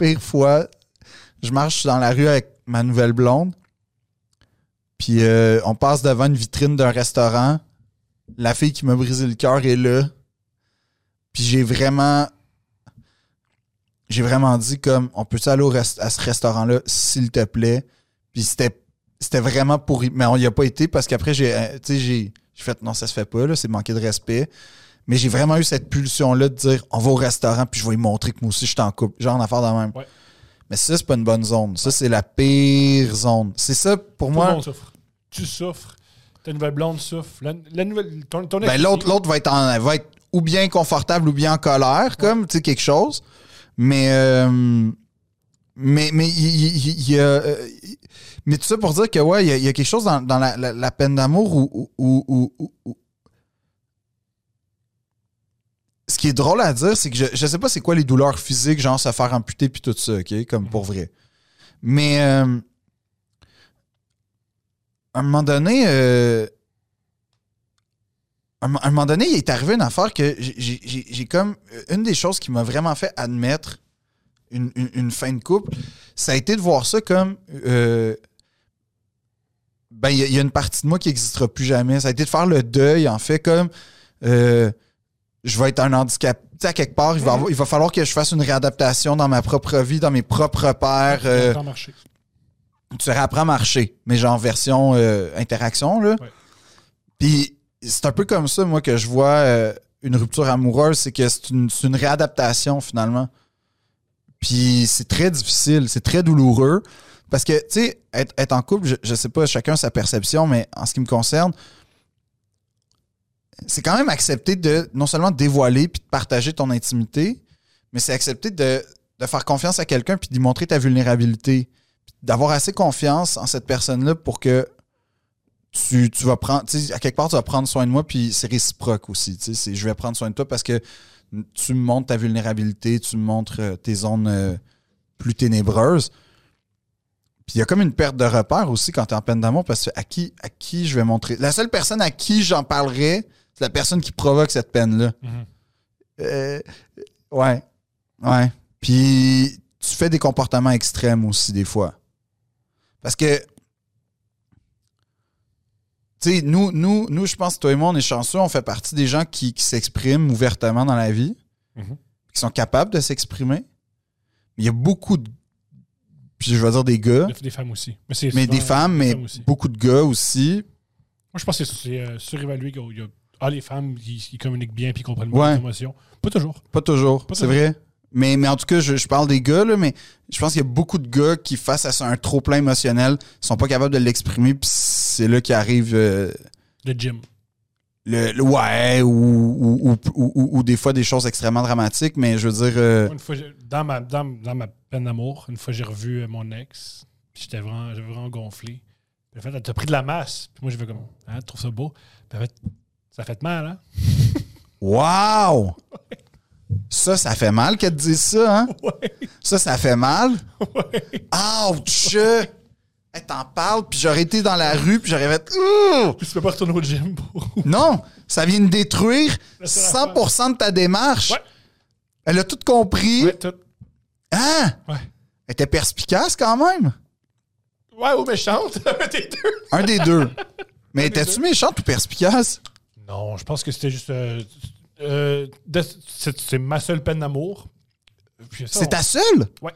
Speaker 1: je marche dans la rue avec ma nouvelle blonde. Puis on passe devant une vitrine d'un restaurant. La fille qui m'a brisé le cœur est là. Puis j'ai vraiment dit comme, on peut-tu aller à ce restaurant-là, s'il te plaît? Puis c'était vraiment pour... Mais on y a pas été parce qu'après, j'ai fait, non, ça se fait pas, là, c'est manquer de respect. Mais j'ai vraiment eu cette pulsion-là de dire, on va au restaurant, puis je vais lui montrer que moi aussi, je suis en couple. Genre, en affaire de même.
Speaker 2: Ouais.
Speaker 1: Mais ça, c'est pas une bonne zone. Ça, c'est la pire zone. C'est ça, pour
Speaker 2: Tout
Speaker 1: moi...
Speaker 2: le monde souffre. Tu souffres. Ta nouvelle blonde souffre. La nouvelle... Ton ex
Speaker 1: Ben,
Speaker 2: aussi.
Speaker 1: l'autre va être ou bien inconfortable ou bien en colère, comme, tu sais, quelque chose. Mais il y a... mais tout ça pour dire que, ouais, il y a quelque chose dans la peine d'amour où ce qui est drôle à dire, c'est que je sais pas c'est quoi les douleurs physiques, genre se faire amputer puis tout ça, OK? Comme pour vrai. Mais à un moment donné... À un moment donné, il est arrivé une affaire que j'ai comme... Une des choses qui m'a vraiment fait admettre une fin de couple, ça a été de voir ça comme... ben, il y a une partie de moi qui n'existera plus jamais. Ça a été de faire le deuil, en fait, comme... je vais être un handicap. Tu sais, à quelque part, il va falloir que je fasse une réadaptation dans ma propre vie, dans mes propres repères. Tu réapprends à marcher, mais genre version interaction, là.
Speaker 2: Ouais.
Speaker 1: Puis c'est un peu comme ça, moi, que je vois une rupture amoureuse, c'est que c'est une réadaptation, finalement. Puis c'est très difficile, c'est très douloureux. Parce que, tu sais, être en couple, je sais pas, chacun sa perception, mais en ce qui me concerne, c'est quand même accepter de non seulement dévoiler puis de partager ton intimité, mais c'est accepter de faire confiance à quelqu'un puis d'y montrer ta vulnérabilité. D'avoir assez confiance en cette personne-là pour que tu vas prendre, tu sais, à quelque part, tu vas prendre soin de moi, puis c'est réciproque aussi. Tu sais, je vais prendre soin de toi parce que tu me montres ta vulnérabilité, tu me montres tes zones plus ténébreuses. Puis il y a comme une perte de repère aussi quand tu es en peine d'amour parce que à qui je vais montrer. La seule personne à qui j'en parlerai, c'est la personne qui provoque cette peine-là.
Speaker 2: Mm-hmm.
Speaker 1: Ouais. Puis tu fais des comportements extrêmes aussi des fois. Parce que tu sais, nous, je pense que toi et moi, on est chanceux, on fait partie des gens qui s'expriment ouvertement dans la vie, qui sont capables de s'exprimer. Mais il y a beaucoup de... Puis je vais dire des gars.
Speaker 2: Des femmes aussi.
Speaker 1: Mais des femmes, mais beaucoup de gars aussi.
Speaker 2: Moi, je pense que c'est surévalué. Il y a les femmes qui communiquent bien et qui comprennent bien les émotions. Pas toujours.
Speaker 1: Pas toujours, c'est vrai. Mais en tout cas, je parle des gars, là, mais je pense qu'il y a beaucoup de gars qui, face à un trop-plein émotionnel, sont pas capables de l'exprimer, puis c'est là qu'arrive...
Speaker 2: le gym.
Speaker 1: Ouais, ou des fois des choses extrêmement dramatiques, mais je veux dire...
Speaker 2: Une fois, dans ma peine d'amour, une fois, j'ai revu mon ex, puis j'avais vraiment gonflé. Puis en fait, elle t'a pris de la masse. Puis moi, je fais comme, tu trouves ça beau? Puis en fait, ça fait mal, hein?
Speaker 1: Wow! Ça fait mal qu'elle te dise ça, hein?
Speaker 2: Ouais.
Speaker 1: Ça fait mal?
Speaker 2: Ouais.
Speaker 1: Ouch! Elle t'en parle, puis j'aurais été dans la rue, puis j'aurais fait...
Speaker 2: Puis tu peux pas retourner au gym pour...
Speaker 1: Non! Ça vient de détruire 100% de ta démarche.
Speaker 2: Ouais.
Speaker 1: Elle a tout compris.
Speaker 2: Ouais, tout.
Speaker 1: Hein?
Speaker 2: Ouais.
Speaker 1: Elle était perspicace quand même.
Speaker 2: Ouais, ou méchante. T'es deux.
Speaker 1: Un des deux. Mais étais-tu méchante ou perspicace?
Speaker 2: Non, je pense que c'était juste... c'est ma seule peine d'amour.
Speaker 1: C'est ta seule?
Speaker 2: Ouais.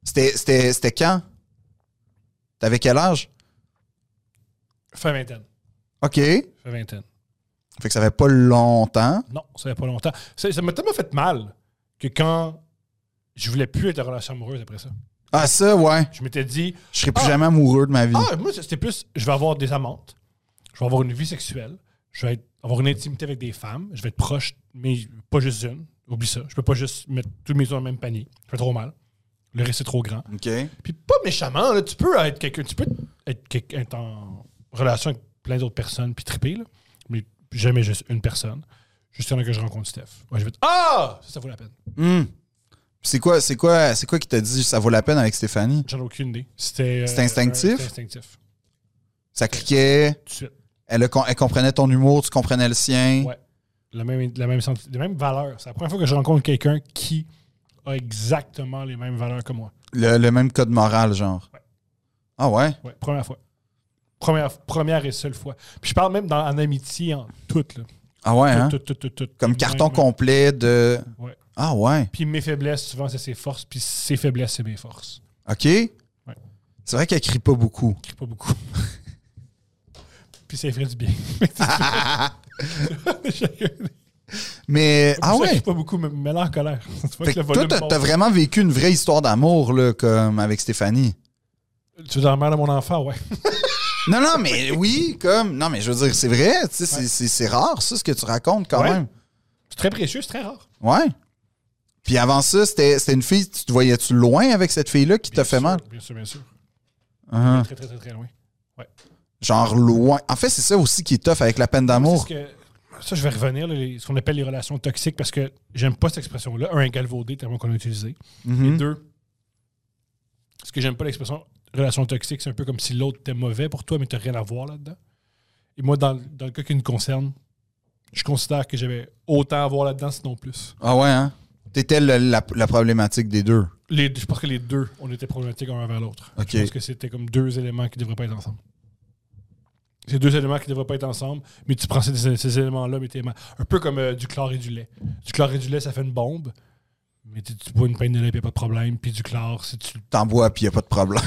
Speaker 1: C'était quand? T'avais quel âge?
Speaker 4: Fin vingtaine.
Speaker 1: OK.
Speaker 4: Fin vingtaine.
Speaker 1: Fait que ça fait pas longtemps.
Speaker 4: Non, ça fait pas longtemps. Ça m'a tellement fait mal que quand je voulais plus être en relation amoureuse après ça,
Speaker 1: Ah, ça, ouais.
Speaker 4: je m'étais dit,
Speaker 1: Je serais plus jamais amoureux de ma vie.
Speaker 4: moi, c'était plus, je vais avoir des amantes, je vais avoir une vie sexuelle, je vais avoir une intimité avec des femmes, je vais être proche, mais pas juste une. Oublie ça. Je peux pas juste mettre tous mes œufs dans le même panier. Ça fait trop mal. Le risque est trop grand.
Speaker 1: OK.
Speaker 4: Puis pas méchamment, là, tu peux être quelqu'un, tu peux être en relation avec plein d'autres personnes puis triper, là, mais jamais juste une personne. Juste il y en a que je rencontre Steph. Ouais, je vais être ça vaut la peine.
Speaker 1: C'est quoi qui t'a dit ça vaut la peine avec Stéphanie?
Speaker 4: J'en ai aucune idée. C'était
Speaker 1: instinctif?
Speaker 4: C'était instinctif.
Speaker 1: Ça cliquait,
Speaker 4: Tout de suite.
Speaker 1: elle comprenait ton humour, tu comprenais le sien.
Speaker 4: Ouais. Les mêmes valeurs. C'est la première fois que je rencontre quelqu'un qui a exactement les mêmes valeurs que moi.
Speaker 1: Le même code moral, genre.
Speaker 4: Ouais.
Speaker 1: Ah ouais?
Speaker 4: Ouais, première fois. Première et seule fois. Puis je parle même en amitié, en tout. Là.
Speaker 1: Ah ouais, hein?
Speaker 4: Tout.
Speaker 1: Comme
Speaker 4: Même-
Speaker 1: carton complet de...
Speaker 4: Ouais.
Speaker 1: Ah ouais?
Speaker 4: Puis mes faiblesses, souvent, c'est ses forces. Puis ses faiblesses, c'est mes forces.
Speaker 1: OK? C'est vrai qu'elle crie pas beaucoup.
Speaker 4: Je crie pas beaucoup. Puis ça ferait du bien.
Speaker 1: Mais, ah
Speaker 4: Je
Speaker 1: ouais?
Speaker 4: crie pas beaucoup, mais mets en colère. Tu vois
Speaker 1: Fait
Speaker 4: que
Speaker 1: que
Speaker 4: le
Speaker 1: toi,
Speaker 4: volume monte.
Speaker 1: t'as vraiment vécu une vraie histoire d'amour, là, comme avec Stéphanie.
Speaker 4: Tu veux dans la mère de mon enfant, ouais.
Speaker 1: Non, mais oui, comme... Non, mais je veux dire, c'est vrai, tu sais, c'est rare, ça, ce que tu racontes, quand
Speaker 4: Ouais.
Speaker 1: même.
Speaker 4: C'est très précieux, c'est très rare.
Speaker 1: Ouais. Puis avant ça, c'était une fille, tu te voyais-tu loin avec cette fille-là qui t'a fait mal?
Speaker 4: Bien sûr.
Speaker 1: Uh-huh.
Speaker 4: Très, très, très, très loin.
Speaker 1: Genre loin. En fait, c'est ça aussi qui est tough avec la peine d'amour.
Speaker 4: C'est ce que- ça, je vais revenir, là, ce qu'on appelle les relations toxiques, parce que j'aime pas cette expression-là. Un, galvaudé, tellement qu'on l'a utilisé.
Speaker 1: Mhm.
Speaker 4: Et deux, ce que j'aime pas l'expression relation toxique, c'est un peu comme si l'autre était mauvais pour toi, mais t'as rien à voir là-dedans. Et moi, dans le cas qui nous concerne, je considère que j'avais autant à voir là-dedans, sinon plus.
Speaker 1: Ah ouais, hein? T'étais la problématique des deux.
Speaker 4: Je pense que les deux, on était problématiques un envers l'autre.
Speaker 1: OK.
Speaker 4: Je pense que c'était comme deux éléments qui devraient pas être ensemble. C'est deux éléments qui devraient pas être ensemble, mais tu prends ces éléments-là, mais t'es mal. Un peu comme du chlore et du lait. Du chlore et du lait, ça fait une bombe, mais tu bois une pinte de lait, puis y a pas de problème. Puis du chlore, si tu...
Speaker 1: T'en bois, puis y a pas de problème.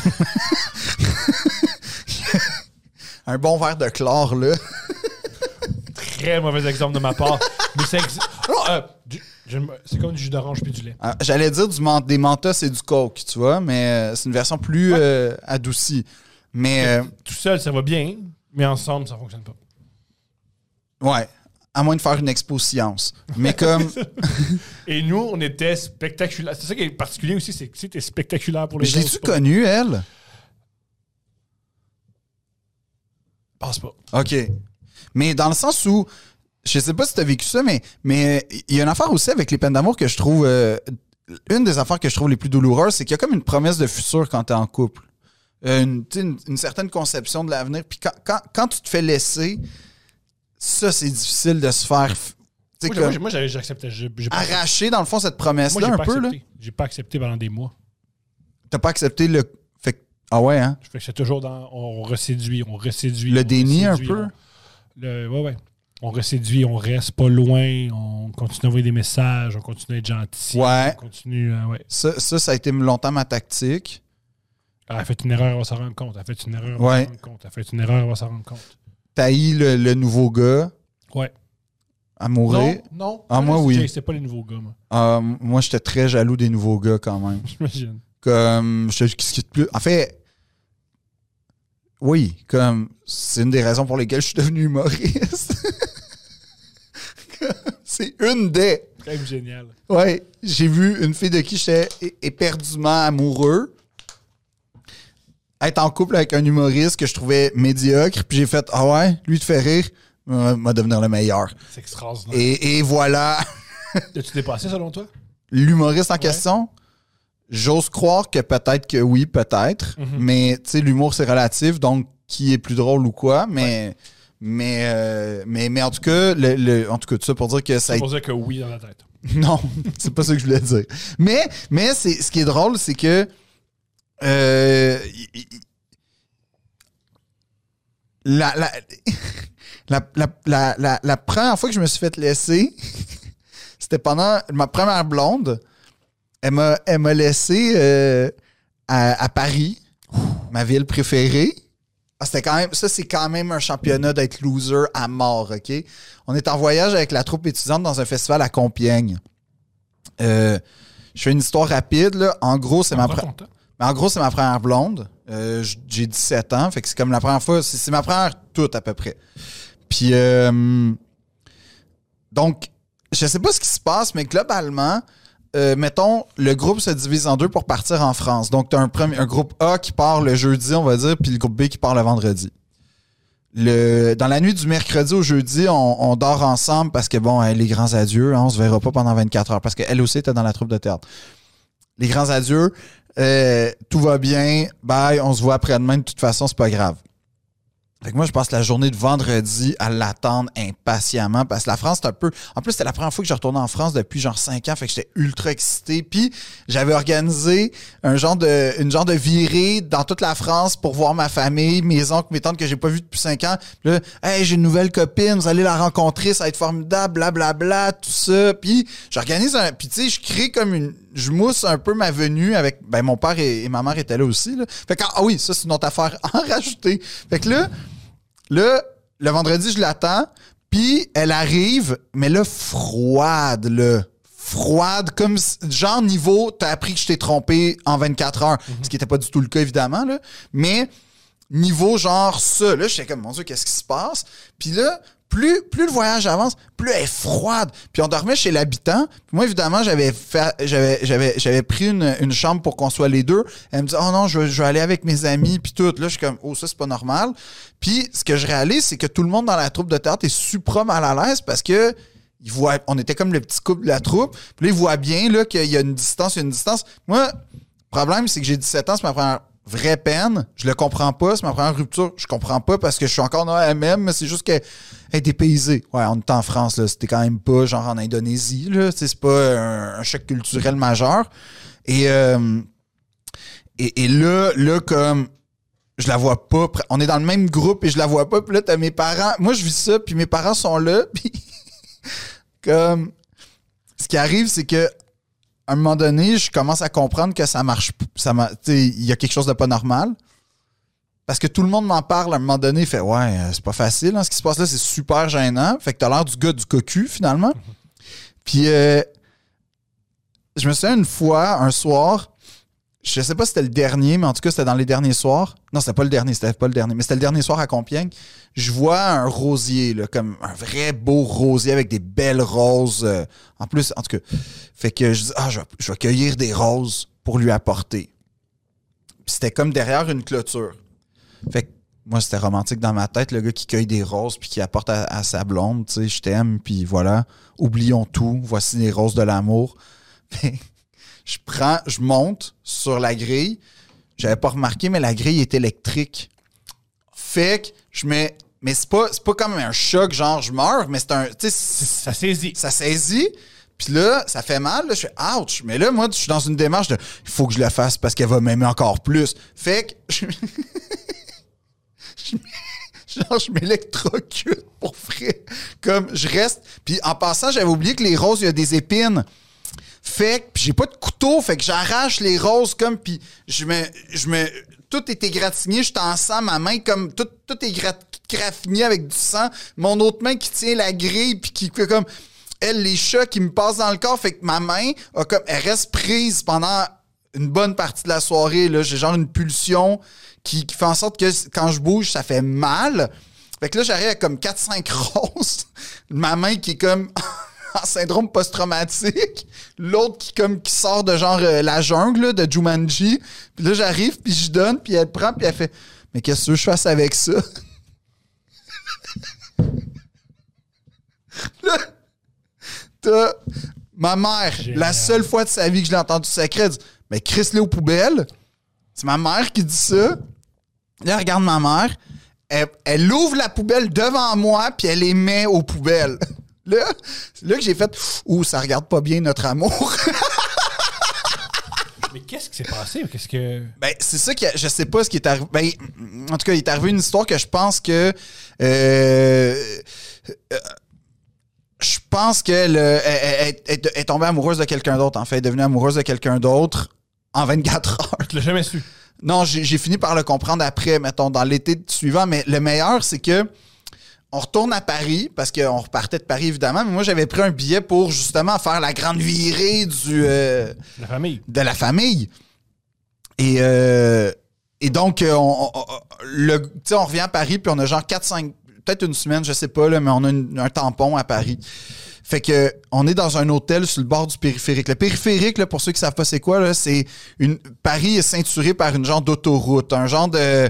Speaker 1: Un bon verre de chlore, là.
Speaker 4: Très mauvais exemple de ma part. Mais c'est... c'est comme du jus d'orange puis du lait.
Speaker 1: Ah, j'allais dire des Mentos et du Coke, tu vois, mais c'est une version plus adoucie. Mais,
Speaker 4: Tout seul, ça va bien, mais ensemble, ça fonctionne pas.
Speaker 1: ouais, à moins de faire une expo-science. Mais comme...
Speaker 4: Et nous, on était spectaculaires. C'est ça qui est particulier aussi, c'est que c'était spectaculaire pour les
Speaker 1: Je
Speaker 4: autres.
Speaker 1: l'ai-tu connue, elle?
Speaker 4: Je pense pas.
Speaker 1: OK. Mais dans le sens où, je sais pas si t'as vécu ça, mais il y a une affaire aussi avec les peines d'amour que je trouve... une des affaires que je trouve les plus douloureuses, c'est qu'il y a comme une promesse de futur quand t'es en couple. Une certaine conception de l'avenir. Puis quand tu te fais laisser, ça, c'est difficile de se faire...
Speaker 4: Moi, j'acceptais. J'ai pas
Speaker 1: arracher, dans le fond, cette
Speaker 4: Moi,
Speaker 1: promesse-là
Speaker 4: j'ai
Speaker 1: un
Speaker 4: pas
Speaker 1: peu. Là.
Speaker 4: accepté. J'ai pas accepté pendant des mois.
Speaker 1: T'as pas accepté le... Fait que- ah ouais, hein?
Speaker 4: Fait que c'est toujours dans... On reséduit.
Speaker 1: Le déni un peu?
Speaker 4: Ouais. On reséduit, on reste pas loin, on continue à envoyer des messages, on continue à être gentil.
Speaker 1: Ouais.
Speaker 4: On continue ouais.
Speaker 1: Ça a été longtemps ma tactique.
Speaker 4: Elle a fait une erreur, elle va s'en rendre compte. Elle a fait une erreur, elle va
Speaker 1: Ouais.
Speaker 4: s'en rendre compte. Elle a fait une erreur, elle va s'en rendre compte.
Speaker 1: T'haïs le nouveau gars
Speaker 4: Ouais.
Speaker 1: à mourir.
Speaker 4: Non.
Speaker 1: Ah, moi, oui.
Speaker 4: C'était pas les nouveaux gars, moi.
Speaker 1: Moi, j'étais très jaloux des nouveaux gars quand même.
Speaker 4: J'imagine.
Speaker 1: Comme, qu'est-ce qu'il y a de plus... En fait, oui, comme, c'est une des raisons pour lesquelles je suis devenu humoriste. C'est une des...
Speaker 4: C'est quand même génial.
Speaker 1: Ouais, j'ai vu une fille de qui j'étais éperdument amoureux être en couple avec un humoriste que je trouvais médiocre, puis j'ai fait « Ah ouais, lui te fait rire, va devenir le meilleur.
Speaker 4: C'est extraordinaire. »
Speaker 1: Et voilà,
Speaker 4: As-tu dépassé, selon toi?
Speaker 1: l'humoriste en question, j'ose croire que peut-être que oui, peut-être, mais tu sais, l'humour c'est relatif, donc qui est plus drôle ou quoi, mais en tout cas, en tout cas, tout ça pour dire que ça a
Speaker 4: C'est pour dire que oui dans la tête.
Speaker 1: Non, c'est pas ça que je voulais dire. Mais ce qui est drôle, c'est que la première fois que je me suis fait laisser, c'était pendant ma première blonde. Elle m'a laissé à Paris, ma ville préférée. Ah, c'est quand même un championnat d'être loser à mort, OK? On est en voyage avec la troupe étudiante dans un festival à Compiègne. Je fais une histoire rapide, là. En gros, c'est ma première blonde. J'ai 17 ans, fait que c'est comme la première fois. C'est ma première toute, à peu près. Puis, donc, je sais pas ce qui se passe, mais globalement, mettons, le groupe se divise en deux pour partir en France. Donc, tu as un groupe A qui part le jeudi, on va dire, puis le groupe B qui part le vendredi. Dans la nuit du mercredi au jeudi, on dort ensemble parce que, bon, les grands adieux, hein, on se verra pas pendant 24 heures parce qu'elle aussi était dans la troupe de théâtre. Les grands adieux, tout va bien, bye, on se voit après-demain, de toute façon, c'est pas grave. Fait que moi, je passe la journée de vendredi à l'attendre impatiemment parce que la France, c'est un peu... En plus, c'était la première fois que je retournais en France depuis genre 5 ans, fait que j'étais ultra excité. Puis, j'avais organisé une genre de virée dans toute la France pour voir ma famille, mes oncles, mes tantes que j'ai pas vues depuis 5 ans. Puis là, hey, j'ai une nouvelle copine, vous allez la rencontrer, ça va être formidable, blablabla, tout ça. Puis, j'organise Puis, tu sais, je crée comme je mousse un peu ma venue avec... Ben, mon père et ma mère étaient là aussi, là. Fait que, ah oui, ça, c'est une autre affaire en rajouter. Fait que là, le vendredi, je l'attends, puis elle arrive, mais là, froide, là. Froide, comme genre niveau, t'as appris que je t'ai trompé en 24 heures. Ce qui n'était pas du tout le cas, évidemment, là. Mais niveau genre ça, là, j'étais comme, mon Dieu, qu'est-ce qui se passe? Puis là, plus le voyage avance, plus elle est froide. Puis on dormait chez l'habitant. Puis moi, évidemment, j'avais pris une chambre pour qu'on soit les deux. Elle me dit, oh non, je vais aller avec mes amis, puis tout. Là, je suis comme, oh, ça, c'est pas normal. Puis ce que je réalise, c'est que tout le monde dans la troupe de théâtre est super mal à l'aise parce que on était comme le petit couple de la troupe. Puis là, ils voient bien là, qu'il y a une distance, Moi, le problème, c'est que j'ai 17 ans, c'est ma première vraie peine. Je le comprends pas. C'est ma première rupture. Je comprends pas parce que je suis encore dans la même, mais c'est juste que être dépaysé. Ouais, on est en France, là. C'était quand même pas genre en Indonésie, là. C'est pas un choc culturel majeur. Et là, comme je la vois pas. On est dans le même groupe et je la vois pas. Puis là, t'as mes parents. Moi, je vis ça, puis mes parents sont là. Puis comme ce qui arrive, c'est que à un moment donné, je commence à comprendre que ça marche. Il y a quelque chose de pas normal. Parce que tout le monde m'en parle à un moment donné. Il fait, ouais, c'est pas facile. Hein, ce qui se passe là, c'est super gênant. Fait que t'as l'air du gars du cocu, finalement. Puis, je me souviens une fois, un soir, je sais pas si c'était le dernier, mais en tout cas, c'était dans les derniers soirs. Non, c'était pas le dernier, mais c'était le dernier soir à Compiègne. Je vois un rosier, là, comme un vrai beau rosier avec des belles roses. En plus, en tout cas, fait que je dis, je vais cueillir des roses pour lui apporter. Puis c'était comme derrière une clôture. Fait que moi, c'était romantique dans ma tête, le gars qui cueille des roses puis qui apporte à sa blonde, tu sais, je t'aime, puis voilà, oublions tout, voici les roses de l'amour. Je monte sur la grille. J'avais pas remarqué, mais la grille est électrique. Fait que je mets. Mais c'est pas comme un choc, genre je meurs, mais c'est un. Tu sais,
Speaker 2: ça saisit.
Speaker 1: Ça saisit. Puis là, ça fait mal. Là, je fais ouch. Mais là, moi, je suis dans une démarche de il faut que je le fasse parce qu'elle va m'aimer encore plus. Fait que je m'électrocute pour vrai. Comme je reste. Puis en passant, j'avais oublié que les roses, il y a des épines. Fait que j'ai pas de couteau, fait que j'arrache les roses comme puis tout est égratigné, je suis en sang, ma main comme tout est graffiné avec du sang, mon autre main qui tient la grille puis qui fait comme les chats qui me passent dans le corps, fait que ma main elle reste prise pendant une bonne partie de la soirée là, j'ai genre une pulsion qui fait en sorte que quand je bouge, ça fait mal. Fait que là j'arrive à comme 4-5 roses, ma main qui est comme en syndrome post-traumatique, l'autre qui sort de genre la jungle là, de Jumanji, puis là j'arrive puis je donne puis elle prend puis elle fait mais qu'est-ce que je fasse avec ça? Là t'as ma mère, la seule fois de sa vie que je l'ai entendu sacré, elle dit mais crisse-les aux poubelles. C'est ma mère qui dit ça. Là elle regarde ma mère, elle ouvre la poubelle devant moi puis elle les met aux poubelles. Là que j'ai fait « Ouh, ça regarde pas bien notre amour. »
Speaker 2: Mais qu'est-ce qui s'est passé? Qu'est-ce que...
Speaker 1: Ben, c'est ça que je sais pas ce qui est arrivé. Ben, en tout cas, il est arrivé une histoire que je pense que... je pense qu'elle est tombée amoureuse de quelqu'un d'autre. En fait, elle est devenue amoureuse de quelqu'un d'autre. en 24 heures.
Speaker 2: Tu l'as jamais su.
Speaker 1: Non, j'ai fini par le comprendre après, mettons, dans l'été suivant. Mais le meilleur, c'est que on retourne à Paris, parce qu'on repartait de Paris, évidemment. Mais moi, j'avais pris un billet pour, justement, faire la grande virée
Speaker 2: La famille.
Speaker 1: de la famille. Et donc, on revient à Paris, puis on a genre 4-5, peut-être une semaine, je sais pas, là, mais on a un tampon à Paris. Fait que on est dans un hôtel sur le bord du périphérique. Le périphérique, là, pour ceux qui savent pas c'est quoi, là, c'est Paris est ceinturé par une genre d'autoroute, un genre de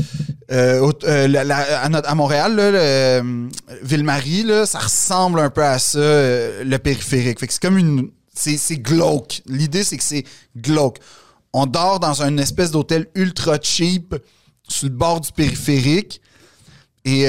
Speaker 1: à Montréal, là, Ville-Marie, là, ça ressemble un peu à ça, le périphérique. Fait que c'est comme c'est glauque. L'idée, c'est que c'est glauque. On dort dans une espèce d'hôtel ultra cheap sur le bord du périphérique. Et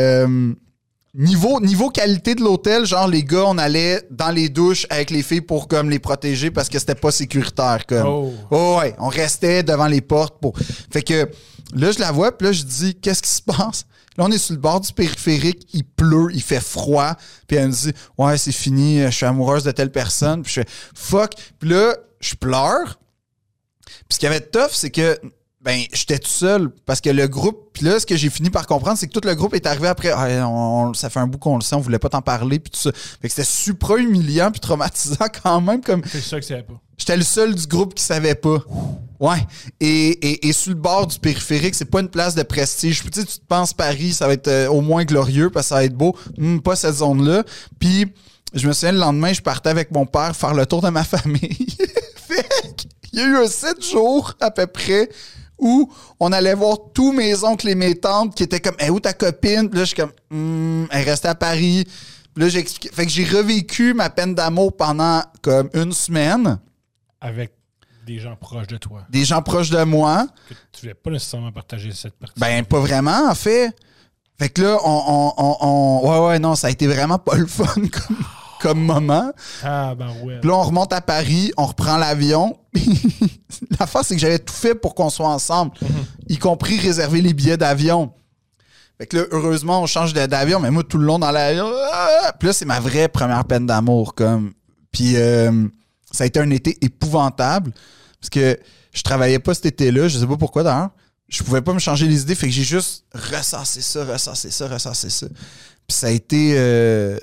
Speaker 1: niveau qualité de l'hôtel, genre les gars, on allait dans les douches avec les filles pour comme les protéger parce que c'était pas sécuritaire. Comme. Oh ouais, on restait devant les portes pour. Fait que là, je la vois, puis là, je dis, qu'est-ce qui se passe? Là, on est sur le bord du périphérique, il pleut, il fait froid. Puis elle me dit, ouais, c'est fini, je suis amoureuse de telle personne. Puis je fais, fuck. Puis là, je pleure. Puis ce qui avait de tough, c'est que j'étais tout seul parce que le groupe, puis là, ce que j'ai fini par comprendre, c'est que tout le groupe est arrivé après. Ça fait un bout qu'on le sait, on voulait pas t'en parler, puis tout ça. Fait que c'était super humiliant puis traumatisant quand même. Comme
Speaker 2: C'est ça que tu savais pas.
Speaker 1: j'étais le seul du groupe qui savait pas. Ouais. Et sur le bord du périphérique, c'est pas une place de prestige. Tu sais, tu te penses Paris, ça va être au moins glorieux parce que ça va être beau. Pas cette zone-là. Puis je me souviens, le lendemain, je partais avec mon père faire le tour de ma famille. Fait qu'il y a eu un 7 jours à peu près où on allait voir tous mes oncles et mes tantes qui étaient comme hey, où ta copine? Puis là, je suis comme elle restait à Paris. Puis là, j'ai expliqué. Fait que j'ai revécu ma peine d'amour pendant comme une semaine.
Speaker 2: Avec des gens proches de toi.
Speaker 1: Des gens proches de moi.
Speaker 2: Que tu voulais pas nécessairement partager cette partie.
Speaker 1: Ben, pas vraiment, en fait. Fait que là, ouais, non, ça a été vraiment pas le fun comme moment.
Speaker 2: Ah, ben ouais.
Speaker 1: Puis là, on remonte à Paris, on reprend l'avion. L'affaire, c'est que j'avais tout fait pour qu'on soit ensemble, y compris réserver les billets d'avion. Fait que là, heureusement, on change d'avion, mais moi, tout le long dans l'avion, puis là, c'est ma vraie première peine d'amour, comme. Puis ça a été un été épouvantable, parce que je travaillais pas cet été-là, je sais pas pourquoi d'ailleurs. Je pouvais pas me changer les idées, fait que j'ai juste ressassé ça. Puis ça a été...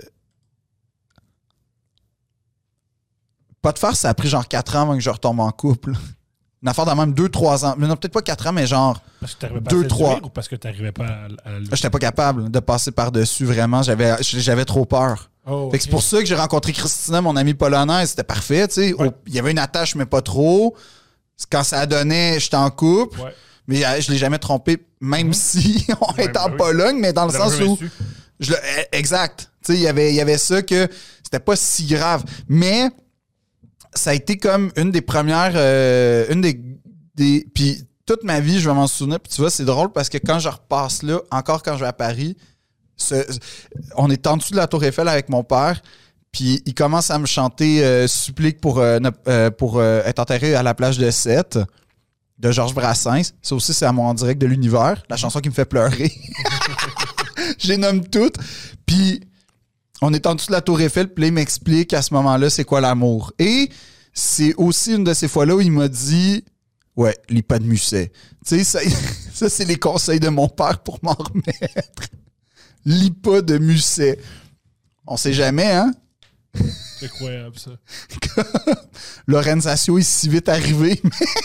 Speaker 1: Pas de farce, ça a pris genre 4 ans avant que je retombe en couple. Une affaire de même 2-3 ans. Mais non, peut-être pas 4 ans, mais genre
Speaker 2: parce que t'arrivais pas
Speaker 1: 2-3.
Speaker 2: Ou parce que t'arrivais pas à
Speaker 1: J'étais pas capable de passer par-dessus, vraiment. J'avais trop peur.
Speaker 2: Oh,
Speaker 1: fait que c'est pour ça que j'ai rencontré Christina, mon amie polonaise. C'était parfait, tu sais.
Speaker 2: Ouais.
Speaker 1: Il y avait une attache, mais pas trop. Quand ça donnait, j'étais en couple.
Speaker 2: Ouais.
Speaker 1: Mais je l'ai jamais trompé, même si on est en Pologne, mais dans le sens où... Exact. Tu sais, il y avait ça que c'était pas si grave. Mais ça a été comme une des premières... Puis toute ma vie, je vais m'en souvenir. Puis tu vois, c'est drôle parce que quand je repasse là, encore quand je vais à Paris, on est en dessous de la Tour Eiffel avec mon père, puis il commence à me chanter Supplique pour être enterré à la plage de Sète de Georges Brassens. Ça aussi, c'est à moi en direct de l'univers, la chanson qui me fait pleurer. Je les nomme toutes. Puis on est en dessous de la Tour Eiffel, puis là, il m'explique à ce moment-là c'est quoi l'amour. Et c'est aussi une de ces fois-là où il m'a dit ouais, lis pas de Musset. Tu sais, ça c'est les conseils de mon père pour m'en remettre. Lis pas de Musset. On sait jamais, hein?
Speaker 2: C'est incroyable, ça.
Speaker 1: Lorenzaccio est si vite arrivé.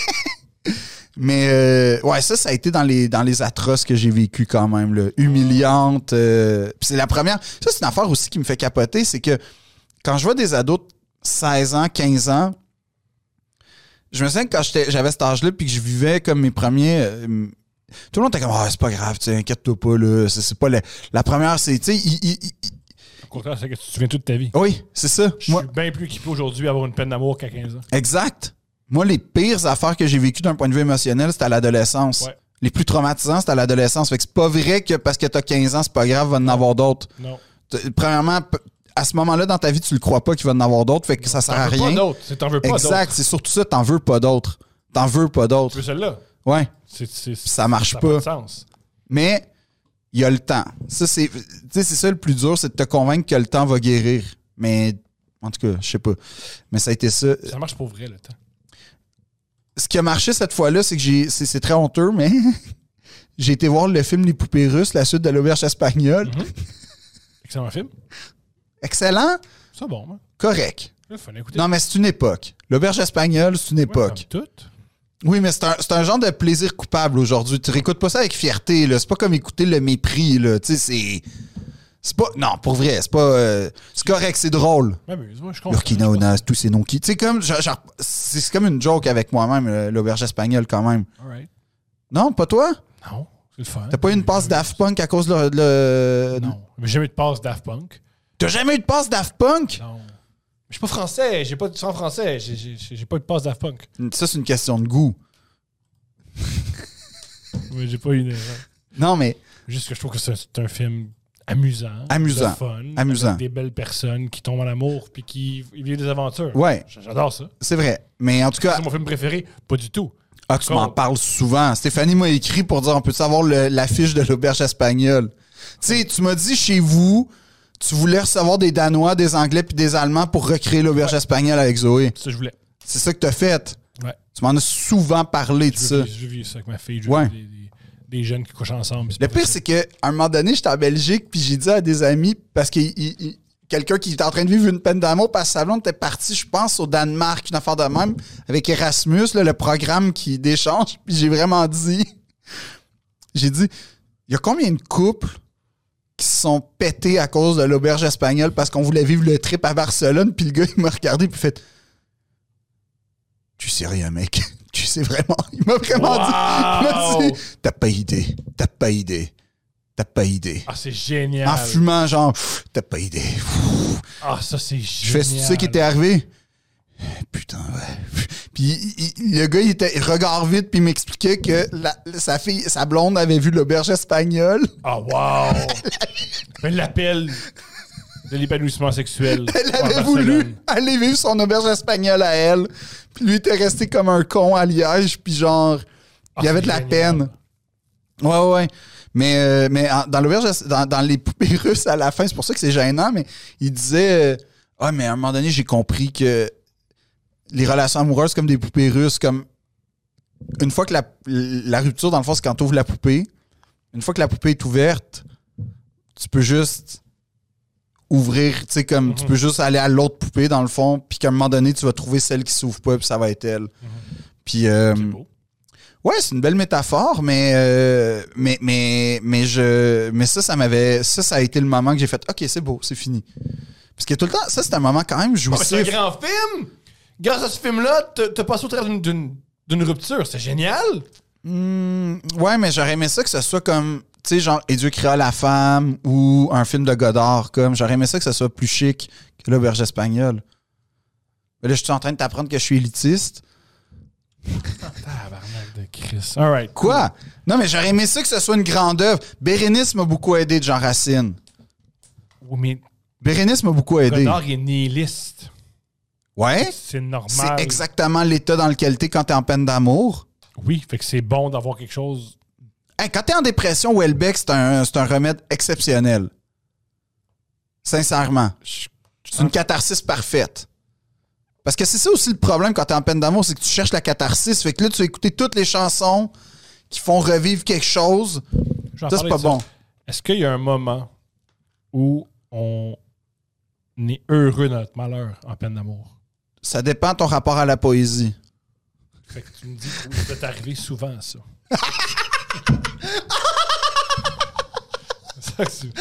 Speaker 1: Mais ouais, ça a été dans les atroces que j'ai vécu quand même, là. Humiliante. Puis c'est la première. Ça, c'est une affaire aussi qui me fait capoter, c'est que quand je vois des ados de 16 ans, 15 ans, je me souviens que quand j'avais cet âge-là puis que je vivais comme mes premiers... tout le monde était comme c'est pas grave, tu inquiète-toi pas, là. C'est pas la première, c'est... tu sais,
Speaker 2: Au contraire, c'est que tu te souviens toute ta vie.
Speaker 1: Oui, c'est ça.
Speaker 2: Je suis bien plus équipé aujourd'hui à avoir une peine d'amour qu'à 15 ans.
Speaker 1: Exact. Moi, les pires affaires que j'ai vécues d'un point de vue émotionnel, c'était à l'adolescence.
Speaker 2: Ouais.
Speaker 1: Les plus traumatisants, c'était à l'adolescence. Fait que c'est pas vrai que parce que t'as 15 ans, c'est pas grave, il va en avoir d'autres.
Speaker 2: Non.
Speaker 1: Premièrement, à ce moment-là, dans ta vie, tu le crois pas qu'il va en avoir d'autres, fait que ça sert à rien.
Speaker 2: T'en veux pas d'autres. T'en veux pas d'autres.
Speaker 1: Exact, c'est surtout ça, t'en veux pas d'autres. T'en veux pas d'autres.
Speaker 2: Tu veux celle-là?
Speaker 1: Ouais.
Speaker 2: Ça
Speaker 1: marche
Speaker 2: ça
Speaker 1: pas.
Speaker 2: n'a pas de sens.
Speaker 1: Mais il y a le temps. Ça, c'est ça le plus dur, c'est de te convaincre que le temps va guérir. Mais, en tout cas, je sais pas. Mais ça a été ça.
Speaker 2: Ça marche pour vrai, le temps.
Speaker 1: ce qui a marché cette fois-là, c'est que c'est très honteux, mais j'ai été voir le film Les Poupées Russes, la suite de l'Auberge espagnole.
Speaker 2: Excellent film.
Speaker 1: Excellent,
Speaker 2: C'est bon, hein?
Speaker 1: correct.
Speaker 2: Il faut l'écouter.
Speaker 1: Non, mais c'est une époque. L'Auberge espagnole, c'est une
Speaker 2: Ouais,
Speaker 1: époque.
Speaker 2: comme tout.
Speaker 1: Oui, mais c'est un genre de plaisir coupable aujourd'hui. Tu réécoutes pas ça avec fierté, là. C'est pas comme écouter Le Mépris, là. Tu sais, c'est pas... Non, pour vrai, c'est pas... c'est correct, c'est drôle.
Speaker 2: M'amuse, moi, je comprends.
Speaker 1: Urquina, Onas, tous ces noms qui... Tu sais, comme... c'est comme une joke avec moi-même, l'Auberge espagnole, quand même.
Speaker 2: Alright.
Speaker 1: Non, pas toi?
Speaker 2: Non, c'est le fun.
Speaker 1: T'as pas eu une passe Daft Punk à cause de...
Speaker 2: Non. Mais j'ai jamais eu de passe Daft Punk.
Speaker 1: T'as jamais eu de passe Daft Punk?
Speaker 2: Non. Je suis pas français, j'ai pas de sang français, j'ai pas eu de passe Daft Punk.
Speaker 1: Ça, c'est une question de goût.
Speaker 2: Mais j'ai pas eu de...
Speaker 1: Non, mais...
Speaker 2: Juste que je trouve que c'est un film amusant.
Speaker 1: Amusant.
Speaker 2: de fun,
Speaker 1: Amusant.
Speaker 2: avec des belles personnes qui tombent en amour puis qui vivent des aventures.
Speaker 1: Ouais,
Speaker 2: J'adore ça.
Speaker 1: c'est vrai. Mais en tout cas...
Speaker 2: C'est mon film préféré? Pas du tout.
Speaker 1: Ah, tu m'en parles souvent. Stéphanie m'a écrit pour dire on peut savoir l'affiche de l'Auberge espagnole. Tu sais, tu m'as dit chez vous, tu voulais recevoir des Danois, des Anglais puis des Allemands pour recréer l'Auberge espagnole avec Zoé.
Speaker 2: C'est ça que je voulais.
Speaker 1: C'est ça que t'as fait.
Speaker 2: Ouais.
Speaker 1: Tu m'en as souvent parlé de ça.
Speaker 2: Je vis ça avec ma fille. Je
Speaker 1: Ouais.
Speaker 2: vis des jeunes qui couchent ensemble.
Speaker 1: Le pire, c'est qu'à un moment donné, j'étais en Belgique puis j'ai dit à des amis, parce que quelqu'un qui était en train de vivre une peine d'amour, parce que sa blonde était parti, je pense, au Danemark, une affaire de même, avec Erasmus, là, le programme d'échange. Puis j'ai vraiment dit, il y a combien de couples qui se sont pétés à cause de l'Auberge espagnole parce qu'on voulait vivre le trip à Barcelone? Puis le gars, il m'a regardé puis fait, tu sais rien, mec. Tu sais vraiment. Il m'a vraiment dit, t'as pas idée.
Speaker 2: Ah, c'est génial.
Speaker 1: En fumant, genre, t'as pas idée.
Speaker 2: Ah, ça, c'est
Speaker 1: Je fais,
Speaker 2: génial.
Speaker 1: tu sais qui était arrivé? Putain, ouais. Puis le gars, il était regard vite, puis il m'expliquait que sa blonde avait vu l'Auberge espagnole.
Speaker 2: Ah, wow. L'appel de l'épanouissement sexuel.
Speaker 1: Elle
Speaker 2: à
Speaker 1: avait
Speaker 2: Barcelone.
Speaker 1: voulu aller vivre son auberge espagnole à elle. Puis lui était resté comme un con à Liège, puis genre, il y avait de la peine. Ouais. Mais dans l'auberge, dans les poupées russes à la fin, c'est pour ça que c'est gênant, mais il disait mais à un moment donné, j'ai compris que les relations amoureuses comme des poupées russes, comme une fois que la rupture, dans le fond, c'est quand tu ouvres la poupée. Une fois que la poupée est ouverte, tu peux juste ouvrir, tu sais, comme tu peux juste aller à l'autre poupée, dans le fond, puis qu'à un moment donné, tu vas trouver celle qui s'ouvre pas, puis ça va être elle. Puis
Speaker 2: C'est beau.
Speaker 1: ouais, c'est une belle métaphore, mais ça a été le moment que j'ai fait, OK, c'est beau, c'est fini. Parce que tout le temps, ça, c'est un moment quand même
Speaker 2: Ah, mais c'est
Speaker 1: jouissif.
Speaker 2: un grand film! Grâce à ce film-là, t'as passé au travers d'une rupture. C'est génial!
Speaker 1: Ouais, mais j'aurais aimé ça que ce soit comme, tu sais, genre, Et Dieu créa la femme ou un film de Godard, comme, j'aurais aimé ça que ce soit plus chic que l'Auberge espagnole. Mais là, je suis en train de t'apprendre que je suis élitiste.
Speaker 2: Tabarnak de Chris. All right.
Speaker 1: Quoi? Non, mais j'aurais aimé ça que ce soit une grande œuvre. Bérénice m'a beaucoup aidé de Jean Racine.
Speaker 2: Oui, mais
Speaker 1: Bérénice m'a beaucoup aidé.
Speaker 2: Godard, il est nihiliste.
Speaker 1: Ouais?
Speaker 2: C'est normal.
Speaker 1: C'est exactement l'état dans lequel t'es quand t'es en peine d'amour.
Speaker 2: Oui, fait que c'est bon d'avoir quelque chose.
Speaker 1: Hey, quand t'es en dépression, Welbeck, c'est un remède exceptionnel. Sincèrement. C'est une catharsis parfaite. Parce que c'est ça aussi le problème quand t'es en peine d'amour, c'est que tu cherches la catharsis. Fait que là, tu vas écouter toutes les chansons qui font revivre quelque chose.
Speaker 2: Je vais en
Speaker 1: Ça, c'est
Speaker 2: parler
Speaker 1: pas
Speaker 2: de ça.
Speaker 1: bon.
Speaker 2: Est-ce qu'il y a un moment où on est heureux dans notre malheur en peine d'amour?
Speaker 1: Ça dépend de ton rapport à la poésie.
Speaker 2: Fait que tu me dis que ça peut t'arriver souvent, ça. C'est ça que tu...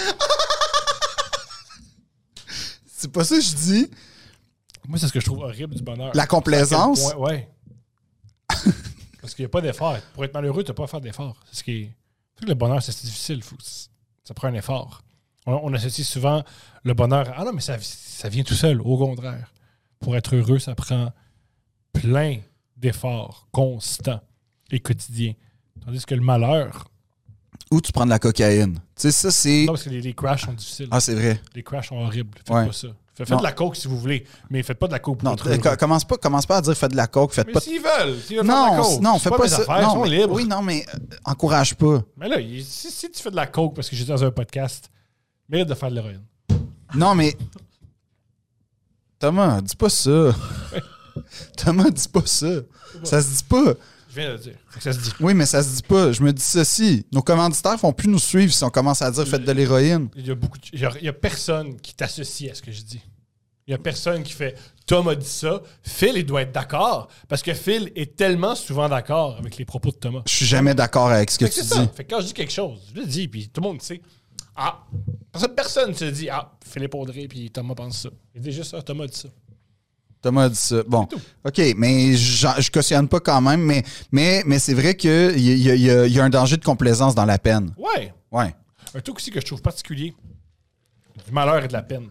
Speaker 1: C'est pas ça que je dis.
Speaker 2: Moi, c'est ce que je trouve horrible du bonheur.
Speaker 1: La complaisance?
Speaker 2: À quel point- ouais. Parce qu'il n'y a pas d'effort. Pour être malheureux, tu n'as pas à faire d'effort. C'est ce qui est... C'est que le bonheur, c'est difficile. Ça prend un effort. On associe souvent le bonheur à... Ah non, mais ça vient tout seul. Au contraire. Pour être heureux, ça prend plein d'efforts constants et quotidiens. Tandis que le malheur...
Speaker 1: Ou tu prends de la cocaïne. Tu sais, ça, c'est...
Speaker 2: Non, parce que les crashs sont difficiles.
Speaker 1: Ah, c'est vrai.
Speaker 2: Les crashs sont horribles. Faites
Speaker 1: Ouais.
Speaker 2: pas ça. Faites
Speaker 1: Non.
Speaker 2: de la coke si vous voulez, mais faites pas de la coke pour
Speaker 1: Non,
Speaker 2: être heureux.
Speaker 1: commence pas à dire faites de la coke, faites
Speaker 2: Mais
Speaker 1: pas...
Speaker 2: s'ils veulent faire de la coke,
Speaker 1: Non,
Speaker 2: c'est
Speaker 1: fais pas
Speaker 2: mes
Speaker 1: ça.
Speaker 2: affaires, ils
Speaker 1: Non,
Speaker 2: sont
Speaker 1: mais-
Speaker 2: libres.
Speaker 1: Oui, non, mais encourage pas.
Speaker 2: Mais là, si tu fais de la coke parce que j'étais dans un podcast, mérite de faire de l'héroïne.
Speaker 1: Non, mais... Thomas, dis pas ça. Thomas, dis pas ça. Ça se dit pas.
Speaker 2: Je viens de le dire. Fait que ça se dit.
Speaker 1: Oui, mais ça se dit pas. Je me dis ceci. Nos commanditaires font plus nous suivre si on commence à dire faites de l'héroïne.
Speaker 2: Il y a personne qui t'associe à ce que je dis. Il y a personne qui fait Tom a dit ça. Phil, il doit être d'accord. Parce que Phil est tellement souvent d'accord avec les propos de Thomas.
Speaker 1: Je suis jamais d'accord avec ce que
Speaker 2: Fait que
Speaker 1: tu
Speaker 2: c'est ça.
Speaker 1: dis.
Speaker 2: Fait que quand je dis quelque chose, je le dis, puis tout le monde sait. Ah, parce que personne ne se dit Ah, Philippe Audrey, puis Thomas pense ça. Il dit juste ça, Thomas dit ça.
Speaker 1: Thomas a dit ça. Bon,
Speaker 2: C'est tout.
Speaker 1: OK, mais je cautionne pas quand même, mais c'est vrai qu'il y a un danger de complaisance dans la peine.
Speaker 2: Ouais.
Speaker 1: Ouais.
Speaker 2: Un truc aussi que je trouve particulier, du malheur et de la peine.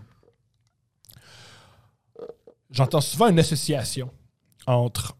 Speaker 2: J'entends souvent une association entre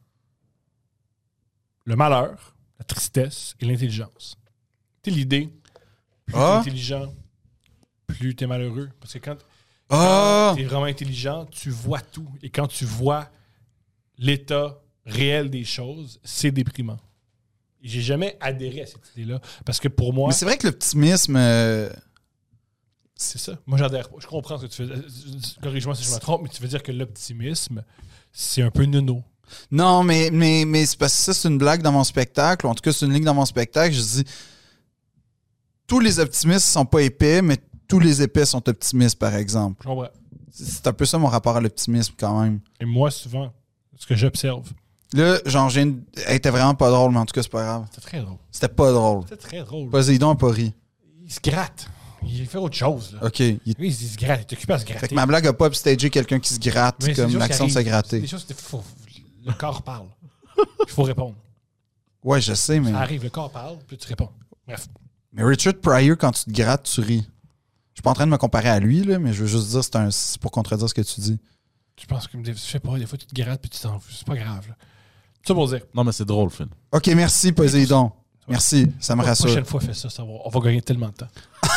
Speaker 2: le malheur, la tristesse et l'intelligence. Tu sais, l'idée, plus t'es intelligent, plus t'es malheureux. Parce que quand t'es vraiment intelligent, tu vois tout. Et quand tu vois l'état réel des choses, c'est déprimant. Et j'ai jamais adhéré à cette idée-là. Parce que pour moi...
Speaker 1: Mais c'est vrai que l'optimisme...
Speaker 2: C'est ça. Moi, j'adhère pas. Je comprends ce que tu fais. Corrige-moi si je me trompe, mais tu veux dire que l'optimisme, c'est un peu nono.
Speaker 1: Non, mais c'est parce que ça, c'est une blague dans mon spectacle. Ou en tout cas, c'est une ligne dans mon spectacle. Je dis, tous les optimistes sont pas épais, mais tous les épais sont optimistes, par exemple.
Speaker 2: Je comprends.
Speaker 1: C'est un peu ça mon rapport à l'optimisme, quand même.
Speaker 2: Et moi, souvent, ce que j'observe,
Speaker 1: Là, genre, elle était vraiment pas drôle, mais en tout cas, c'est pas grave.
Speaker 2: c'est très drôle.
Speaker 1: C'était pas drôle.
Speaker 2: C'est très drôle.
Speaker 1: Poséidon a pas ri.
Speaker 2: Il se gratte. Il fait autre chose. Là.
Speaker 1: OK.
Speaker 2: Oui, il se gratte. Il est occupé à se gratter.
Speaker 1: Fait que ma blague a pas upstagé quelqu'un qui se gratte
Speaker 2: Mais c'est des
Speaker 1: comme
Speaker 2: choses
Speaker 1: l'action de
Speaker 2: qui
Speaker 1: se
Speaker 2: arrivent.
Speaker 1: gratter.
Speaker 2: C'est des choses, le corps parle. Il faut répondre.
Speaker 1: Ouais, je sais, mais...
Speaker 2: Ça arrive, le corps parle, puis tu réponds. Bref.
Speaker 1: Mais Richard Pryor, quand tu te grattes, tu ris. Je suis pas en train de me comparer à lui, là, mais je veux juste dire, c'est pour contredire ce que tu dis.
Speaker 2: Je pense que, je sais pas, des fois, tu te grattes, puis tu t'en fous. C'est pas grave. Là. Ça pour dire.
Speaker 3: Non, mais c'est drôle, Phil.
Speaker 1: OK, merci, Poséidon. Merci, ça me
Speaker 2: La
Speaker 1: rassure.
Speaker 2: prochaine fois, fais ça, on va gagner tellement de temps.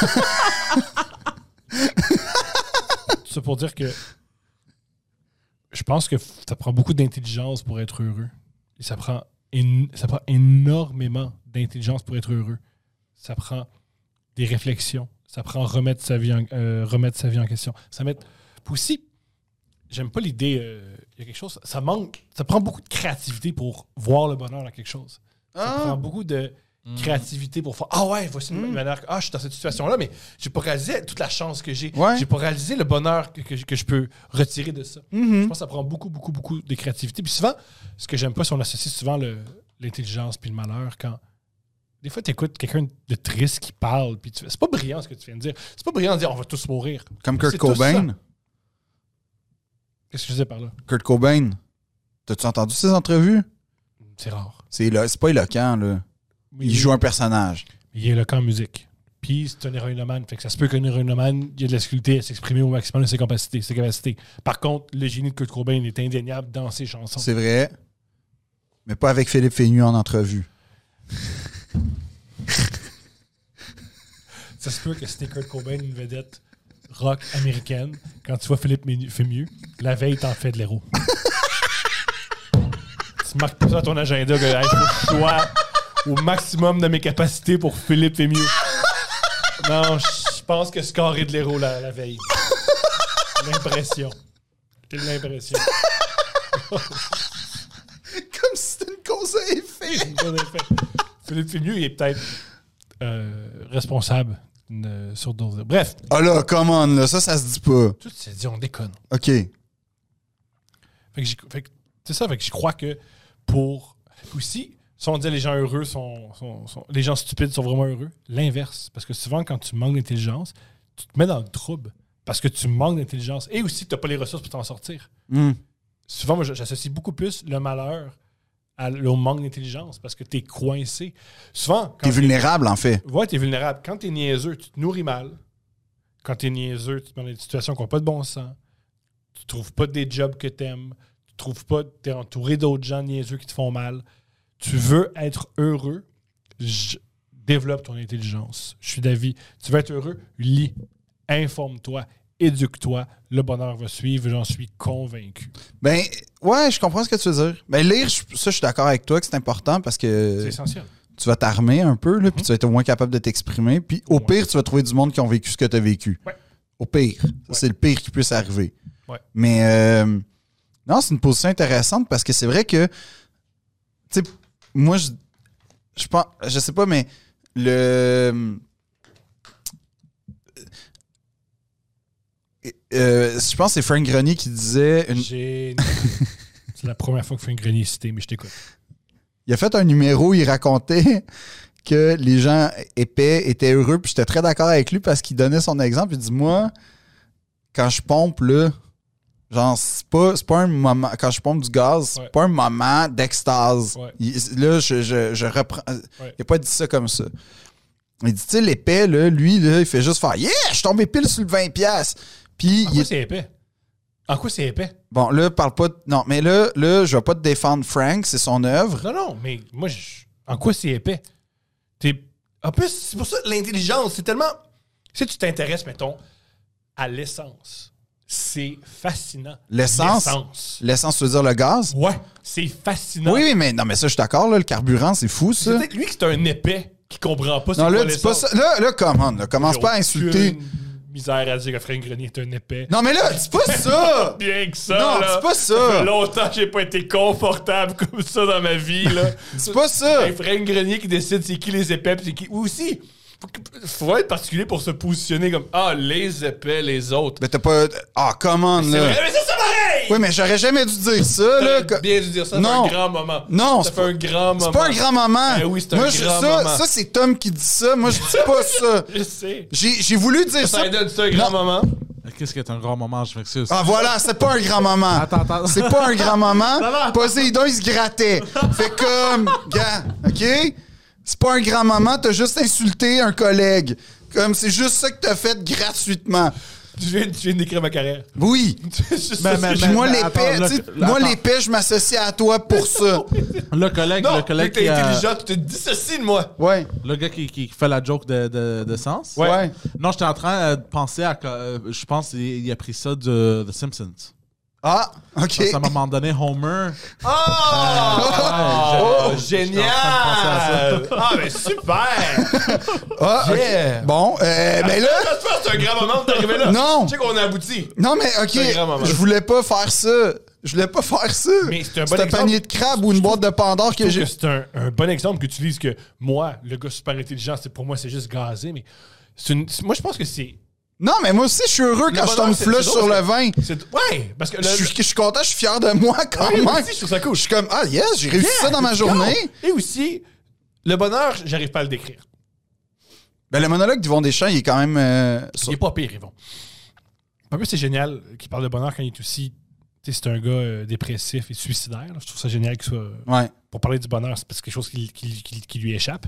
Speaker 2: Tout ça pour dire que je pense que ça prend beaucoup d'intelligence pour être heureux. Et ça prend énormément d'intelligence pour être heureux. Ça prend des réflexions. Ça prend remettre sa vie en question. Puis aussi, j'aime pas l'idée. Il y a quelque chose. Ça prend beaucoup de créativité pour voir le bonheur dans quelque chose. Ça prend beaucoup de créativité pour faire ouais, voici une manière. Je suis dans cette situation-là, mais j'ai pas réalisé toute la chance que j'ai.
Speaker 1: Ouais.
Speaker 2: J'ai pas réalisé le bonheur que je peux retirer de ça. Je pense que ça prend beaucoup, beaucoup, beaucoup de créativité. Puis souvent, ce que j'aime pas, c'est qu'on associe souvent l'intelligence puis le malheur quand. Des fois, tu écoutes quelqu'un de triste qui parle, puis c'est pas brillant ce que tu viens de dire. C'est pas brillant de dire on va tous mourir.
Speaker 1: Comme Kurt
Speaker 2: C'est tout
Speaker 1: Cobain.
Speaker 2: ça. Qu'est-ce que je disais par là?
Speaker 1: Kurt Cobain. T'as-tu entendu ces entrevues?
Speaker 2: C'est rare.
Speaker 1: C'est pas éloquent, là. Il joue un personnage.
Speaker 2: Il est éloquent en musique. Puis c'est un héroïnomane. Fait que ça se peut qu'un héroïnomane, il a de la difficulté à s'exprimer au maximum de ses capacités. Par contre, le génie de Kurt Cobain est indéniable dans ses chansons.
Speaker 1: C'est vrai. Mais pas avec Philippe Fénu en entrevue.
Speaker 2: Ça se peut que c'était Kurt Cobain, une vedette rock américaine. Quand tu vois Philippe Fémieux, la veille, t'en fais de l'héros. Tu marques pas ça à ton agenda que hey, je sois au maximum de mes capacités pour Philippe Fémieux. Non, je pense que scorer de l'héros la veille. L'impression. J'ai l'impression.
Speaker 1: Comme si c'était une cause à effet.
Speaker 2: Philippe Fémieux, il est peut-être responsable sur d'autres. Bref.
Speaker 1: Ah là, come on, là, ça se dit pas.
Speaker 2: Tout s'est dit, on déconne.
Speaker 1: OK.
Speaker 2: Fait que c'est ça, fait que je crois que pour. Aussi, si on dit les gens heureux les gens stupides sont vraiment heureux, l'inverse. Parce que souvent, quand tu manques d'intelligence, tu te mets dans le trouble. Parce que tu manques d'intelligence. Et aussi, tu n'as pas les ressources pour t'en sortir. Souvent, moi, j'associe beaucoup plus le malheur au manque d'intelligence parce que tu es coincé. Souvent.
Speaker 1: T'es vulnérable, en fait.
Speaker 2: Ouais, t'es vulnérable. Quand t'es niaiseux, tu te nourris mal. Quand t'es niaiseux, tu te mets dans des situations qui n'ont pas de bon sens. Tu trouves pas des jobs que t'aimes. Tu trouves pas. T'es entouré d'autres gens niaiseux qui te font mal. Tu veux être heureux, développe ton intelligence. Je suis d'avis. Tu veux être heureux, lis. Informe-toi. Éduque-toi. Le bonheur va suivre, j'en suis convaincu.
Speaker 1: Ben, ouais, je comprends ce que tu veux dire. Ben, lire, je suis d'accord avec toi que c'est important parce que
Speaker 2: C'est essentiel.
Speaker 1: tu vas t'armer un peu, là, puis tu vas être au moins capable de t'exprimer. Puis au pire, tu vas trouver du monde qui ont vécu ce que tu as vécu.
Speaker 2: Ouais.
Speaker 1: Au pire. Ça, c'est le pire qui puisse arriver.
Speaker 2: Ouais.
Speaker 1: Mais Non, c'est une position intéressante parce que c'est vrai que, tu sais, moi, je pense, je sais pas, mais je pense que c'est Frank Grenier qui disait...
Speaker 4: C'est la première fois que Frank Grenier est cité, mais je t'écoute.
Speaker 1: Il a fait un numéro où il racontait que les gens épais étaient heureux, puis j'étais très d'accord avec lui parce qu'il donnait son exemple. Il dit, moi, quand je pompe, là, genre, c'est pas un moment, quand je pompe du gaz, c'est pas un moment d'extase.
Speaker 4: Ouais.
Speaker 1: Là, je reprends.
Speaker 4: Ouais.
Speaker 1: Il a pas dit ça comme ça. Il dit, tu sais, l'épais, là, lui, là, il fait juste faire, yeah, je suis tombé pile sur le 20$. Puis,
Speaker 4: En quoi c'est épais? En quoi c'est épais?
Speaker 1: bon, là, parle pas. Non, mais là, je vais pas te défendre Frank, c'est son œuvre.
Speaker 4: Non, mais moi, en quoi c'est épais? En plus, c'est pour ça l'intelligence, c'est tellement... Si tu t'intéresses, mettons, à l'essence, c'est fascinant.
Speaker 1: L'essence, tu veux dire le gaz?
Speaker 4: Ouais, c'est fascinant.
Speaker 1: Oui, mais non, mais ça, je suis d'accord, là, le carburant, c'est fou, ça.
Speaker 4: C'est peut-être lui qui est un épais qui comprend pas c'est
Speaker 1: Non,
Speaker 4: quoi
Speaker 1: là, dis pas
Speaker 4: l'essence.
Speaker 1: ça. Là, commence pas à insulter.
Speaker 4: Aucune misère à dire que Frank Grenier est un épais.
Speaker 1: Non, mais là, dis pas ça!
Speaker 4: Bien que ça,
Speaker 1: Non,
Speaker 4: là.
Speaker 1: dis pas ça.
Speaker 4: Ça fait longtemps que j'ai pas été confortable comme ça dans ma vie, là.
Speaker 1: Dis pas ça!
Speaker 4: Un Frank Grenier qui décide c'est qui les épais pis c'est qui... Ou aussi, faut être particulier pour se positionner comme « Ah, les épais, les autres.
Speaker 1: Mais t'as pas. Ah, come on, »
Speaker 4: C'est
Speaker 1: là.
Speaker 4: vrai, mais c'est ça pareil!
Speaker 1: Oui, mais j'aurais jamais dû dire ça, là.
Speaker 4: T'aurais bien dû dire ça,
Speaker 1: Non.
Speaker 4: c'est un grand moment.
Speaker 1: Non,
Speaker 4: ça
Speaker 1: c'est
Speaker 4: fait un grand moment.
Speaker 1: C'est pas un grand moment.
Speaker 4: Eh oui, c'est un
Speaker 1: Moi,
Speaker 4: grand moment.
Speaker 1: Ça, c'est Tom qui dit ça. Moi, je dis pas ça.
Speaker 4: Je sais.
Speaker 1: J'ai voulu dire ça.
Speaker 4: Ça donne ça un grand moment.
Speaker 3: Qu'est-ce qui est un grand moment? Je m'excuse.
Speaker 1: Ah, voilà, c'est pas un grand moment.
Speaker 3: Attends.
Speaker 1: C'est pas un grand moment.
Speaker 3: non.
Speaker 1: Poséidon, il se grattait. Fait comme, gars, OK? C'est pas un grand moment, t'as juste insulté un collègue. Comme, c'est juste ça que t'as fait gratuitement.
Speaker 4: Tu viens de décrire ma carrière.
Speaker 1: Oui.
Speaker 4: C'est juste
Speaker 3: Mais-
Speaker 4: ça,
Speaker 3: mais-
Speaker 4: c'est-
Speaker 1: Puis moi,
Speaker 3: mais
Speaker 1: l'épais,
Speaker 3: attends, là,
Speaker 1: tu sais,
Speaker 3: là,
Speaker 1: moi,
Speaker 3: attends.
Speaker 1: l'épais, je m'associe à toi pour ça.
Speaker 3: Le collègue
Speaker 4: Non, vu que
Speaker 3: qui
Speaker 4: t'es
Speaker 3: a-
Speaker 4: intelligent, tu te dissocies de moi.
Speaker 1: Ouais.
Speaker 3: le gars qui fait la joke de sens.
Speaker 1: Ouais.
Speaker 3: Non, j'étais en train de penser à... je pense qu'il a pris ça de The Simpsons.
Speaker 1: Ah, OK.
Speaker 3: Parce qu'à un moment donné, Homer...
Speaker 4: Oh! Génial!
Speaker 3: J'étais en train de penser
Speaker 4: Ah, mais super!
Speaker 1: Ah, OK.
Speaker 4: Yeah.
Speaker 1: Bon, ben là...
Speaker 4: C'est un grand moment d'arriver là.
Speaker 1: Non.
Speaker 4: Tu sais qu'on a abouti.
Speaker 1: Non, mais OK,
Speaker 4: C'est un grand moment.
Speaker 1: je voulais pas faire ça. Je voulais pas faire ça.
Speaker 4: Mais c'est un bon
Speaker 1: un
Speaker 4: exemple.
Speaker 1: panier de crabes ou une boîte de Pandore que
Speaker 4: Je
Speaker 1: j'ai...
Speaker 4: trouve que c'est un bon exemple que tu dises que moi, le gars super intelligent, pour moi, c'est juste gazé, mais moi, je pense que c'est...
Speaker 1: Non, mais moi aussi, je suis heureux quand je tombe flush sur le vin.
Speaker 4: Ouais, parce que...
Speaker 1: Je suis content, je suis fier de moi quand
Speaker 4: Oui,
Speaker 1: même.
Speaker 4: moi aussi, je trouve ça cool.
Speaker 1: Je suis comme, ah yes, j'ai réussi ça dans ma journée.
Speaker 4: Et aussi, le bonheur, j'arrive pas à le décrire.
Speaker 1: Ben, le monologue d'Yvon Deschamps, il est quand même...
Speaker 4: Il est pas pire, Yvon. En plus, c'est génial qu'il parle de bonheur quand il est aussi... Tu sais, c'est un gars dépressif et suicidaire. Là. Je trouve ça génial qu'il soit...
Speaker 1: Ouais.
Speaker 4: Pour parler du bonheur, c'est parce que quelque chose qui lui échappe.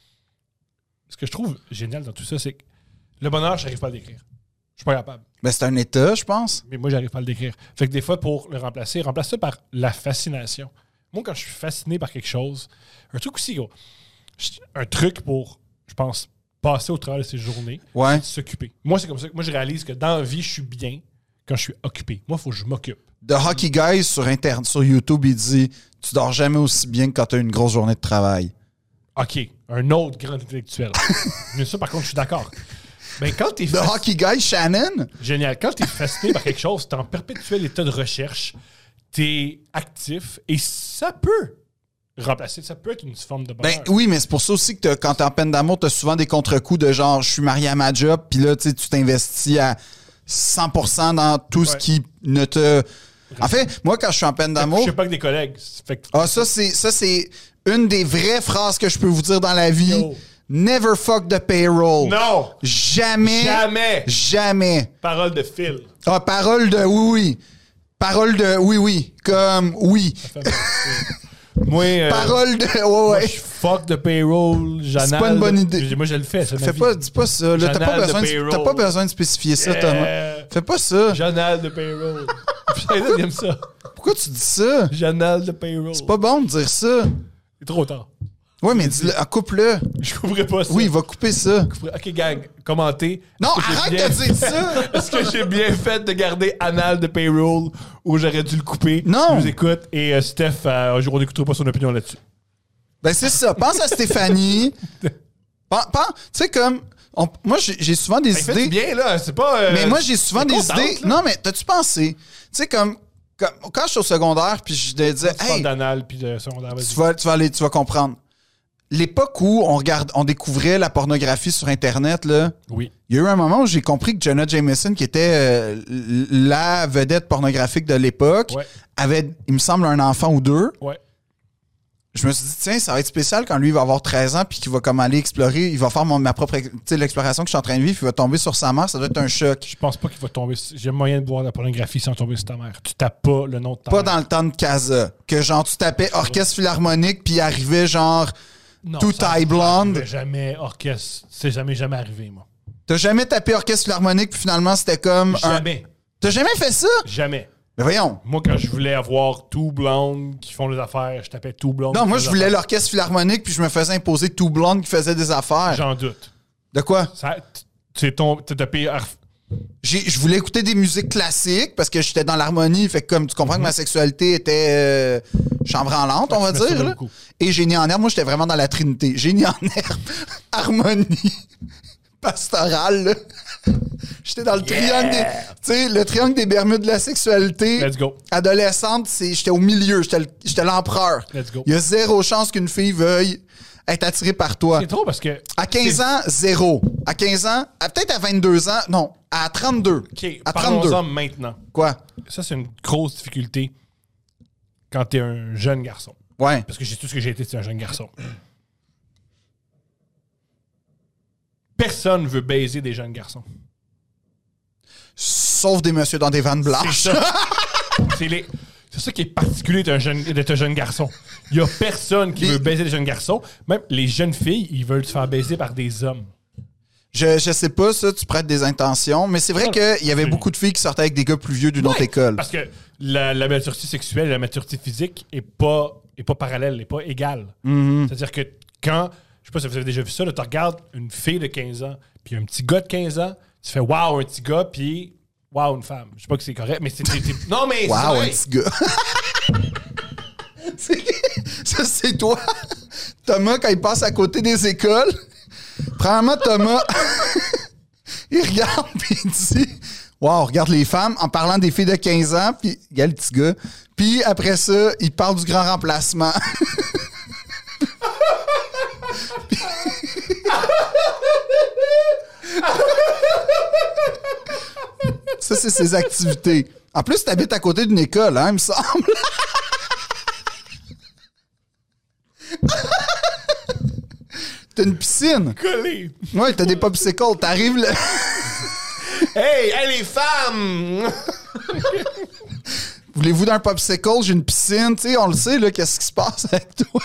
Speaker 4: Ce que je trouve génial dans tout ça, c'est que le bonheur, j'arrive pas à le décrire. Je suis pas capable.
Speaker 1: Ben, c'est un état, je pense.
Speaker 4: Mais moi, j'arrive pas à le décrire. Fait que des fois, pour le remplacer, remplace ça par la fascination. Moi, quand je suis fasciné par quelque chose, un truc aussi, gros, un truc pour, je pense, passer au travers de ses journées,
Speaker 1: Ouais.
Speaker 4: c'est s'occuper. Moi, c'est comme ça que moi, je réalise que dans la vie, je suis bien quand je suis occupé. Moi, il faut que je m'occupe.
Speaker 1: The Hockey Guys sur YouTube, il dit, tu dors jamais aussi bien que quand t'as une grosse journée de travail.
Speaker 4: OK, un autre grand intellectuel. Mais ça, par contre, je suis d'accord. Mais quand t'es
Speaker 1: The Hockey Guys, Shannon?
Speaker 4: Génial. Quand t'es fasciné par quelque chose, t'es en perpétuel état de recherche, t'es actif, et ça peut remplacer, ça peut être une forme de bonheur.
Speaker 1: Ben oui, mais c'est pour ça aussi que quand t'es en peine d'amour, t'as souvent des contre-coups de genre, je suis marié à ma job, puis là, tu sais, tu t'investis à 100% dans tout ce qui ne te... En fait, moi, quand je suis en peine d'amour...
Speaker 4: Je sais pas que des collègues. Fait que-
Speaker 1: Ah, ça, c'est une des vraies phrases que je peux vous dire dans la vie.
Speaker 4: Yo.
Speaker 1: Never fuck the payroll.
Speaker 4: Non!
Speaker 1: Jamais.
Speaker 4: Jamais!
Speaker 1: Jamais.
Speaker 4: Parole de Phil.
Speaker 1: Ah, parole de oui, oui. Parole de oui, oui. Comme oui.
Speaker 4: Moi,
Speaker 1: Parole de ouais,
Speaker 4: moi,
Speaker 1: ouais.
Speaker 4: je fuck de payroll, Janal.
Speaker 1: C'est pas une bonne idée.
Speaker 4: Moi, je le fais, c'est ma
Speaker 1: Fais
Speaker 4: vie.
Speaker 1: pas, dis pas ça. Là,
Speaker 4: Janal de payroll.
Speaker 1: t'as pas besoin de spécifier ça,
Speaker 4: Yeah.
Speaker 1: Thomas. Fais pas ça.
Speaker 4: Janal de payroll. Putain, il aime ça.
Speaker 1: Pourquoi tu dis ça?
Speaker 4: Janal de payroll.
Speaker 1: C'est pas bon de dire ça.
Speaker 4: C'est trop tard.
Speaker 1: Ouais, mais dis-le, coupe-le.
Speaker 4: Je couperai pas ça.
Speaker 1: Oui, il va couper ça.
Speaker 4: Ok, gang, commentez.
Speaker 1: Non,
Speaker 4: Est-ce que j'ai
Speaker 1: arrête
Speaker 4: bien-
Speaker 1: de dire ça.
Speaker 4: Est-ce que j'ai bien fait de garder Anal de payroll ou j'aurais dû le couper?
Speaker 1: Non.
Speaker 4: Je vous écoute et Steph, on n'écoutera pas son opinion là-dessus.
Speaker 1: Ben, c'est ça. Pense à Stéphanie. Tu sais, comme. Moi, j'ai souvent des
Speaker 4: Fait
Speaker 1: idées.
Speaker 4: bien, là. C'est pas.
Speaker 1: Mais moi, j'ai souvent
Speaker 4: t'es
Speaker 1: des
Speaker 4: contente,
Speaker 1: idées.
Speaker 4: là.
Speaker 1: Non, mais t'as-tu pensé? Tu sais, comme. Quand je suis au secondaire, puis je disais,
Speaker 2: Tu parles
Speaker 1: hey,
Speaker 2: d'anal puis de secondaire, vas-y.
Speaker 1: tu vas comprendre. L'époque où on découvrait la pornographie sur Internet, là,
Speaker 2: Oui.
Speaker 1: il y a eu un moment où j'ai compris que Jenna Jameson, qui était la vedette pornographique de l'époque,
Speaker 2: Ouais.
Speaker 1: avait, il me semble, un enfant ou deux.
Speaker 2: Ouais.
Speaker 1: Je me suis dit, tiens, ça va être spécial quand lui il va avoir 13 ans puis qu'il va comme aller explorer, il va faire ma propre, tu sais, l'exploration que je suis en train de vivre, puis il va tomber sur sa mère, ça doit être un choc.
Speaker 2: Je pense pas qu'il va tomber. J'ai moyen de voir la pornographie sans tomber sur ta mère. Tu tapes pas le nom de ta
Speaker 1: Pas
Speaker 2: mère.
Speaker 1: dans le temps de Casa, que genre tu tapais orchestre philharmonique puis il arrivait genre
Speaker 2: Non,
Speaker 1: tout
Speaker 2: ça
Speaker 1: taille blonde.
Speaker 2: arrivait jamais orchestre. C'est jamais arrivé, moi.
Speaker 1: T'as jamais tapé orchestre philharmonique puis finalement c'était comme
Speaker 2: Jamais.
Speaker 1: T'as jamais fait ça?
Speaker 2: Jamais.
Speaker 1: Mais voyons.
Speaker 2: Moi, quand je voulais avoir tout blonde qui font des affaires, je tapais tout blonde.
Speaker 1: Non,
Speaker 2: qui
Speaker 1: moi
Speaker 2: font
Speaker 1: je
Speaker 2: des
Speaker 1: voulais
Speaker 2: affaires.
Speaker 1: l'orchestre philharmonique puis je me faisais imposer tout blonde qui faisait des affaires.
Speaker 2: J'en doute.
Speaker 1: De quoi?
Speaker 2: T'as tapé.
Speaker 1: Je voulais écouter des musiques classiques parce que j'étais dans l'harmonie. Fait que comme tu comprends que ma sexualité était chambranlante, on va
Speaker 2: tu mets ça
Speaker 1: dire.
Speaker 2: dans
Speaker 1: Là.
Speaker 2: le coup.
Speaker 1: Et génie en herbe, moi j'étais vraiment dans la trinité. Génie en herbe, harmonie, pastorale. Là. J'étais dans le triangle des... Tu sais, le triangle des Bermudes de la sexualité.
Speaker 2: Let's go.
Speaker 1: Adolescente, j'étais au milieu. J'étais l'empereur.
Speaker 2: Let's go.
Speaker 1: Il y a zéro chance qu'une fille veuille être attirée par toi.
Speaker 2: C'est trop parce que.
Speaker 1: À 15 ans, zéro. À 15 ans, peut-être à 22 ans, non, à 32.
Speaker 2: OK,
Speaker 1: À 32.
Speaker 2: parlons-en maintenant.
Speaker 1: Quoi?
Speaker 2: Ça, c'est une grosse difficulté quand t'es un jeune garçon.
Speaker 1: Ouais.
Speaker 2: Parce que tout ce que j'ai été, c'est un jeune garçon. Personne veut baiser des jeunes garçons.
Speaker 1: Sauf des messieurs dans des vannes blanches.
Speaker 2: C'est ça. C'est ça qui est particulier d'être un jeune garçon. Il y a personne qui veut baiser des jeunes garçons. Même les jeunes filles, ils veulent se faire baiser par des hommes.
Speaker 1: Je sais pas, ça, tu prêtes des intentions, mais c'est vrai
Speaker 2: Non,
Speaker 1: qu'il y avait
Speaker 2: c'est-
Speaker 1: beaucoup de filles qui sortaient avec des gars plus vieux d'une autre école.
Speaker 2: Parce que la maturité sexuelle et la maturité physique est pas parallèle, n'est pas égale. C'est-à-dire que quand, je sais pas si vous avez déjà vu ça, tu regardes une fille de 15 ans puis un petit gars de 15 ans, tu fais « wow, un petit gars » puis « wow, une femme ». Je sais pas que c'est correct, mais c'est... Non, mais...
Speaker 1: Wow,
Speaker 2: c'est
Speaker 1: un
Speaker 2: vrai.
Speaker 1: petit gars. Ça, c'est toi. Thomas, quand il passe à côté des écoles, premièrement, Thomas, il regarde puis il dit wow, regarde les femmes en parlant des filles de 15 ans, puis il y a le petit gars. Puis après ça, il parle du grand remplacement. Ça, c'est ses activités. En plus, tu habites à côté d'une école, hein, il me semble. T'as une piscine.
Speaker 2: Collé.
Speaker 1: Ouais, t'as des popsicles. T'arrives là.
Speaker 2: Hey, les femmes!
Speaker 1: Voulez-vous d'un popsicle? J'ai une piscine. Tu sais, on le sait, là, qu'est-ce qui se passe avec toi?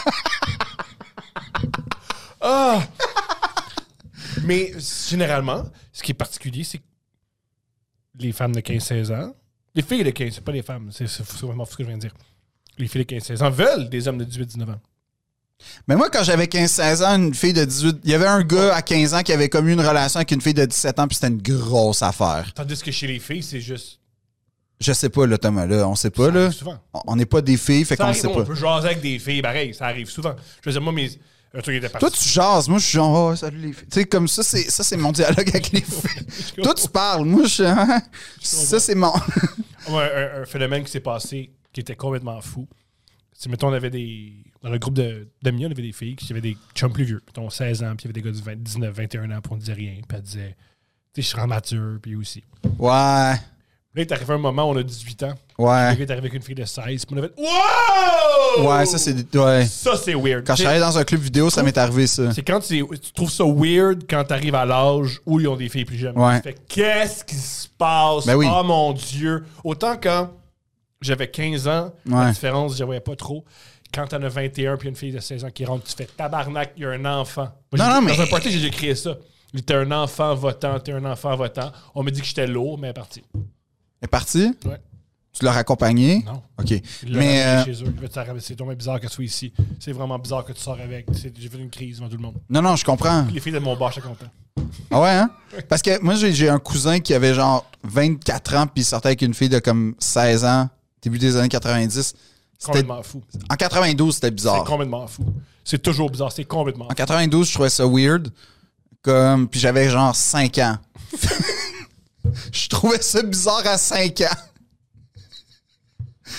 Speaker 2: Ah! Mais généralement, ce qui est particulier, c'est que les femmes de 15-16 ans, les filles de 15, c'est pas les femmes, c'est vraiment fou ce que je viens de dire. Les filles de 15-16 ans veulent des hommes de 18-19 ans.
Speaker 1: Mais moi, quand j'avais 15-16 ans, une fille de 18... Il y avait un gars à 15 ans qui avait comme eu une relation avec une fille de 17 ans, puis c'était une grosse affaire.
Speaker 2: Tandis que chez les filles, c'est juste.
Speaker 1: Je sais pas, là, Thomas, là. On sait pas,
Speaker 2: Ça
Speaker 1: là.
Speaker 2: arrive souvent.
Speaker 1: On n'est pas des filles, fait
Speaker 2: Ça
Speaker 1: qu'on
Speaker 2: arrive,
Speaker 1: sait
Speaker 2: on
Speaker 1: pas.
Speaker 2: peut jaser avec des filles, pareil, ça arrive souvent. Je veux dire, moi, un truc était
Speaker 1: Toi,
Speaker 2: parti.
Speaker 1: tu jases. Moi, je suis genre, oh, salut les filles. Tu sais, comme ça, c'est mon dialogue avec les filles. Toi, tu parles. Moi, je hein? Ça, c'est mon...
Speaker 2: Ouais, un phénomène qui s'est passé qui était complètement fou. C'est, mettons, on avait des. Dans le groupe d'amis, on avait des filles qui avaient des chums plus vieux, mettons 16 ans, puis il y avait des gars de 19, 21 ans, puis on disait rien, puis elle disait, tu sais, je suis mature, puis aussi.
Speaker 1: Ouais.
Speaker 2: Là, il est arrivé un moment où on a 18 ans. Le
Speaker 1: Ouais.
Speaker 2: gars est arrivé avec une fille de 16, puis on a fait, wow!
Speaker 1: Ouais, ça, c'est... Ouais.
Speaker 2: Ça, c'est weird.
Speaker 1: Quand je travaillais dans un club vidéo, ça m'est arrivé, ça.
Speaker 2: C'est quand tu trouves ça weird quand tu arrives à l'âge où ils ont des filles plus jeunes.
Speaker 1: Ouais.
Speaker 2: Tu fais, qu'est-ce qui se passe?
Speaker 1: Ben oui.
Speaker 2: Oh mon Dieu! Autant quand j'avais 15 ans,
Speaker 1: Ouais.
Speaker 2: la différence, je ne voyais pas trop. Quand t'en as 21 puis une fille de 16 ans qui rentre, tu fais tabarnak, il y a un enfant. Moi,
Speaker 1: Non, mais-
Speaker 2: Dans un party, j'ai créé ça. T'es un enfant votant, t'es un enfant votant. On me dit que j'étais lourd, mais elle est partie.
Speaker 1: Elle est partie?
Speaker 2: Ouais.
Speaker 1: Tu l'as accompagné?
Speaker 2: Non.
Speaker 1: OK.
Speaker 2: Il l'a
Speaker 1: Mais...
Speaker 2: ramené chez eux. C'est tombé bizarre que tu sois ici. C'est vraiment bizarre que tu sors avec. J'ai fait une crise devant tout le monde.
Speaker 1: Non, je comprends.
Speaker 2: Les filles de mon bar, j'étais content.
Speaker 1: Ah ouais, hein? Parce que moi, j'ai un cousin qui avait genre 24 ans, puis il sortait avec une fille de comme 16 ans, début des années 90. C'était...
Speaker 2: Complètement fou.
Speaker 1: En 92, c'était
Speaker 2: C'est
Speaker 1: bizarre.
Speaker 2: complètement fou. C'est toujours bizarre. C'est complètement
Speaker 1: En
Speaker 2: fou.
Speaker 1: 92, je trouvais ça weird. Comme... Puis j'avais genre 5 ans. Je trouvais ça bizarre à 5 ans.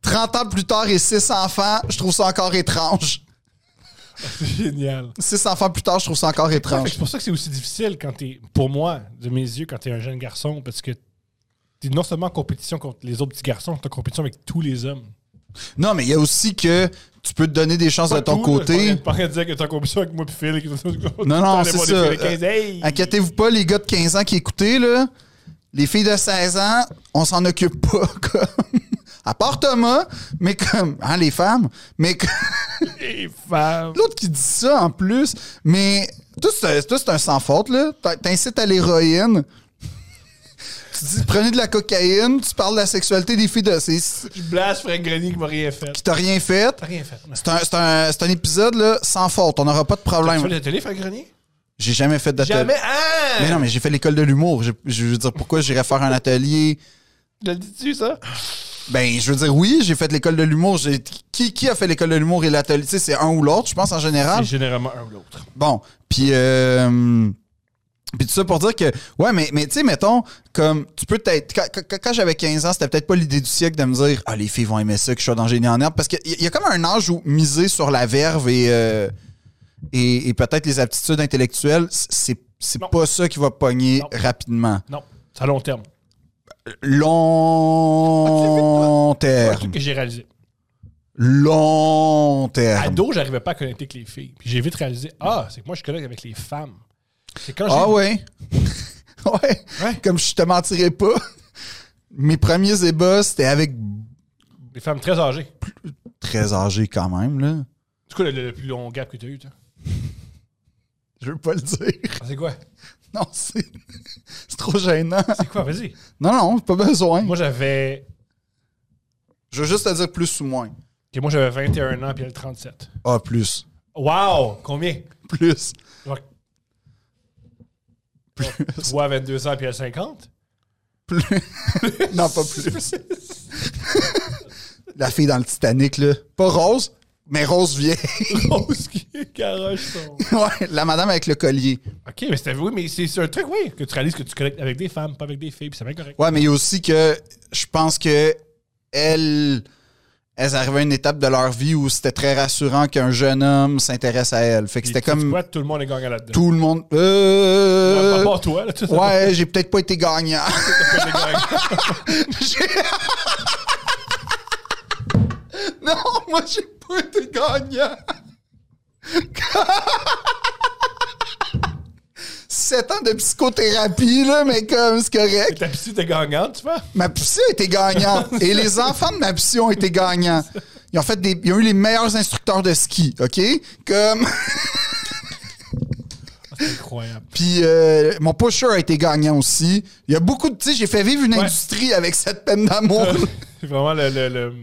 Speaker 1: 30 ans plus tard et 6 enfants, je trouve ça encore étrange.
Speaker 2: C'est génial.
Speaker 1: 6 enfants plus tard, je trouve ça encore
Speaker 2: Fait que
Speaker 1: étrange.
Speaker 2: c'est pour ça que c'est aussi difficile quand t'es, pour moi, de mes yeux, quand t'es un jeune garçon, parce que t'es non seulement en compétition contre les autres petits garçons, t'es en compétition avec tous les hommes.
Speaker 1: Non, mais il y a aussi que tu peux te donner des chances de ton
Speaker 2: tout,
Speaker 1: côté.
Speaker 2: Pas rien de dire que t'es en compétition avec moi puis Phil.
Speaker 1: Non, c'est ça.
Speaker 2: Hey!
Speaker 1: Inquiétez-vous pas, les gars de 15 ans qui écoutaient, là. Les filles de 16 ans, on s'en occupe pas, comme. À part Thomas, mais comme. Hein, les femmes, mais comme.
Speaker 2: Les femmes.
Speaker 1: L'autre qui dit ça en plus, mais. Tout, c'est un sans faute, là. T'incites à l'héroïne. Tu dis, prenez de la cocaïne, tu parles de la sexualité des filles de.
Speaker 2: Je blase Frank Grenier qui m'a rien fait.
Speaker 1: Qui t'a rien fait.
Speaker 2: T'as rien fait.
Speaker 1: C'est un épisode, là, sans faute. On n'aura pas de
Speaker 2: Tu fais
Speaker 1: problème.
Speaker 2: de la télé, Frank Grenier?
Speaker 1: J'ai jamais fait d'atelier.
Speaker 2: Jamais. Ah!
Speaker 1: Mais non, mais j'ai fait l'école de l'humour. Je veux dire, pourquoi j'irais faire un atelier?
Speaker 2: Le dis-tu, ça?
Speaker 1: Ben, je veux dire, oui, j'ai fait l'école de l'humour. Qui a fait l'école de l'humour et l'atelier? Tu sais, c'est un ou l'autre, je pense, en général.
Speaker 2: C'est généralement un ou l'autre.
Speaker 1: Bon, puis tout ça pour dire que, ouais, mais tu sais, mettons, comme, tu peux peut-être, quand j'avais 15 ans, c'était peut-être pas l'idée du siècle de me dire, ah, les filles vont aimer ça, que je sois dans Génie en herbe, parce qu'il y a comme un âge où miser sur la verve et peut-être les aptitudes intellectuelles, c'est
Speaker 2: Non.
Speaker 1: pas ça qui va pogner
Speaker 2: Non.
Speaker 1: rapidement.
Speaker 2: Non, c'est à long terme.
Speaker 1: Long
Speaker 2: C'est un
Speaker 1: terme.
Speaker 2: truc que j'ai réalisé.
Speaker 1: Long terme.
Speaker 2: Ado, j'arrivais pas à connecter avec les filles. Puis j'ai vite réalisé, c'est que moi, je connecte avec les femmes. C'est quand
Speaker 1: Ah ouais. Ouais.
Speaker 2: Ouais.
Speaker 1: Comme je te mentirais pas, mes premiers ébats, c'était avec
Speaker 2: des femmes très âgées.
Speaker 1: très âgés quand même, là.
Speaker 2: C'est quoi le plus long gap que tu as eu, toi?
Speaker 1: Je veux pas le dire.
Speaker 2: C'est quoi?
Speaker 1: Non, c'est trop gênant.
Speaker 2: C'est quoi? Vas-y.
Speaker 1: Non, pas besoin.
Speaker 2: Moi, j'avais...
Speaker 1: Je veux juste te dire plus ou moins.
Speaker 2: Ok, moi, j'avais 21 ans puis elle 37.
Speaker 1: Ah, plus.
Speaker 2: Wow! Combien?
Speaker 1: Plus.
Speaker 2: Genre... 3 à 22 ans puis elle 50?
Speaker 1: Plus. Non, pas plus. La fille dans le Titanic, là. Pas Rose, mais Rose vieille.
Speaker 2: Rose qui garoche son...
Speaker 1: Ouais, la madame avec le collier.
Speaker 2: OK, mais c'était... Oui, mais c'est un truc, oui, que tu réalises que tu connectes avec des femmes, pas avec des filles, puis c'est bien correct.
Speaker 1: Ouais, mais il y a aussi que je pense que elles arrivaient à une étape de leur vie où c'était très rassurant qu'un jeune homme s'intéresse à elle. Fait que
Speaker 2: Puis
Speaker 1: c'était
Speaker 2: tu sais
Speaker 1: comme
Speaker 2: quoi, tout le monde est gagnant là-dedans.
Speaker 1: tout le monde.
Speaker 2: Pas part toi, là. Tu sais,
Speaker 1: Ouais, j'ai peut-être pas été gagnant.
Speaker 2: t'as pas été gagnant.
Speaker 1: Non, moi j'ai pas été gagnant. 7 ans de psychothérapie, là, mais comme c'est correct.
Speaker 2: Ta psy était gagnante, tu vois?
Speaker 1: Ma psy a été gagnante. Et les enfants de ma psy ont été gagnants. Ils ont eu les meilleurs instructeurs de ski, OK? Comme.
Speaker 2: C'est incroyable.
Speaker 1: Puis mon pusher a été gagnant aussi. Il y a beaucoup de. Tu sais, j'ai fait vivre une
Speaker 2: Ouais.
Speaker 1: industrie avec cette peine d'amour.
Speaker 2: C'est vraiment le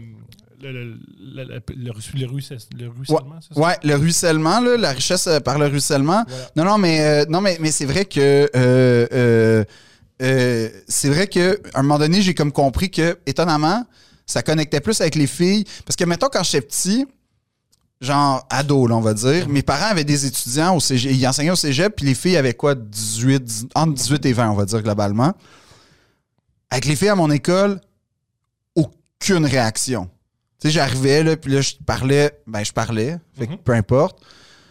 Speaker 2: ruissellement, c'est ça?
Speaker 1: Ouais, le ruissellement, là, la richesse par le ruissellement.
Speaker 2: Voilà.
Speaker 1: Non, mais c'est vrai que c'est vrai que à un moment donné, j'ai comme compris que, étonnamment, ça connectait plus avec les filles. Parce que, mettons, quand j'étais petit, genre ado, là, on va dire, mes parents avaient des étudiants au cégep, ils enseignaient au cégep, puis les filles avaient quoi, entre 18 et 20, on va dire, globalement. Avec les filles à mon école, aucune réaction. Tu sais, j'arrivais, là, puis là, je parlais, fait que peu importe.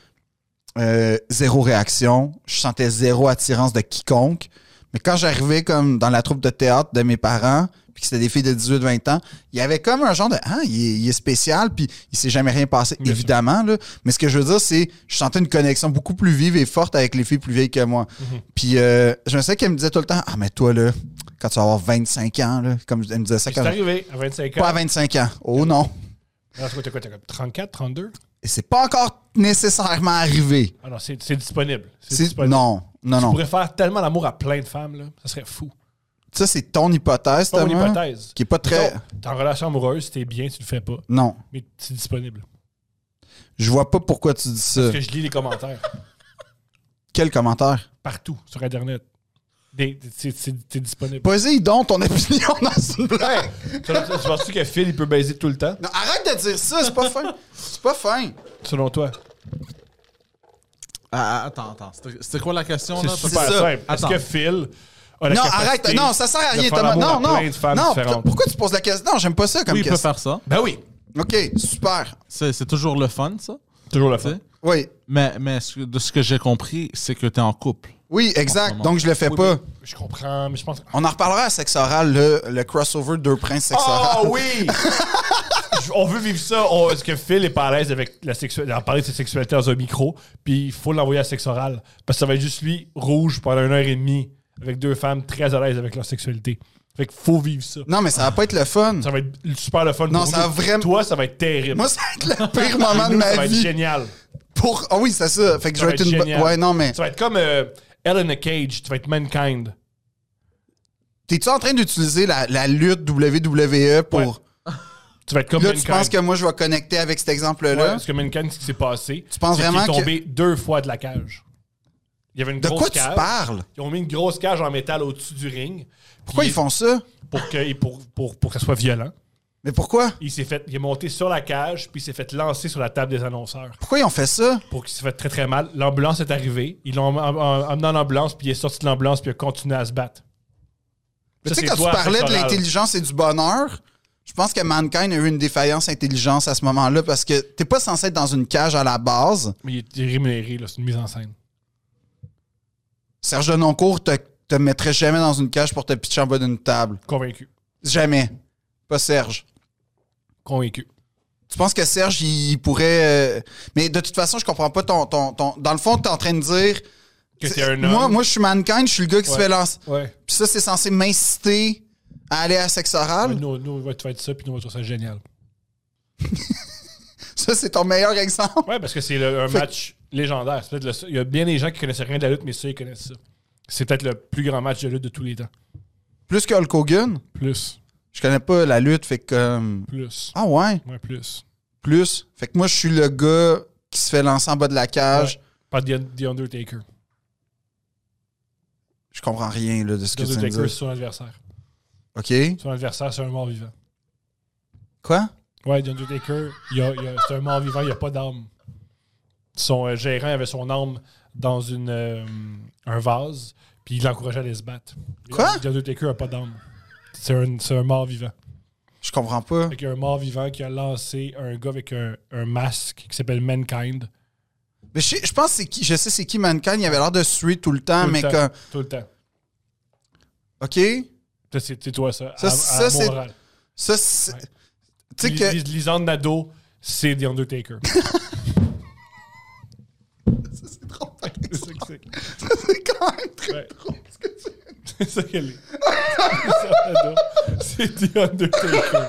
Speaker 1: Zéro réaction. Je sentais zéro attirance de quiconque. Mais quand j'arrivais comme dans la troupe de théâtre de mes parents, puis que c'était des filles de 18-20 ans, il y avait comme un genre de « Ah, il est spécial, puis il s'est jamais rien passé. » Évidemment, là. Mais ce que je veux dire, c'est je sentais une connexion beaucoup plus vive et forte avec les filles plus vieilles que moi. Puis je me sais qu'elle me disait tout le temps « Ah, mais toi, là, quand tu vas avoir 25 ans, là, comme elle me disait ça
Speaker 2: C'est
Speaker 1: quand
Speaker 2: arrivé à 25 ans.
Speaker 1: pas à 25 ans. Oh non.
Speaker 2: Alors, t'as quoi, 34, 32?
Speaker 1: Et c'est pas encore nécessairement arrivé.
Speaker 2: Ah non, c'est disponible. C'est
Speaker 1: C'est-
Speaker 2: disponible.
Speaker 1: Non.
Speaker 2: Tu pourrais faire tellement l'amour à plein de femmes, là. Ça serait fou.
Speaker 1: Ça, c'est ton hypothèse,
Speaker 2: Pas mon
Speaker 1: Thomas,
Speaker 2: hypothèse.
Speaker 1: qui est pas très...
Speaker 2: T'es en relation amoureuse, t'es bien, tu le fais pas.
Speaker 1: Non.
Speaker 2: Mais c'est disponible.
Speaker 1: Je vois pas pourquoi tu dis ça.
Speaker 2: Parce que je lis les commentaires.
Speaker 1: Quel commentaire?
Speaker 2: Partout, sur Internet. C'est disponible.
Speaker 1: Posez donc ton opinion dans une blague.
Speaker 2: Ouais. Tu penses-tu que Phil, il peut baiser tout le temps?
Speaker 1: Non, arrête de dire ça, c'est pas fin. C'est pas fin.
Speaker 2: Selon toi?
Speaker 3: Attends. C'était quoi la question, là?
Speaker 2: C'est super
Speaker 1: ça.
Speaker 2: simple. Est-ce
Speaker 3: Attends.
Speaker 2: que Phil a la
Speaker 1: Non,
Speaker 2: capacité
Speaker 1: arrête. Non, ça sert à
Speaker 2: de
Speaker 1: rien,
Speaker 2: faire
Speaker 1: Thomas.
Speaker 2: l'amour
Speaker 1: Non,
Speaker 2: à
Speaker 1: non.
Speaker 2: plein de femmes
Speaker 1: Non,
Speaker 2: différentes.
Speaker 1: pourquoi tu poses la question? Non, j'aime pas ça comme
Speaker 3: Oui, il peut
Speaker 1: question.
Speaker 3: faire ça.
Speaker 2: Ben oui.
Speaker 1: OK, super.
Speaker 3: C'est toujours le fun, ça.
Speaker 2: Toujours le
Speaker 3: Tu sais.
Speaker 2: fun.
Speaker 1: Oui.
Speaker 3: Mais de ce que j'ai compris, c'est que t'es en couple.
Speaker 1: Oui, exact.
Speaker 3: moment.
Speaker 1: Donc, je le fais
Speaker 2: Oui,
Speaker 1: pas.
Speaker 2: mais je comprends, mais je pense...
Speaker 1: On en reparlera à Sexe Oral, le crossover Deux Princes Sexe Oral.
Speaker 2: Oh oui! On veut vivre ça. Est-ce que Phil est pas à l'aise avec la sexualité, en parler de sa sexualité dans un micro, puis il faut l'envoyer à Sexe Oral. Parce que ça va être juste lui, rouge, pendant 1h30, avec deux femmes très à l'aise avec leur sexualité. Fait qu'il faut vivre ça.
Speaker 1: Non, mais ça va pas être le fun.
Speaker 2: Ça va être super le fun.
Speaker 1: Non,
Speaker 2: pour
Speaker 1: ça
Speaker 2: nous.
Speaker 1: va vraiment-
Speaker 2: Toi, ça va être terrible.
Speaker 1: Moi, ça va être le pire moment de
Speaker 2: Nous, ça
Speaker 1: ma
Speaker 2: va être
Speaker 1: vie.
Speaker 2: génial.
Speaker 1: Ah oui, c'est ça. Fait que
Speaker 2: Ça
Speaker 1: je
Speaker 2: va
Speaker 1: vais être
Speaker 2: être
Speaker 1: une...
Speaker 2: génial.
Speaker 1: Ouais, non, mais...
Speaker 2: Ça va être comme Ellen Cage. Tu vas être Mankind.
Speaker 1: T'es-tu en train d'utiliser la lutte WWE pour...
Speaker 2: Ouais. Tu vas être comme
Speaker 1: Là,
Speaker 2: Mankind.
Speaker 1: tu penses que moi, je vais connecter avec cet exemple-là?
Speaker 2: Ouais, parce que Mankind, ce qui s'est passé,
Speaker 1: Tu penses
Speaker 2: c'est
Speaker 1: vraiment
Speaker 2: qu'il est
Speaker 1: que-
Speaker 2: tombé 2 fois de la cage. Il y avait une
Speaker 1: De
Speaker 2: grosse
Speaker 1: quoi
Speaker 2: cage.
Speaker 1: tu parles?
Speaker 2: Ils ont mis une grosse cage en métal au-dessus du ring.
Speaker 1: Pourquoi
Speaker 2: Puis
Speaker 1: ils font ça?
Speaker 2: pour que ça soit violent.
Speaker 1: Mais pourquoi?
Speaker 2: Il est monté sur la cage, puis il s'est fait lancer sur la table des annonceurs.
Speaker 1: Pourquoi ils ont fait ça?
Speaker 2: Pour qu'il s'est fait très très mal. L'ambulance est arrivée. Ils l'ont emmené en ambulance, puis il est sorti de l'ambulance, puis il a continué à se battre.
Speaker 1: Tu
Speaker 2: Ça,
Speaker 1: sais,
Speaker 2: c'est
Speaker 1: quand tu
Speaker 2: toi,
Speaker 1: parlais de
Speaker 2: Sexe Oral.
Speaker 1: l'intelligence et du bonheur, je pense que Mankind a eu une défaillance intelligence à ce moment-là parce que t'es pas censé être dans une cage à la base.
Speaker 2: Mais il est rémunéré, là. C'est une mise en scène.
Speaker 1: Serge Denoncourt te mettrait jamais dans une cage pour te pitcher en bas d'une table.
Speaker 2: Convaincu.
Speaker 1: Jamais. Pas Serge.
Speaker 2: Convaincu.
Speaker 1: Tu penses que Serge, il pourrait... Mais de toute façon, je comprends pas ton... Dans le fond, t'es en train de dire...
Speaker 2: Que c'est un homme.
Speaker 1: Moi, je suis Mankind, je suis le gars qui se
Speaker 2: Ouais.
Speaker 1: fait lancer.
Speaker 2: Ouais.
Speaker 1: Puis ça, c'est censé m'inciter à aller à sexe oral.
Speaker 2: Nous, on va te faire ça, puis nous, on va trouver ça génial.
Speaker 1: Ça, c'est ton meilleur exemple.
Speaker 2: Ouais, parce que c'est un match légendaire. C'est peut-être il y a bien des gens qui connaissaient rien de la lutte, mais ça, ils connaissent ça. C'est peut-être le plus grand match de lutte de tous les temps.
Speaker 1: Plus que Hulk Hogan.
Speaker 2: Plus.
Speaker 1: Je connais pas la lutte, fait que...
Speaker 2: Plus.
Speaker 1: Ah ouais?
Speaker 2: Ouais, plus.
Speaker 1: Plus. Fait que moi, je suis le gars qui se fait lancer en bas de la cage.
Speaker 2: Ouais. Pas The Undertaker.
Speaker 1: Je comprends rien là, de ce
Speaker 2: The
Speaker 1: que tu viens de
Speaker 2: Undertaker,
Speaker 1: dire.
Speaker 2: c'est son adversaire.
Speaker 1: OK.
Speaker 2: Son adversaire, c'est un mort vivant.
Speaker 1: Quoi?
Speaker 2: Ouais, The Undertaker, c'est un mort vivant, il n'y a pas d'âme. Son gérant avait son âme dans un vase, puis il l'encourageait à aller se battre.
Speaker 1: Quoi?
Speaker 2: The Undertaker n'a pas d'âme. C'est un mort vivant.
Speaker 1: Je comprends pas.
Speaker 2: Fait qu'il y a un mort vivant qui a lancé un gars avec un masque qui s'appelle Mankind.
Speaker 1: Mais je pense que c'est qui. Je sais c'est qui Mankind. Il avait l'air de suer tout le temps,
Speaker 2: Tout le
Speaker 1: mais
Speaker 2: temps.
Speaker 1: quand.
Speaker 2: Tout le temps.
Speaker 1: OK?
Speaker 2: Ça, c'est toi, ça.
Speaker 1: Ça,
Speaker 2: à
Speaker 1: ça, c'est-
Speaker 2: Montréal.
Speaker 1: Ça, c'est.
Speaker 2: Ouais.
Speaker 1: Tu sais que.
Speaker 2: Lisande Nadeau, c'est The Undertaker.
Speaker 1: C'est drôle.
Speaker 2: C'est ça que c'est.
Speaker 1: Ça, c'est quand même très
Speaker 2: Ouais.
Speaker 1: drôle ce que tu viens de
Speaker 2: C'est ça qu'elle est. Lisande Nadeau, c'est The Undertaker.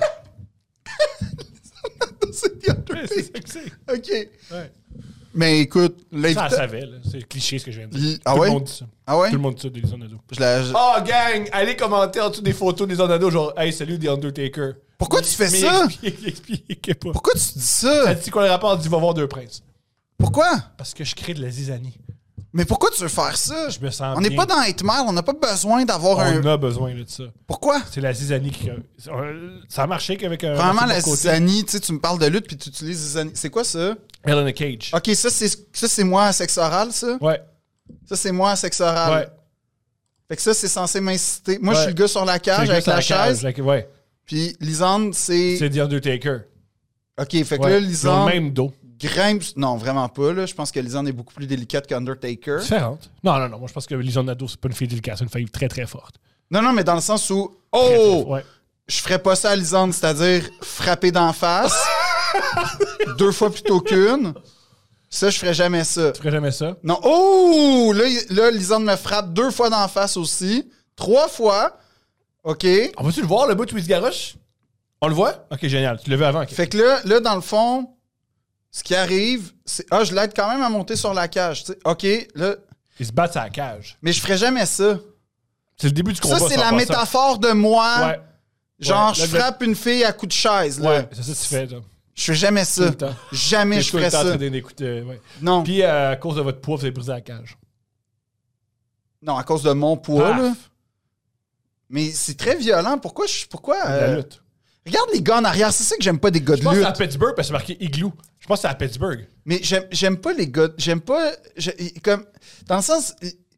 Speaker 1: dire. C'est The
Speaker 2: Ouais,
Speaker 1: Undertaker.
Speaker 2: c'est ça que c'est.
Speaker 1: OK.
Speaker 2: Ouais.
Speaker 1: Mais écoute,
Speaker 2: Ça, elle
Speaker 1: l'invita-
Speaker 2: savait, là. C'est cliché ce que je viens de dire.
Speaker 1: Ah
Speaker 2: Tout
Speaker 1: ouais?
Speaker 2: le monde dit ça.
Speaker 1: Ah ouais?
Speaker 2: Tout le monde dit ça de Lisande Nadeau.
Speaker 1: Je-
Speaker 2: Oh, gang! Allez commenter en dessous des photos de Lisande Nadeau, genre, hey, salut The Undertaker.
Speaker 1: Pourquoi tu fais
Speaker 2: Mais
Speaker 1: ça?
Speaker 2: Il expliquait pas.
Speaker 1: Pourquoi tu dis
Speaker 2: Ça
Speaker 1: ça?
Speaker 2: dit quoi le rapport? Il dit, va voir Deux Princes.
Speaker 1: Pourquoi?
Speaker 2: Parce que je crée de la zizanie.
Speaker 1: Mais pourquoi tu veux faire ça?
Speaker 2: Je me sens
Speaker 1: On n'est
Speaker 2: bien.
Speaker 1: pas dans 8 Mile, on n'a pas besoin d'avoir un.
Speaker 2: On a besoin de ça.
Speaker 1: Pourquoi?
Speaker 2: C'est la zizanie qui... Ça a marché qu'avec un...
Speaker 1: Vraiment, la
Speaker 2: un côté.
Speaker 1: zizanie, tu sais, tu me parles de lutte puis tu utilises zizanie. C'est quoi ça?
Speaker 2: Ellen Cage.
Speaker 1: Ok, ça c'est moi à sexe oral, ça?
Speaker 2: Ouais.
Speaker 1: Ça, c'est moi à sexe oral.
Speaker 2: Ouais.
Speaker 1: Fait que ça, c'est censé m'inciter. Moi, je
Speaker 2: Ouais.
Speaker 1: suis le gars sur la
Speaker 2: C'est
Speaker 1: cage
Speaker 2: le
Speaker 1: avec
Speaker 2: gars
Speaker 1: la
Speaker 2: sur cage,
Speaker 1: chaise.
Speaker 2: ouais.
Speaker 1: Puis Lisande, c'est.
Speaker 2: C'est The Undertaker.
Speaker 1: Ok, fait que
Speaker 2: Ouais.
Speaker 1: là,
Speaker 2: Ils ont
Speaker 1: Lisande
Speaker 2: le même dos.
Speaker 1: grimpe. Non, vraiment pas, là. Je pense que Lisande est beaucoup plus délicate qu'Undertaker.
Speaker 2: Différente. Non. Moi, je pense que Lisande Nadeau, c'est pas une fille délicate. C'est une fille très, très forte.
Speaker 1: Non, non, mais dans le sens où.
Speaker 2: Très, très
Speaker 1: Oh!
Speaker 2: forte. Ouais.
Speaker 1: Je ferais pas ça à Lisande, c'est-à-dire frapper d'en face. 2 fois plutôt qu'une. Ça, je ferais jamais ça.
Speaker 2: Tu ferais jamais ça?
Speaker 1: Non. Oh! Là, Lisande me frappe 2 fois d'en face aussi. 3 fois. OK.
Speaker 2: On va-tu le voir, le bout de Louis Garoche? On le voit? Ok, génial. Tu l'as vu avant. ok.
Speaker 1: Fait que là, dans le fond, ce qui arrive, c'est. Ah, je l'aide quand même à monter sur la cage. Tu sais. OK, là.
Speaker 2: Ils se battent à la cage.
Speaker 1: Mais je ferais jamais ça.
Speaker 2: C'est le début du combat.
Speaker 1: Ça, c'est
Speaker 2: en
Speaker 1: la
Speaker 2: passant.
Speaker 1: métaphore de moi.
Speaker 2: Ouais.
Speaker 1: Genre,
Speaker 2: Ouais,
Speaker 1: je
Speaker 2: là,
Speaker 1: frappe une fille à coup de chaise. Là.
Speaker 2: Ouais, c'est ça que tu fais, toi.
Speaker 1: Je fais jamais
Speaker 2: Tout
Speaker 1: ça.
Speaker 2: le temps.
Speaker 1: Jamais
Speaker 2: T'es
Speaker 1: je
Speaker 2: tout le
Speaker 1: ferais
Speaker 2: temps en
Speaker 1: ça.
Speaker 2: train d'écouter, ouais.
Speaker 1: Non.
Speaker 2: Puis, à cause de votre poids, vous avez brisé la cage.
Speaker 1: Non, à cause de mon poids,
Speaker 2: Paf.
Speaker 1: là. Mais c'est très violent. Pourquoi?
Speaker 2: La lutte.
Speaker 1: Regarde les gars en arrière. C'est ça que j'aime pas des gars
Speaker 2: Je
Speaker 1: de
Speaker 2: pense que c'est à
Speaker 1: lutte.
Speaker 2: Pittsburgh parce que c'est marqué Igloo. Je pense que c'est à Pittsburgh.
Speaker 1: Mais j'aime pas les gars. J'aime pas. Comme, dans le sens.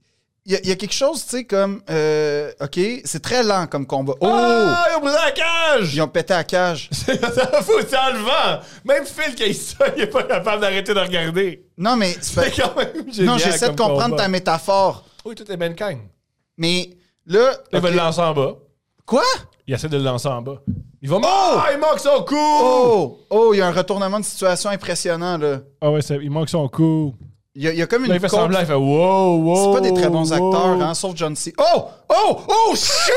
Speaker 1: il y a quelque chose, tu sais, comme... OK, c'est très lent comme combat. Oh!
Speaker 2: Ah, ils ont brisé la cage!
Speaker 1: Ils ont pété la cage.
Speaker 2: Ça fout dans le vent! Même Phil qui a ça, il est pas capable d'arrêter de regarder.
Speaker 1: Non, mais...
Speaker 2: C'est quand même génial.
Speaker 1: Non, j'essaie de
Speaker 2: comme
Speaker 1: comprendre
Speaker 2: combat.
Speaker 1: ta métaphore.
Speaker 2: Oui, tout est Mankind.
Speaker 1: Mais là...
Speaker 2: Il
Speaker 1: OK.
Speaker 2: va le lancer en bas.
Speaker 1: Quoi?
Speaker 2: Il essaie de le lancer en bas. Il va... Ah, il manque son coup!
Speaker 1: Oh, il y a un retournement de situation impressionnant, là.
Speaker 2: Ah ouais, il manque son coup.
Speaker 1: Il y a comme une
Speaker 2: Là, il fait
Speaker 1: courbe.
Speaker 2: semblant, il fait wow.
Speaker 1: C'est pas des très bons
Speaker 2: wow.
Speaker 1: acteurs, hein, sauf John C. Oh, shit!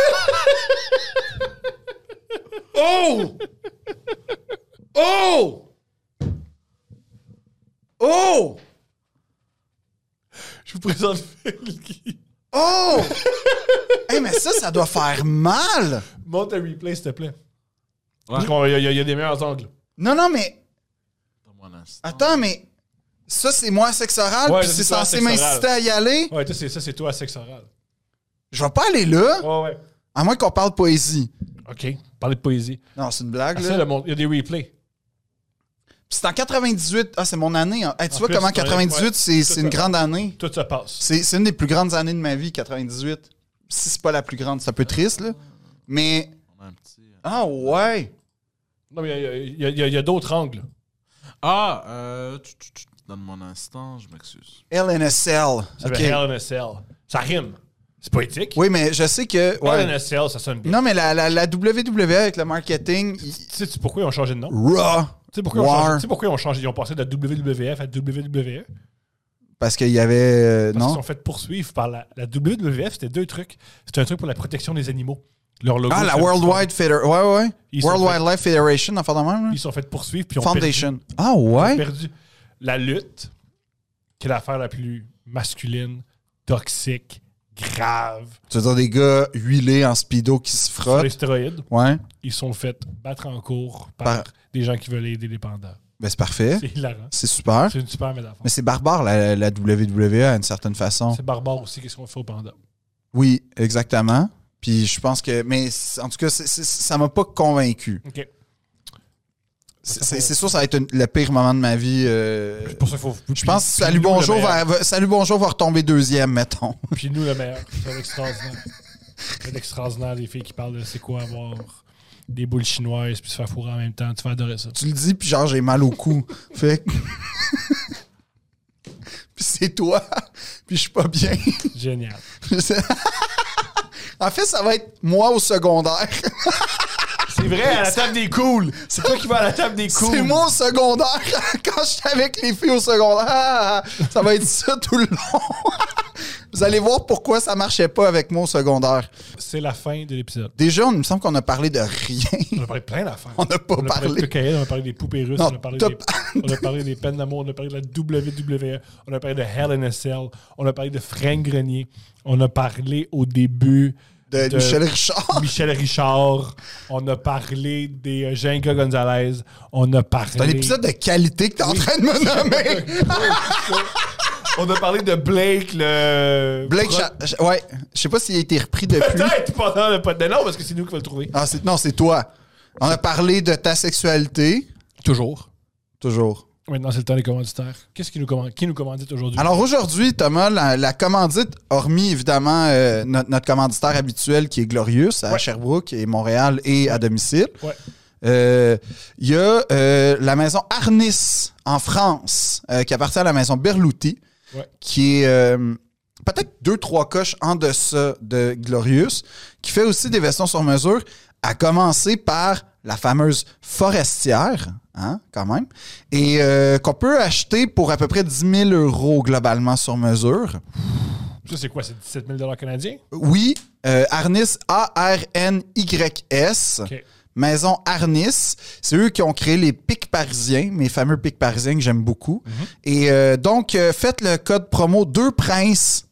Speaker 1: Oh!
Speaker 2: Je vous présente Phil qui...
Speaker 1: Oh! Hey, mais ça doit faire mal!
Speaker 2: Monte un replay, s'il te plaît.
Speaker 3: Ouais.
Speaker 2: Parce qu'il y a des meilleurs angles.
Speaker 1: Non, mais...
Speaker 3: Donne-moi un instant.
Speaker 1: Attends, mais... Ça, c'est moi, sexe oral,
Speaker 2: Ouais,
Speaker 1: puis
Speaker 2: ça,
Speaker 1: c'est
Speaker 2: c'est toi,
Speaker 1: censé
Speaker 2: sexe
Speaker 1: m'inciter à y aller.
Speaker 2: Ouais, ça, c'est toi, sexe oral.
Speaker 1: Je vais pas aller là,
Speaker 2: Ouais.
Speaker 1: à moins qu'on parle poésie.
Speaker 2: OK. Parler de poésie.
Speaker 1: Non, c'est une blague,
Speaker 2: Ça,
Speaker 1: là.
Speaker 2: il y a des replays.
Speaker 1: Puis c'est en 98. Ah, c'est mon année. Hein. Hey, tu
Speaker 2: En
Speaker 1: vois
Speaker 2: plus,
Speaker 1: comment
Speaker 2: ouais,
Speaker 1: 98,
Speaker 2: ouais.
Speaker 1: c'est
Speaker 2: Tout
Speaker 1: une
Speaker 2: ça.
Speaker 1: grande année.
Speaker 2: Tout se passe.
Speaker 1: C'est une des plus grandes années de ma vie, 98. Si c'est pas la plus grande, c'est un peu triste, là. Mais...
Speaker 3: On a un petit...
Speaker 1: Ah, ouais!
Speaker 2: Non, mais il y a d'autres angles.
Speaker 3: Donne-moi un instant, je m'excuse.
Speaker 1: LNSL.
Speaker 2: Ça
Speaker 1: OK.
Speaker 2: s'appelle Hell in a Cell. Ça rime. C'est poétique.
Speaker 1: Oui, mais je sais que...
Speaker 2: Hell in
Speaker 1: Ouais.
Speaker 2: a Cell, ça sonne bien.
Speaker 1: Non, mais la WWE avec le marketing...
Speaker 2: Sais-tu pourquoi ils ont changé de nom?
Speaker 1: Raw.
Speaker 2: Tu sais pourquoi,
Speaker 1: War.
Speaker 2: ils ont changé? Ils ont passé de WWF à WWE.
Speaker 1: Parce qu'il y avait...
Speaker 2: Parce qu'ils
Speaker 1: non?
Speaker 2: sont fait poursuivre par la WWF. C'était deux trucs. C'était un truc pour la protection des animaux. Leur logo.
Speaker 1: Ah, la
Speaker 2: c'est-
Speaker 1: Worldwide Federation. Ouais.
Speaker 2: Ils sont
Speaker 1: World
Speaker 2: fait-
Speaker 1: Wildlife Federation, enfin de même. là.
Speaker 2: Ils se sont fait poursuivre. Puis ils ont
Speaker 1: Foundation. Ah,
Speaker 2: Perdu, ils ont
Speaker 1: ouais?
Speaker 2: perdu. La lutte, qui est l'affaire la plus masculine, toxique, grave,
Speaker 1: Tu veux dire des gars huilés en speedo qui se
Speaker 2: sur
Speaker 1: frottent?
Speaker 2: les stéroïdes,
Speaker 1: Ouais.
Speaker 2: ils sont fait battre en cours par des gens qui veulent aider les pandas.
Speaker 1: Ben, c'est parfait.
Speaker 2: C'est hilarant.
Speaker 1: C'est super.
Speaker 2: C'est une super métaphore.
Speaker 1: Mais c'est barbare, la WWE, à une certaine façon.
Speaker 2: C'est barbare aussi, qu'est-ce qu'on fait aux pandas.
Speaker 1: Oui, exactement. Puis je pense que... Mais en tout cas, ça m'a pas convaincu.
Speaker 2: OK.
Speaker 1: C'est sûr, ça va être le pire moment de ma vie.
Speaker 2: C'est pour ça qu'il faut...
Speaker 1: Je pense que Salut Bonjour va retomber deuxième, mettons.
Speaker 2: Puis nous, le meilleur. C'est extraordinaire. C'est extraordinaire, les filles qui parlent de c'est quoi avoir des boules chinoises puis se faire fourrer en même temps. Tu vas adorer ça.
Speaker 1: Tu le dis, puis genre, j'ai mal au cou. Fait que... Puis c'est toi, puis je suis pas bien.
Speaker 2: Génial.
Speaker 1: En fait, ça va être moi au secondaire.
Speaker 2: C'est vrai, à la table des cools. C'est toi qui vas à la table des cools.
Speaker 1: C'est moi au secondaire. Quand j'étais avec les filles au secondaire, ça va être ça tout le long. Vous allez voir pourquoi ça marchait pas avec moi au secondaire.
Speaker 2: C'est la fin de l'épisode.
Speaker 1: Déjà, il me semble qu'on a parlé de rien.
Speaker 2: On a parlé de plein d'affaires.
Speaker 1: On n'a pas
Speaker 2: On a parlé de
Speaker 1: parlé.
Speaker 2: cocaïne, on a parlé des poupées russes,
Speaker 1: Non,
Speaker 2: on a
Speaker 1: top.
Speaker 2: parlé des peines d'amour, on a parlé de la WWE, on a parlé de Hell in a Cell, on a parlé de Frank Grenier, on a parlé au début
Speaker 1: De Michel Richard.
Speaker 2: Michel Richard, on a parlé des Jenga Gonzalez, on a parlé...
Speaker 1: C'est un épisode de qualité que t'es en train de me nommer.
Speaker 2: On a parlé de Blake, le...
Speaker 1: Blake, ouais. Je sais pas s'il a été repris depuis.
Speaker 2: Peut-être pendant le pod de non, parce que c'est nous qui va le trouver.
Speaker 1: Ah, non, c'est toi. On a parlé de ta sexualité.
Speaker 2: Toujours.
Speaker 1: Toujours.
Speaker 2: Maintenant, c'est le temps des commanditaires. Qui nous commandite aujourd'hui?
Speaker 1: Alors aujourd'hui, Thomas, la commandite, hormis évidemment notre commanditaire habituel qui est Glorious à
Speaker 2: Ouais.
Speaker 1: Sherbrooke et Montréal et à domicile,
Speaker 2: Ouais.
Speaker 1: il y a la maison Arnis en France qui appartient à la maison Berluti,
Speaker 2: Ouais.
Speaker 1: qui est peut-être 2-3 coches en deçà de Glorious, qui fait aussi des veston sur mesure, à commencer par la fameuse Forestière, hein, quand même, et qu'on peut acheter pour à peu près 10 000 € globalement sur mesure.
Speaker 2: Ça, c'est quoi? C'est 17 000 canadiens?
Speaker 1: Oui, Arnis, A-R-N-Y-S.
Speaker 2: OK.
Speaker 1: Maison Arnis, c'est eux qui ont créé les pics parisiens, mes fameux pics parisiens que j'aime beaucoup. Et donc, faites le code promo 2 Princes.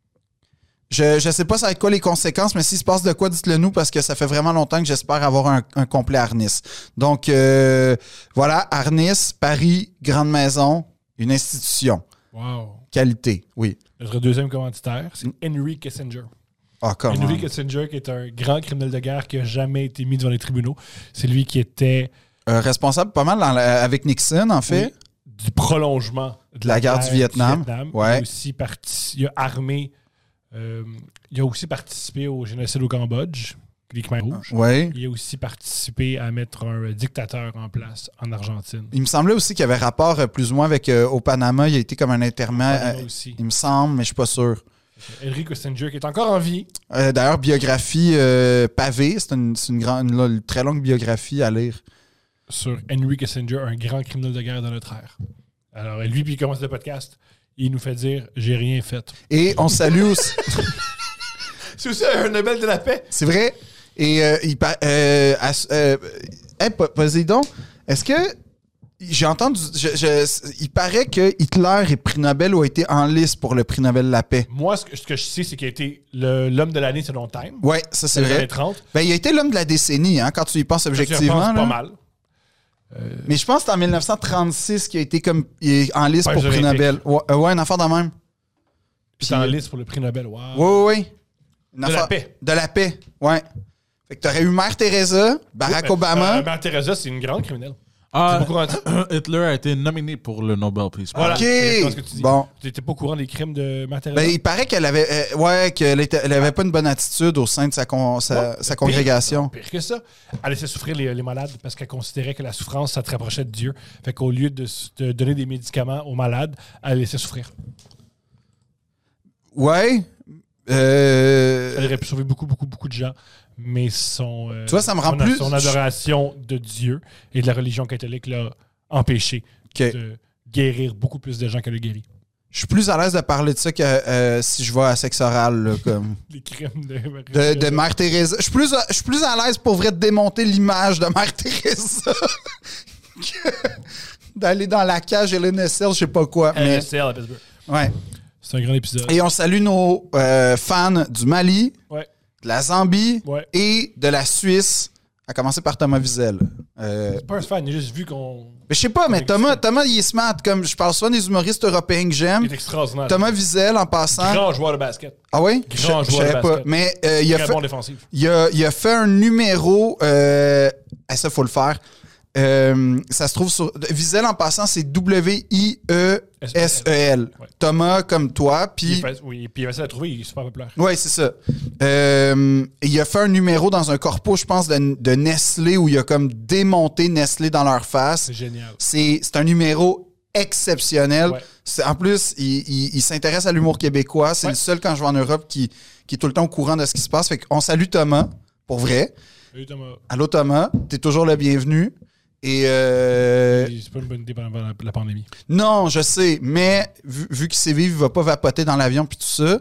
Speaker 1: Je sais pas ça va être quoi les conséquences, mais s'il se passe de quoi, dites-le nous parce que ça fait vraiment longtemps que j'espère avoir un complet Arnis. Donc, voilà, Arnis, Paris, grande maison, une institution.
Speaker 2: Wow.
Speaker 1: Qualité, oui.
Speaker 2: Notre deuxième commanditaire, c'est Henry Kissinger.
Speaker 1: Ah, comment?
Speaker 2: Henry Kissinger, qui est un grand criminel de guerre qui n'a jamais été mis devant les tribunaux. C'est lui qui était
Speaker 1: Responsable pas mal avec Nixon, en fait.
Speaker 2: du prolongement de
Speaker 1: La guerre du Vietnam.
Speaker 2: Il
Speaker 1: Ouais.
Speaker 2: a aussi il a armé
Speaker 4: Il a aussi participé au génocide au Cambodge, les Khmers rouges.
Speaker 1: Ouais.
Speaker 4: Il a aussi participé à mettre un dictateur en place en Argentine.
Speaker 1: Il me semblait aussi qu'il y avait rapport plus ou moins avec au Panama. Il a été comme un intermédiaire.
Speaker 4: Panama aussi.
Speaker 1: Il me semble, mais je suis pas sûr.
Speaker 4: Henry Kissinger qui est encore en vie.
Speaker 1: D'ailleurs, biographie pavée. C'est une très longue biographie à lire.
Speaker 4: Sur Henry Kissinger, un grand criminel de guerre de notre ère. Alors, lui, puis il commence le podcast. Il nous fait dire « J'ai rien fait
Speaker 1: Et on salue aussi. ».
Speaker 4: C'est aussi un Nobel de la paix.
Speaker 1: C'est vrai. Et Poséidon, est-ce que j'ai entendu. Il paraît que Hitler et prix Nobel ont été en lice pour le prix Nobel de la paix.
Speaker 4: Moi, ce que je sais, c'est qu'il a été l'homme de l'année selon Time.
Speaker 1: Ouais, ça c'est
Speaker 4: Dans les
Speaker 1: vrai.
Speaker 4: années 30.
Speaker 1: Ben, il a été l'homme de la décennie, hein, quand tu y penses objectivement.
Speaker 4: C'est
Speaker 1: là.
Speaker 4: pas mal.
Speaker 1: Mais je pense que c'est en 1936 qu'il a été comme il est en liste
Speaker 4: Ouais,
Speaker 1: pour
Speaker 4: les
Speaker 1: prix
Speaker 4: Olympiques.
Speaker 1: Nobel. Ouais, une affaire de même.
Speaker 4: Puis c'est en liste pour le prix Nobel. Wow.
Speaker 1: Oui. Une
Speaker 4: De
Speaker 1: affaire-
Speaker 4: la paix.
Speaker 1: De la paix, ouais. Fait que t'aurais eu Mère Teresa, Barack Obama.
Speaker 4: Mère Teresa, c'est une grande criminelle.
Speaker 3: Ah,
Speaker 4: T'es pas au courant de ça?
Speaker 3: Hitler a été nominé pour le Nobel Peace Prize.
Speaker 4: Voilà.
Speaker 1: OK.
Speaker 4: C'est ce que tu dis.
Speaker 1: Bon.
Speaker 4: Tu n'étais pas au courant des crimes de Mère Teresa?
Speaker 1: Ben, il paraît qu'elle avait, qu'elle avait pas une bonne attitude au sein de sa congrégation.
Speaker 4: Pire que ça, elle laissait souffrir les malades parce qu'elle considérait que la souffrance, ça te rapprochait de Dieu. Fait qu'au lieu de donner des médicaments aux malades, elle laissait souffrir.
Speaker 1: Ouais.
Speaker 4: Elle aurait pu sauver beaucoup de gens, mais son,
Speaker 1: Tu vois, ça me rend plus-
Speaker 4: son adoration de Dieu et de la religion catholique l'a empêché
Speaker 1: OK.
Speaker 4: de guérir beaucoup plus de gens qu'elle a guéri.
Speaker 1: Je suis plus à l'aise de parler de ça que si je vais à sexe oral, là, comme.
Speaker 4: Les crimes
Speaker 1: De Mère Teresa. Je suis plus à l'aise pour vrai de démonter l'image de Mère Teresa que d'aller dans la cage et l'NSL, je sais pas quoi. Mais,
Speaker 4: LSL à Pittsburgh.
Speaker 1: ouais.
Speaker 4: C'est un grand épisode.
Speaker 1: Et on salue nos fans du Mali,
Speaker 4: Ouais.
Speaker 1: de la Zambie
Speaker 4: Ouais.
Speaker 1: et de la Suisse, à commencer par Thomas Wiesel.
Speaker 4: C'est pas un fan, il a juste vu qu'on.
Speaker 1: Mais je sais pas, mais
Speaker 4: Avec
Speaker 1: Thomas,
Speaker 4: ça.
Speaker 1: il est smart. Comme je parle souvent des humoristes européens que j'aime.
Speaker 4: Il est extraordinaire.
Speaker 1: Thomas Wiesel, en passant.
Speaker 4: Grand joueur de basket.
Speaker 1: Ah oui?
Speaker 4: Grand
Speaker 1: Je
Speaker 4: joueur de
Speaker 1: savais pas.
Speaker 4: basket.
Speaker 1: Mais il a
Speaker 4: Très
Speaker 1: fait.
Speaker 4: bon défensif.
Speaker 1: Il a fait un numéro. Ça, faut le faire. Ça se trouve sur. Wiesel, en passant, c'est Wiesel.
Speaker 4: Ouais.
Speaker 1: Thomas, comme toi. Puis.
Speaker 4: Oui, puis il va essayer de la trouver, il est super populaire.
Speaker 1: Oui, c'est ça. Il a fait un numéro dans un corpo, je pense, de Nestlé, où il a comme démonté Nestlé dans leur face.
Speaker 4: C'est génial.
Speaker 1: C'est un numéro exceptionnel.
Speaker 4: Ouais.
Speaker 1: En plus, il s'intéresse à l'humour québécois. C'est
Speaker 4: Ouais.
Speaker 1: le seul, quand je vais en Europe, qui est tout le temps au courant de ce qui se passe. Fait qu'on salue Thomas, pour vrai.
Speaker 4: Salut Thomas.
Speaker 1: Allô Thomas, t'es toujours le bienvenu. Et
Speaker 4: C'est pas une bonne idée pendant la pandémie.
Speaker 1: non, je sais, mais vu qu'il sait vivre, il va pas vapoter dans l'avion puis tout ça.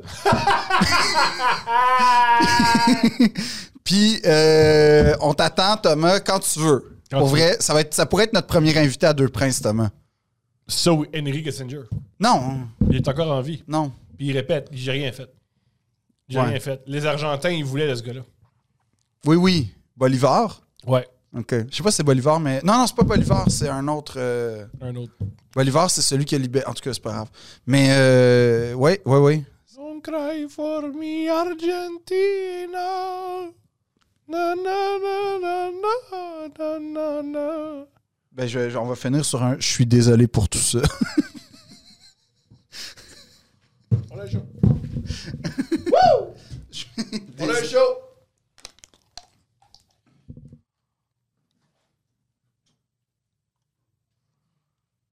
Speaker 1: Puis on t'attend, Thomas, quand tu veux.
Speaker 4: Quand
Speaker 1: Pour
Speaker 4: tu
Speaker 1: vrai, ça pourrait être notre premier invité à Deux Princes, Thomas.
Speaker 4: So, Henry Kissinger.
Speaker 1: Non,
Speaker 4: Il est encore en vie.
Speaker 1: non.
Speaker 4: Puis il répète, j'ai rien fait. J'ai
Speaker 1: Ouais.
Speaker 4: rien fait. Les Argentins, ils voulaient de ce gars-là.
Speaker 1: Oui. Bolivar?
Speaker 4: Ouais.
Speaker 1: OK. Je sais pas si c'est Bolivar, mais... Non, c'est pas Bolivar, c'est un autre...
Speaker 4: Un autre.
Speaker 1: Bolivar, c'est celui qui a libéré... En tout cas, c'est pas grave. Mais, oui.
Speaker 4: Don't cry for me, Argentina. Na, na, na, na, na, na, na, na.
Speaker 1: Ben, on va finir sur un... Je suis désolé pour tout ça.
Speaker 4: On a un show. Wouh! On a un show.